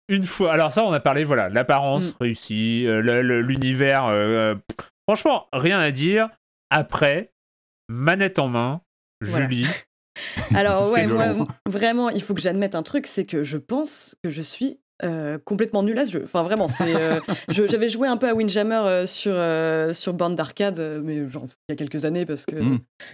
ça, on a parlé, l'apparence réussie, l'univers, franchement, rien à dire. Après, manette en main, Julie. Alors moi, vraiment, il faut que j'admette un truc, c'est que je pense que je suis complètement nulle à ce jeu. Enfin vraiment, j'avais joué un peu à Windjammer sur borne d'arcade, mais genre il y a quelques années parce que...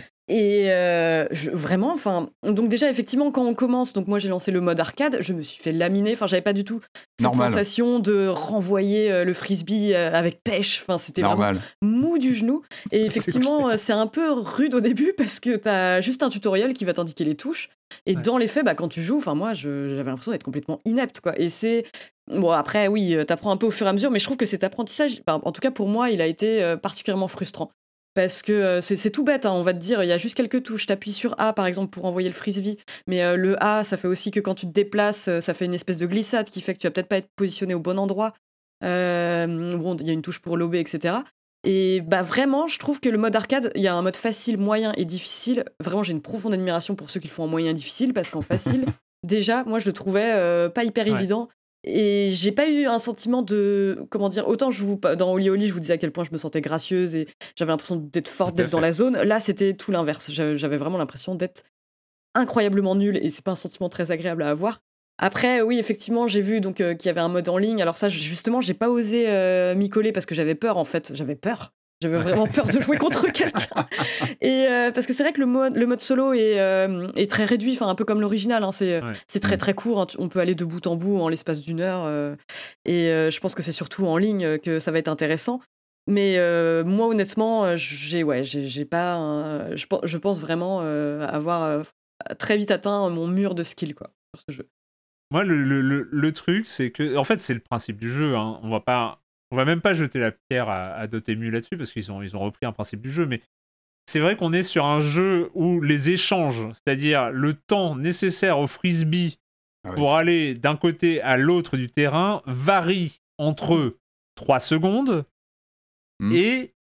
Et vraiment, donc déjà effectivement quand on commence, donc moi j'ai lancé le mode arcade, je me suis fait laminer, j'avais pas du tout cette sensation de renvoyer le frisbee avec pêche, c'était vraiment mou du genou. Et effectivement c'est un peu rude au début parce que t'as juste un tutoriel qui va t'indiquer les touches. Et dans les faits, quand tu joues, moi j'avais l'impression d'être complètement inepte, quoi. Et c'est bon, après oui, t'apprends un peu au fur et à mesure, mais je trouve que cet apprentissage, en tout cas pour moi, il a été particulièrement frustrant. Parce que c'est tout bête, on va te dire, il y a juste quelques touches. T'appuies sur A, par exemple, pour envoyer le frisbee. Mais le A, ça fait aussi que quand tu te déplaces, ça fait une espèce de glissade qui fait que tu vas peut-être pas être positionné au bon endroit. Il y a une touche pour lober, etc. Et vraiment, je trouve que le mode arcade, il y a un mode facile, moyen et difficile. Vraiment, j'ai une profonde admiration pour ceux qui le font en moyen et difficile, parce qu'en facile, déjà, moi, je le trouvais pas hyper évident. Et j'ai pas eu un sentiment de... Comment dire, autant dans Oli Oli, je vous disais à quel point je me sentais gracieuse et j'avais l'impression d'être forte, d'être dans la zone. Là, c'était tout l'inverse. J'avais vraiment l'impression d'être incroyablement nulle et c'est pas un sentiment très agréable à avoir. Après, oui, effectivement, j'ai vu donc qu'il y avait un mode en ligne. Alors ça, justement, j'ai pas osé m'y coller parce que j'avais peur, en fait. J'avais vraiment peur de jouer contre quelqu'un. Et parce que c'est vrai que le mode solo est très réduit, un peu comme l'original. C'est très très court. On peut aller de bout en bout en l'espace d'une heure. Et je pense que c'est surtout en ligne que ça va être intéressant. Mais moi, honnêtement, j'ai pas. Je pense vraiment avoir très vite atteint mon mur de skill, quoi, sur ce jeu. Moi, le truc, c'est que, en fait, c'est le principe du jeu. Hein. On va même pas jeter la pierre à Dotemu là-dessus parce qu'ils ont repris un principe du jeu, mais c'est vrai qu'on est sur un jeu où les échanges, c'est-à-dire le temps nécessaire au frisbee pour aller d'un côté à l'autre du terrain, varient entre 3 secondes et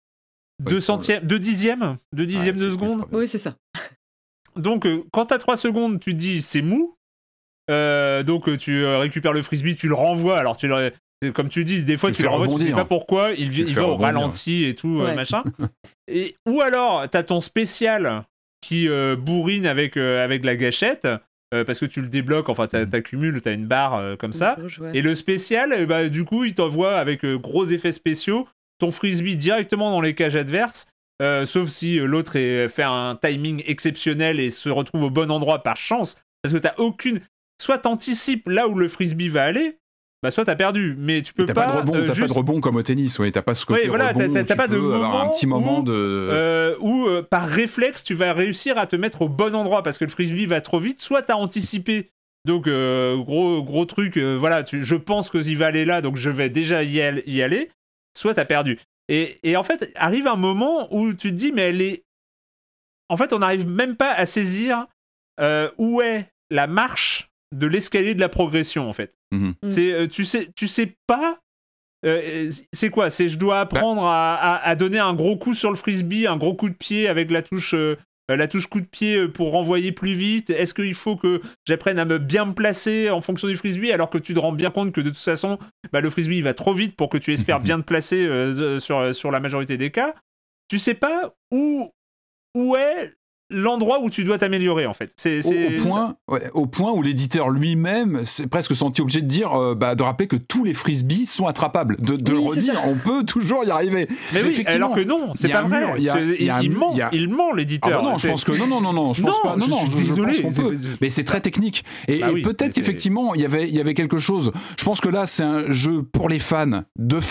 2 dixièmes de seconde. Oui, c'est ça. Donc, quand t'as 3 secondes, tu te dis c'est mou. Donc, tu récupères le frisbee, tu le renvoies. Alors, comme tu dis, des fois tu le renvoies, tu sais pas pourquoi, il va au ralenti et tout, machin. Ou alors, t'as ton spécial qui bourrine avec la gâchette, parce que tu le débloques, t'accumules, t'as une barre comme ça. Et le spécial, du coup, il t'envoie avec gros effets spéciaux ton frisbee directement dans les cages adverses, sauf si l'autre fait un timing exceptionnel et se retrouve au bon endroit par chance, parce que t'as aucune... Soit t'anticipes là où le frisbee va aller, bah soit t'as perdu, mais tu peux t'as pas de rebond, t'as pas de rebond comme au tennis, ouais, t'as pas ce côté rebond. T'as pas de moment un petit moment où par réflexe tu vas réussir à te mettre au bon endroit parce que le frisbee va trop vite. Soit t'as anticipé, donc gros truc, voilà, je pense qu'il va aller là, donc je vais déjà y aller. Soit t'as perdu. Et en fait, arrive un moment où tu te dis, mais en fait, on n'arrive même pas à saisir où est la marche de l'escalier de la progression, en fait. C'est, tu sais pas. C'est quoi ? C'est je dois apprendre à donner un gros coup sur le frisbee, un gros coup de pied avec la touche coup de pied pour renvoyer plus vite. Est-ce qu'il faut que j'apprenne à bien me placer en fonction du frisbee, alors que tu te rends bien compte que de toute façon, le frisbee il va trop vite pour que tu espères bien te placer sur la majorité des cas. Tu sais pas où est l'endroit où tu dois t'améliorer, en fait. Au point où l'éditeur lui-même s'est presque senti obligé de dire, de rappeler que tous les frisbees sont attrapables, de le redire, on peut toujours y arriver. Mais oui, alors que non, c'est pas vrai. Il ment, l'éditeur. Ah bah non, je pense que non, je pense pas. Non, je pense qu'on peut. Mais c'est très technique. Et peut-être qu'effectivement, il y avait quelque chose. Je pense que là, c'est un jeu pour les fans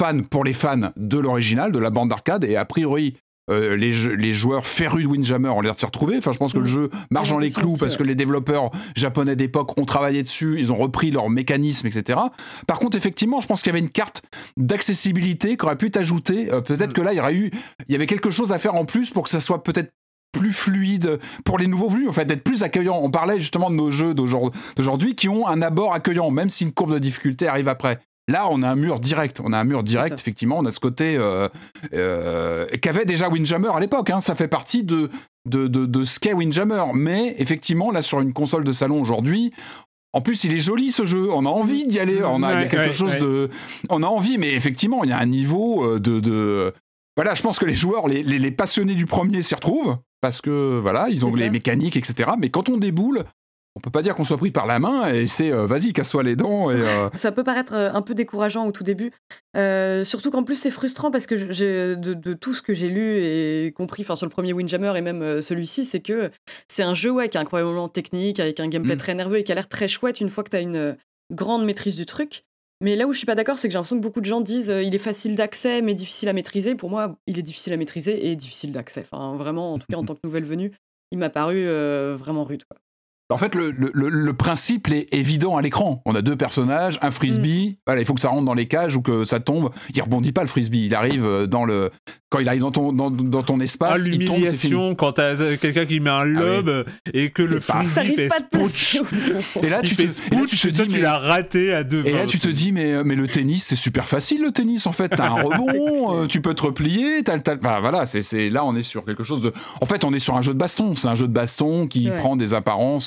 de l'original, de la bande d'arcade, et a priori, les joueurs férus de Windjammer ont l'air de s'y retrouver. Enfin, je pense que le jeu marche dans les clous parce que les développeurs japonais d'époque ont travaillé dessus, ils ont repris leurs mécanismes, etc. Par contre, effectivement, je pense qu'il y avait une carte d'accessibilité qui aurait pu être ajoutée. Peut-être que là, il y avait quelque chose à faire en plus pour que ça soit peut-être plus fluide pour les nouveaux venus, en fait, d'être plus accueillant. On parlait justement de nos jeux d'aujourd'hui qui ont un abord accueillant, même si une courbe de difficulté arrive après. Là, on a un mur direct, effectivement, on a ce côté qu'avait déjà Windjammer à l'époque, hein. Ça fait partie de ce qu'est Windjammer, mais effectivement, là, sur une console de salon aujourd'hui, en plus, il est joli ce jeu, on a envie d'y aller, il y a quelque chose de... On a envie, mais effectivement, il y a un niveau de... Voilà, je pense que les joueurs, les passionnés du premier s'y retrouvent, parce que, voilà, ils ont les mécaniques, etc. Mais quand on déboule... On peut pas dire qu'on soit pris par la main et c'est vas-y, casse-toi les dents. Ça peut paraître un peu décourageant au tout début, surtout qu'en plus c'est frustrant parce que de tout ce que j'ai lu et compris sur le premier Windjammer et même celui-ci, c'est que c'est un jeu qui est incroyablement technique, avec un gameplay très nerveux et qui a l'air très chouette une fois que tu as une grande maîtrise du truc. Mais là où je suis pas d'accord, c'est que j'ai l'impression que beaucoup de gens disent il est facile d'accès mais difficile à maîtriser. Pour moi, il est difficile à maîtriser et difficile d'accès. Enfin, vraiment, en tout cas en tant que nouvelle venue, il m'a paru vraiment rude, quoi. En fait, le principe est évident à l'écran. On a deux personnages, un frisbee. Voilà, il faut que ça rentre dans les cages ou que ça tombe. Il rebondit pas le frisbee. Il arrive quand il arrive dans ton espace. L'humiliation quand t'as quelqu'un qui met un lob et que le frisbee fait spouch. Et là, tu te dis, tu l'as raté à deux. Et là, tu te dis, mais le tennis, c'est super facile. Le tennis, en fait, t'as un rebond, tu peux te replier. Enfin, voilà, là, on est sur quelque chose de. En fait, on est sur un jeu de baston. C'est un jeu de baston qui prend des apparences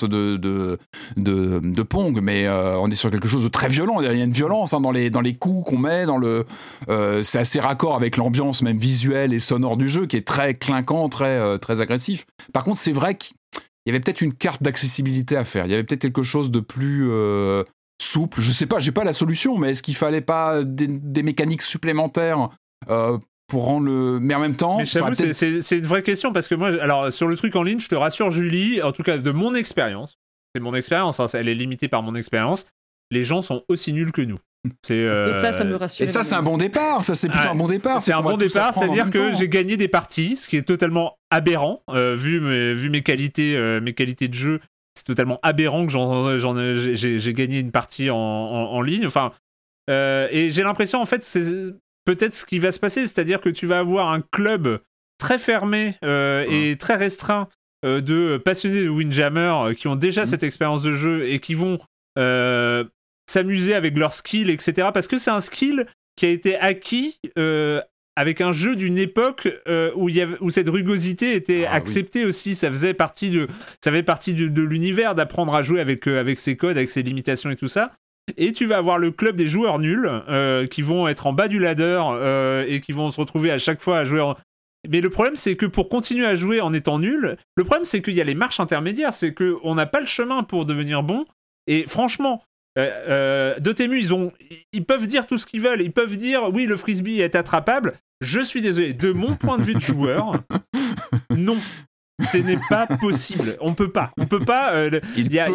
de Pong, mais on est sur quelque chose de très violent. Il y a une violence dans les coups qu'on met, c'est assez raccord avec l'ambiance même visuelle et sonore du jeu qui est très clinquant, très agressif. Par contre, c'est vrai qu'il y avait peut-être une carte d'accessibilité à faire. Il y avait peut-être quelque chose de plus souple. Je sais pas, j'ai pas la solution, mais est-ce qu'il fallait pas des mécaniques supplémentaires pour rendre le... Mais en même temps... Mais c'est une vraie question, parce que moi, alors, sur le truc en ligne, je te rassure, Julie, en tout cas, de mon expérience, c'est mon expérience, hein, elle est limitée par mon expérience, les gens sont aussi nuls que nous. Et ça me rassure. Et ça, c'est un bon départ. Ça, c'est plutôt un bon départ. C'est un bon départ, c'est-à-dire que j'ai gagné des parties, ce qui est totalement aberrant, vu mes qualités de jeu. C'est totalement aberrant que j'ai gagné une partie en ligne. Enfin, et j'ai l'impression, en fait, c'est peut-être ce qui va se passer, c'est-à-dire que tu vas avoir un club très fermé et très restreint de passionnés de Windjammer qui ont déjà cette expérience de jeu et qui vont s'amuser avec leur skill, etc. Parce que c'est un skill qui a été acquis avec un jeu d'une époque où cette rugosité était acceptée aussi. Ça faisait partie de l'univers d'apprendre à jouer avec ses codes, avec ses limitations et tout ça. Et tu vas avoir le club des joueurs nuls qui vont être en bas du ladder et qui vont se retrouver à chaque fois à jouer Mais le problème, c'est que pour continuer à jouer en étant nul, le problème, c'est qu'il y a les marches intermédiaires, c'est qu'on n'a pas le chemin pour devenir bon. Et franchement, Dotemu, ils peuvent dire tout ce qu'ils veulent. Ils peuvent dire, oui, le frisbee est attrapable. Je suis désolé. De mon point de vue de joueur, non. Ce n'est pas possible. On peut pas. Il y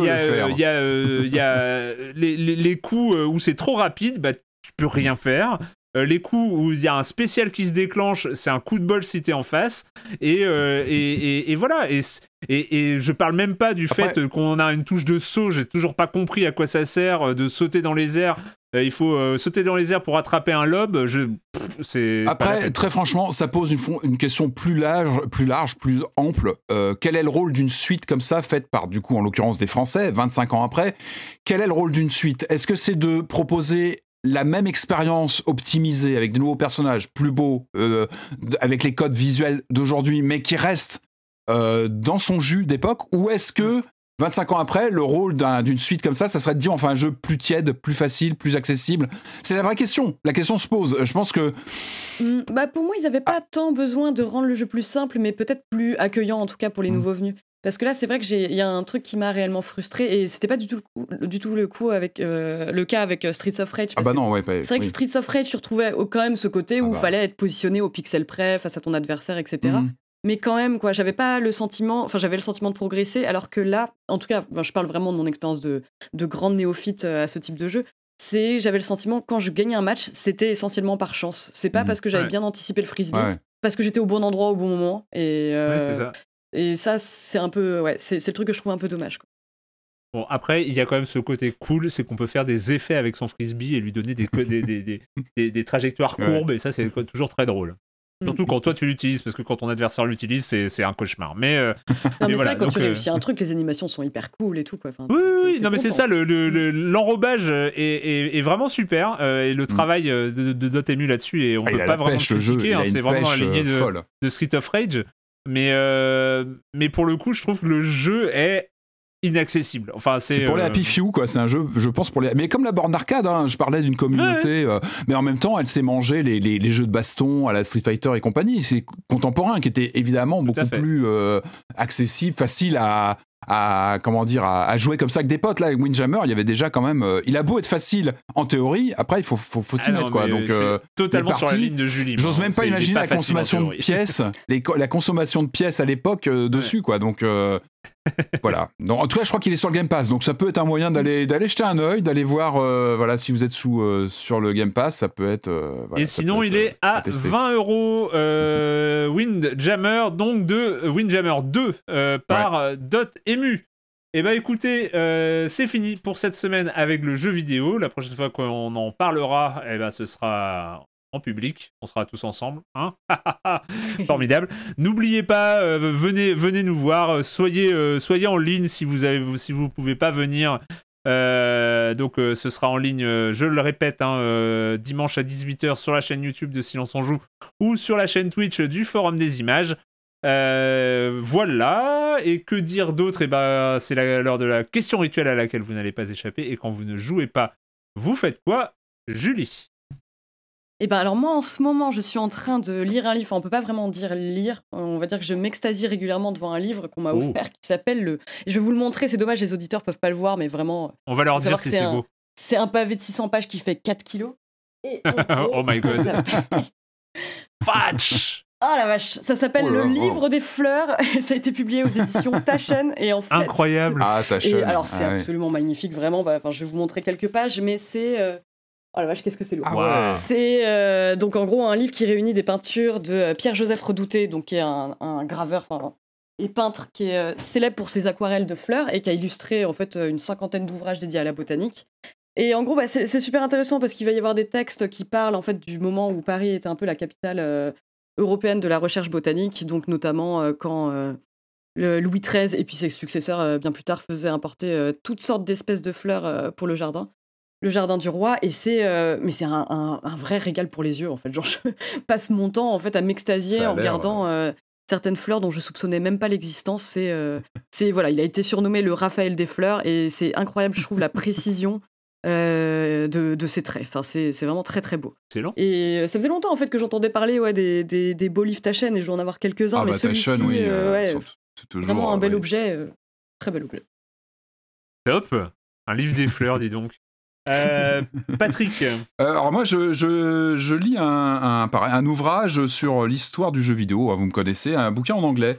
a les coups où c'est trop rapide, bah tu peux rien faire. Les coups où il y a un spécial qui se déclenche, c'est un coup de bol si t'es en face. Et voilà. Et je parle même pas du fait qu'on a une touche de saut. J'ai toujours pas compris à quoi ça sert de sauter dans les airs. Il faut sauter dans les airs pour attraper un lobe. Après, très franchement, ça pose une question plus large, plus ample. Quel est le rôle d'une suite comme ça, faite par, du coup, en l'occurrence des Français, 25 ans après? Quel est le rôle d'une suite? Est-ce que c'est de proposer la même expérience optimisée avec de nouveaux personnages plus beaux, avec les codes visuels d'aujourd'hui, mais qui restent dans son jus d'époque, ou est-ce que 25 ans après, le rôle d'une suite comme ça serait de dire enfin un jeu plus tiède, plus facile, plus accessible? C'est la vraie question. La question se pose. Je pense que... pour moi, ils n'avaient pas tant besoin de rendre le jeu plus simple, mais peut-être plus accueillant, en tout cas pour les nouveaux venus. Parce que là, c'est vrai qu'il y a un truc qui m'a réellement frustrée, et c'était pas du tout le coup avec le cas avec Streets of Rage. C'est vrai que Streets of Rage, tu retrouvais quand même ce côté où il fallait être positionné au pixel près face à ton adversaire, etc. Mais quand même, quoi, j'avais le sentiment de progresser, alors que là, en tout cas, je parle vraiment de mon expérience de grande néophyte à ce type de jeu. J'avais le sentiment, quand je gagnais un match, c'était essentiellement par chance. C'est pas parce que j'avais bien anticipé le frisbee, parce que j'étais au bon endroit au bon moment. C'est ça. Et ça, c'est un peu, c'est le truc que je trouve un peu dommage, quoi. Bon, après, il y a quand même ce côté cool, c'est qu'on peut faire des effets avec son frisbee et lui donner des trajectoires courbes, et ça, c'est toujours très drôle. Surtout quand toi tu l'utilises, parce que quand ton adversaire l'utilise, c'est un cauchemar. Mais c'est vrai, quand tu réussis un truc, les animations sont hyper cool et tout, quoi. Enfin, oui, non, mais c'est ça, l'enrobage est vraiment super, et le travail de Dotemu là-dessus, et on peut pas vraiment le critiquer, c'est vraiment la lignée de Street of Rage. Mais pour le coup, je trouve que le jeu est inaccessible. Enfin, c'est pour les happy few, quoi. C'est un jeu, je pense, pour les... Mais comme la borne d'arcade, hein, je parlais d'une communauté, mais en même temps, elle s'est mangée les jeux de baston à la Street Fighter et compagnie. C'est contemporain, qui était évidemment beaucoup plus accessible, facile à jouer comme ça avec des potes. Là, avec Windjammer, il y avait déjà quand même... il a beau être facile en théorie, après, il faut s'y mettre, quoi. Donc, totalement sur la ligne de Julie. J'ose même pas imaginer la consommation de pièces, la consommation de pièces à l'époque dessus, quoi. Donc... voilà. Donc, en tout cas, je crois qu'il est sur le Game Pass, donc ça peut être un moyen d'aller jeter un œil, d'aller voir si vous êtes sur le Game Pass, ça peut être... et sinon, il est à 20€, Windjammer, donc de Windjammer 2 par Dotemu. Et bah écoutez, c'est fini pour cette semaine avec le jeu vidéo. La prochaine fois qu'on en parlera, ce sera en public, on sera tous ensemble, hein. Formidable. N'oubliez pas, venez nous voir, soyez en ligne si vous pouvez pas venir. Donc ce sera en ligne, je le répète, dimanche à 18h sur la chaîne YouTube de Silence on Joue ou sur la chaîne Twitch du Forum des Images. Voilà, et que dire d'autre? C'est l'heure de la question rituelle à laquelle vous n'allez pas échapper, et quand vous ne jouez pas, vous faites quoi, Julie? Alors moi, en ce moment, je suis en train de lire un livre. Enfin, on peut pas vraiment dire lire. On va dire que je m'extasie régulièrement devant un livre qu'on m'a offert qui s'appelle Je vais vous le montrer. C'est dommage, les auditeurs peuvent pas le voir, mais vraiment... On va leur dire si c'est beau. C'est un pavé de 600 pages qui fait 4 kilos. Et oh my god. Fatch. Oh la vache, ça s'appelle Le Livre des Fleurs, et ça a été publié aux éditions Taschen, et en fait... Incroyable. Et alors c'est absolument magnifique, vraiment, je vais vous montrer quelques pages, mais c'est... Oh la vache, qu'est-ce que c'est lourd. Wow. C'est donc en gros un livre qui réunit des peintures de Pierre-Joseph Redouté, donc qui est un graveur et peintre qui est célèbre pour ses aquarelles de fleurs et qui a illustré en fait une 50aine d'ouvrages dédiés à la botanique. Et en gros, c'est super intéressant parce qu'il va y avoir des textes qui parlent en fait du moment où Paris était un peu la capitale européenne de la recherche botanique, donc notamment quand Louis XIII et puis ses successeurs bien plus tard faisaient importer toutes sortes d'espèces de fleurs pour le jardin du roi, et mais c'est un vrai régal pour les yeux en fait. Genre, je passe mon temps en fait à m'extasier en regardant certaines fleurs dont je soupçonnais même pas l'existence. C'est voilà, il a été surnommé le Raphaël des fleurs, et c'est incroyable, je trouve, la précision de ses traits. Enfin, c'est vraiment très très beau. C'est long. Et ça faisait longtemps en fait que j'entendais parler des beaux livres Taschen, et je vais en avoir quelques-uns, mais celui-ci, c'est toujours, vraiment un bel objet, très bel objet. Top, un livre des fleurs, dis donc. Patrick. Alors moi je lis un ouvrage sur l'histoire du jeu vidéo, vous me connaissez, un bouquin en anglais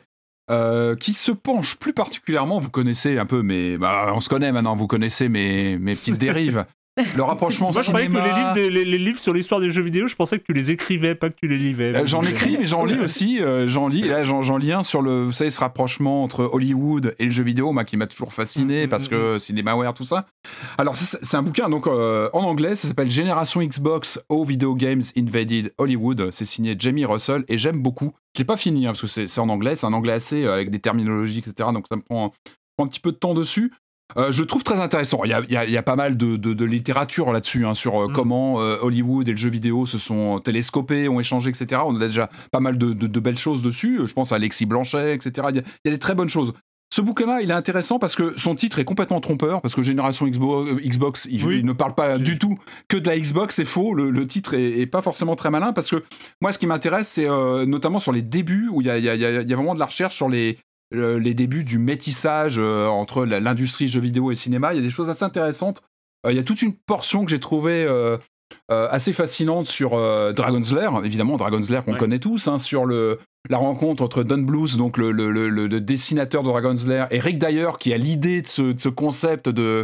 qui se penche plus particulièrement, vous connaissez un peu on se connaît maintenant, vous connaissez mes petites dérives. Le rapprochement Moi, je cinéma... croyais que les livres sur l'histoire des jeux vidéo, je pensais que tu les écrivais, pas que tu les lisais. J'en écris, mais j'en lis aussi. J'en lis un sur vous savez, ce rapprochement entre Hollywood et le jeu vidéo, qui m'a toujours fasciné parce que CinemaWare, tout ça. Alors, c'est un bouquin donc en anglais, ça s'appelle Génération Xbox: How Video Games Invaded Hollywood. C'est signé Jamie Russell et j'aime beaucoup. Je l'ai pas fini parce que c'est en anglais, c'est un anglais assez avec des terminologies, etc. Donc ça me prend un petit peu de temps dessus. Je trouve très intéressant. Il y a pas mal de littérature là-dessus, sur comment Hollywood et le jeu vidéo se sont télescopés, ont échangé, etc. On a déjà pas mal de belles choses dessus. Je pense à Alexis Blanchet, etc. Il y a des très bonnes choses. Ce bouquin-là, il est intéressant parce que son titre est complètement trompeur, parce que Génération Xbox, il ne parle pas du tout que de la Xbox, c'est faux. Le titre est pas forcément très malin, parce que moi, ce qui m'intéresse, c'est notamment sur les débuts, où il y a vraiment de la recherche sur les débuts du métissage entre l'industrie jeux vidéo et cinéma. Il y a des choses assez intéressantes. Il y a toute une portion que j'ai trouvée assez fascinante sur Dragon's Lair, évidemment Dragon's Lair qu'on connaît tous, sur la rencontre entre Don Bluth, donc le dessinateur de Dragon's Lair, et Rick Dyer, qui a l'idée de ce concept de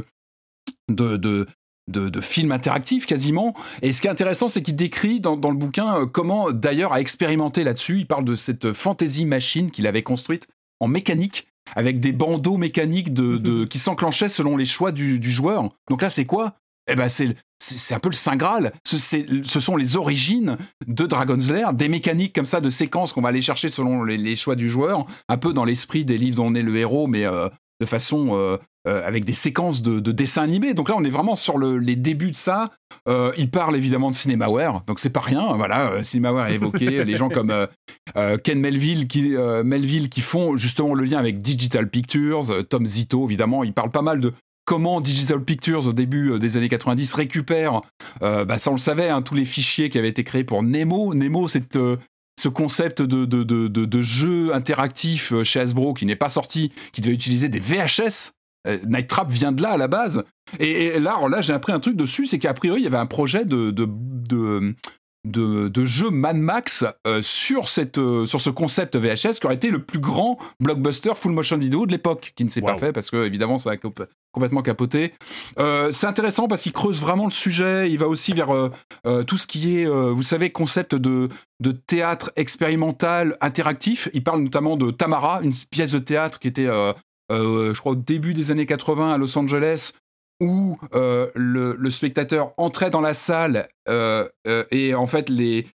film interactif quasiment. Et ce qui est intéressant, c'est qu'il décrit dans le bouquin comment Dyer a expérimenté là-dessus. Il parle de cette fantasy machine qu'il avait construite en mécanique, avec des bandeaux mécaniques qui s'enclenchaient selon les choix du joueur. Donc là, c'est quoi ? C'est un peu le Saint Graal. Ce sont les origines de Dragon's Lair, des mécaniques comme ça, de séquences qu'on va aller chercher selon les choix du joueur, un peu dans l'esprit des livres dont on est le héros, mais de façon avec des séquences de dessins animés. Donc là, on est vraiment sur les débuts de ça. Il parle évidemment de CinemaWare, donc c'est pas rien. Voilà, CinemaWare est évoqué. Les gens comme Ken Melville qui font justement le lien avec Digital Pictures, Tom Zito, évidemment. Il parle pas mal de comment Digital Pictures, au début des années 90, récupère, ça on le savait, tous les fichiers qui avaient été créés pour Nemo. Nemo, c'est ce concept de jeu interactif chez Hasbro qui n'est pas sorti, qui devait utiliser des VHS. Night Trap vient de là à la base. Et là j'ai appris un truc dessus, c'est qu'a priori il y avait un projet de jeu Mad Max sur ce concept VHS qui aurait été le plus grand blockbuster full motion vidéo de l'époque, qui ne s'est pas fait parce que évidemment ça a complètement capoté. C'est intéressant parce qu'il creuse vraiment le sujet. Il va aussi vers tout ce qui est, vous savez, concept de théâtre expérimental interactif. Il parle notamment de Tamara, une pièce de théâtre qui était je crois au début des années 80 à Los Angeles, où le spectateur entrait dans la salle et en fait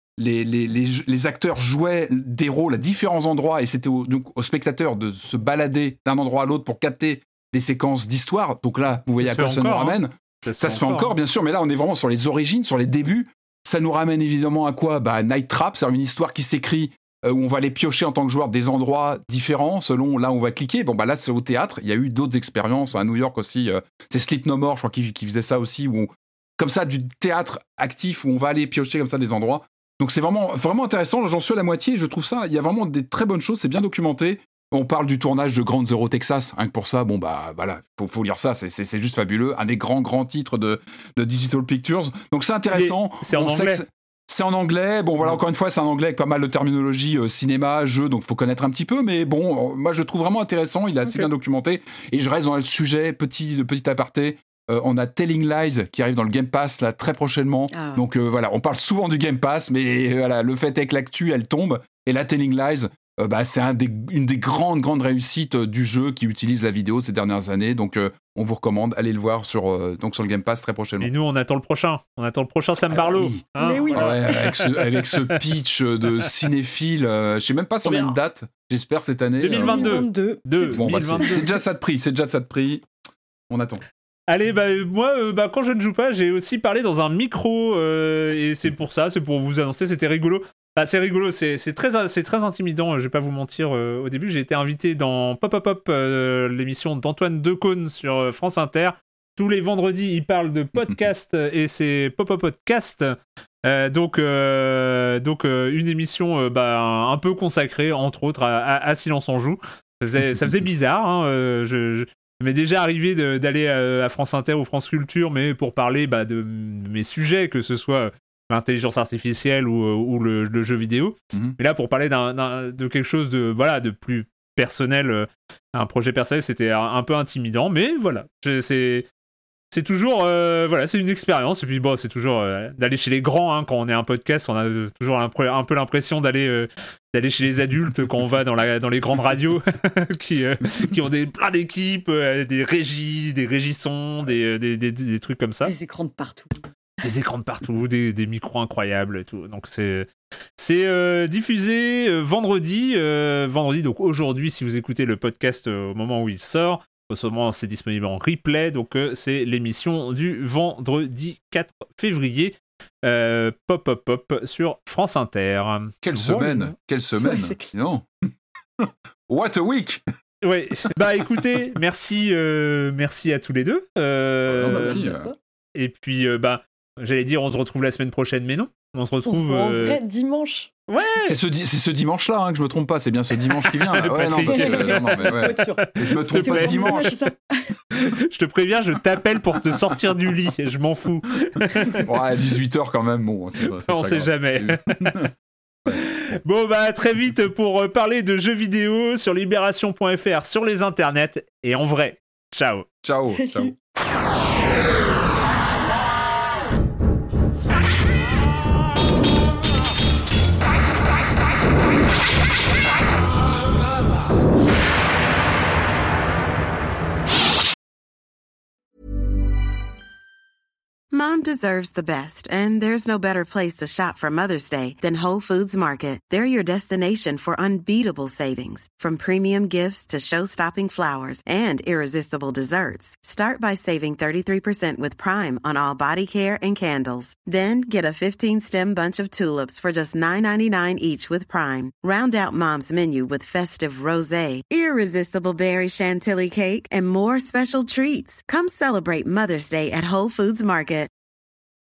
les acteurs jouaient des rôles à différents endroits, et c'était donc au spectateur de se balader d'un endroit à l'autre pour capter des séquences d'histoire. Donc là, vous voyez à quoi ça nous ramène. Ça se fait encore, bien sûr, mais là on est vraiment sur les origines, sur les débuts. Ça nous ramène évidemment à quoi ? Night Trap, c'est une histoire qui s'écrit où on va aller piocher en tant que joueur des endroits différents selon là où on va cliquer. Là c'est au théâtre. Il y a eu d'autres expériences à New York aussi. C'est Sleep No More, je crois, qui faisait ça aussi, où comme ça, du théâtre actif où on va aller piocher comme ça des endroits. Donc c'est vraiment, vraiment intéressant. Là, j'en suis à la moitié. Je trouve ça, il y a vraiment des très bonnes choses. C'est bien documenté. On parle du tournage de Ground Zero Texas. Rien que pour ça, voilà, faut lire ça. C'est juste fabuleux. Un des grands titres de Digital Pictures. Donc c'est intéressant. C'est en anglais. C'est en anglais. Voilà, encore une fois, c'est en anglais avec pas mal de terminologie cinéma, jeu, donc faut connaître un petit peu. Mais moi, je le trouve vraiment intéressant. Il est assez bien documenté. Et je reste dans le sujet, petit aparté. On a Telling Lies qui arrive dans le Game Pass là très prochainement. Donc voilà, on parle souvent du Game Pass, mais voilà, le fait est que l'actu, elle tombe. Et là, Telling Lies, c'est une des grandes réussites du jeu qui utilise la vidéo ces dernières années. Donc on vous recommande, allez le voir sur le Game Pass très prochainement. Et nous, on attend le prochain Sam Barlow. Oui. Mais oui. Avec ce pitch de cinéphile, je sais même pas si on a une date. J'espère cette année. 2022. C'est déjà ça de prix. On attend. Allez, moi, quand je ne joue pas, j'ai aussi parlé dans un micro, et c'est pour vous annoncer, c'était rigolo. C'est rigolo, c'est très intimidant, je vais pas vous mentir. Au début, j'ai été invité dans Pop, l'émission d'Antoine Decaune sur France Inter. Tous les vendredis, il parle de podcast et c'est Pop Podcast. Donc une émission un peu consacrée, entre autres, à Silence on Joue. Ça faisait bizarre, je m'est déjà arrivé d'aller à France Inter ou France Culture, mais pour parler de mes sujets, que ce soit l'intelligence artificielle ou le jeu vidéo. Mais là, pour parler de quelque chose de plus personnel, un projet personnel, c'était un peu intimidant, mais voilà, c'est toujours c'est une expérience. Et puis bon, c'est toujours d'aller chez les grands, hein. Quand on est un podcast, on a toujours un peu l'impression d'aller chez les adultes quand on va dans les grandes radios qui ont plein d'équipes, des régies, des régissons, des trucs comme ça. Des écrans de partout. Des écrans de partout, des micros incroyables et tout. Donc c'est diffusé vendredi, donc aujourd'hui, si vous écoutez le podcast au moment où il sort. Au moment, c'est disponible en replay, donc c'est l'émission du vendredi 4 février. Pop sur France Inter. Quelle semaine. Ouais, non. What a week. Ouais. Bah écoutez, merci à tous les deux. Merci. Et puis j'allais dire on se retrouve la semaine prochaine, mais non. On se retrouve en vrai dimanche. Ouais. C'est ce dimanche-là, hein, que je me trompe pas. C'est bien ce dimanche qui vient. Là. Ouais, non, parce que, je me trompe pas de dimanche. Je te préviens, je t'appelle pour te sortir du lit. Je m'en fous. Ouais, à 18h quand même. Bon, on sait jamais. Bon, très vite pour parler de jeux vidéo sur libération.fr, sur les internets et en vrai. Ciao. Ciao. Mom deserves the best, and there's no better place to shop for Mother's Day than Whole Foods Market. They're your destination for unbeatable savings, from premium gifts to show-stopping flowers and irresistible desserts. Start by saving 33% with Prime on all body care and candles. Then get a 15-stem bunch of tulips for just $9.99 each with Prime. Round out Mom's menu with festive rosé, irresistible berry chantilly cake, and more special treats. Come celebrate Mother's Day at Whole Foods Market.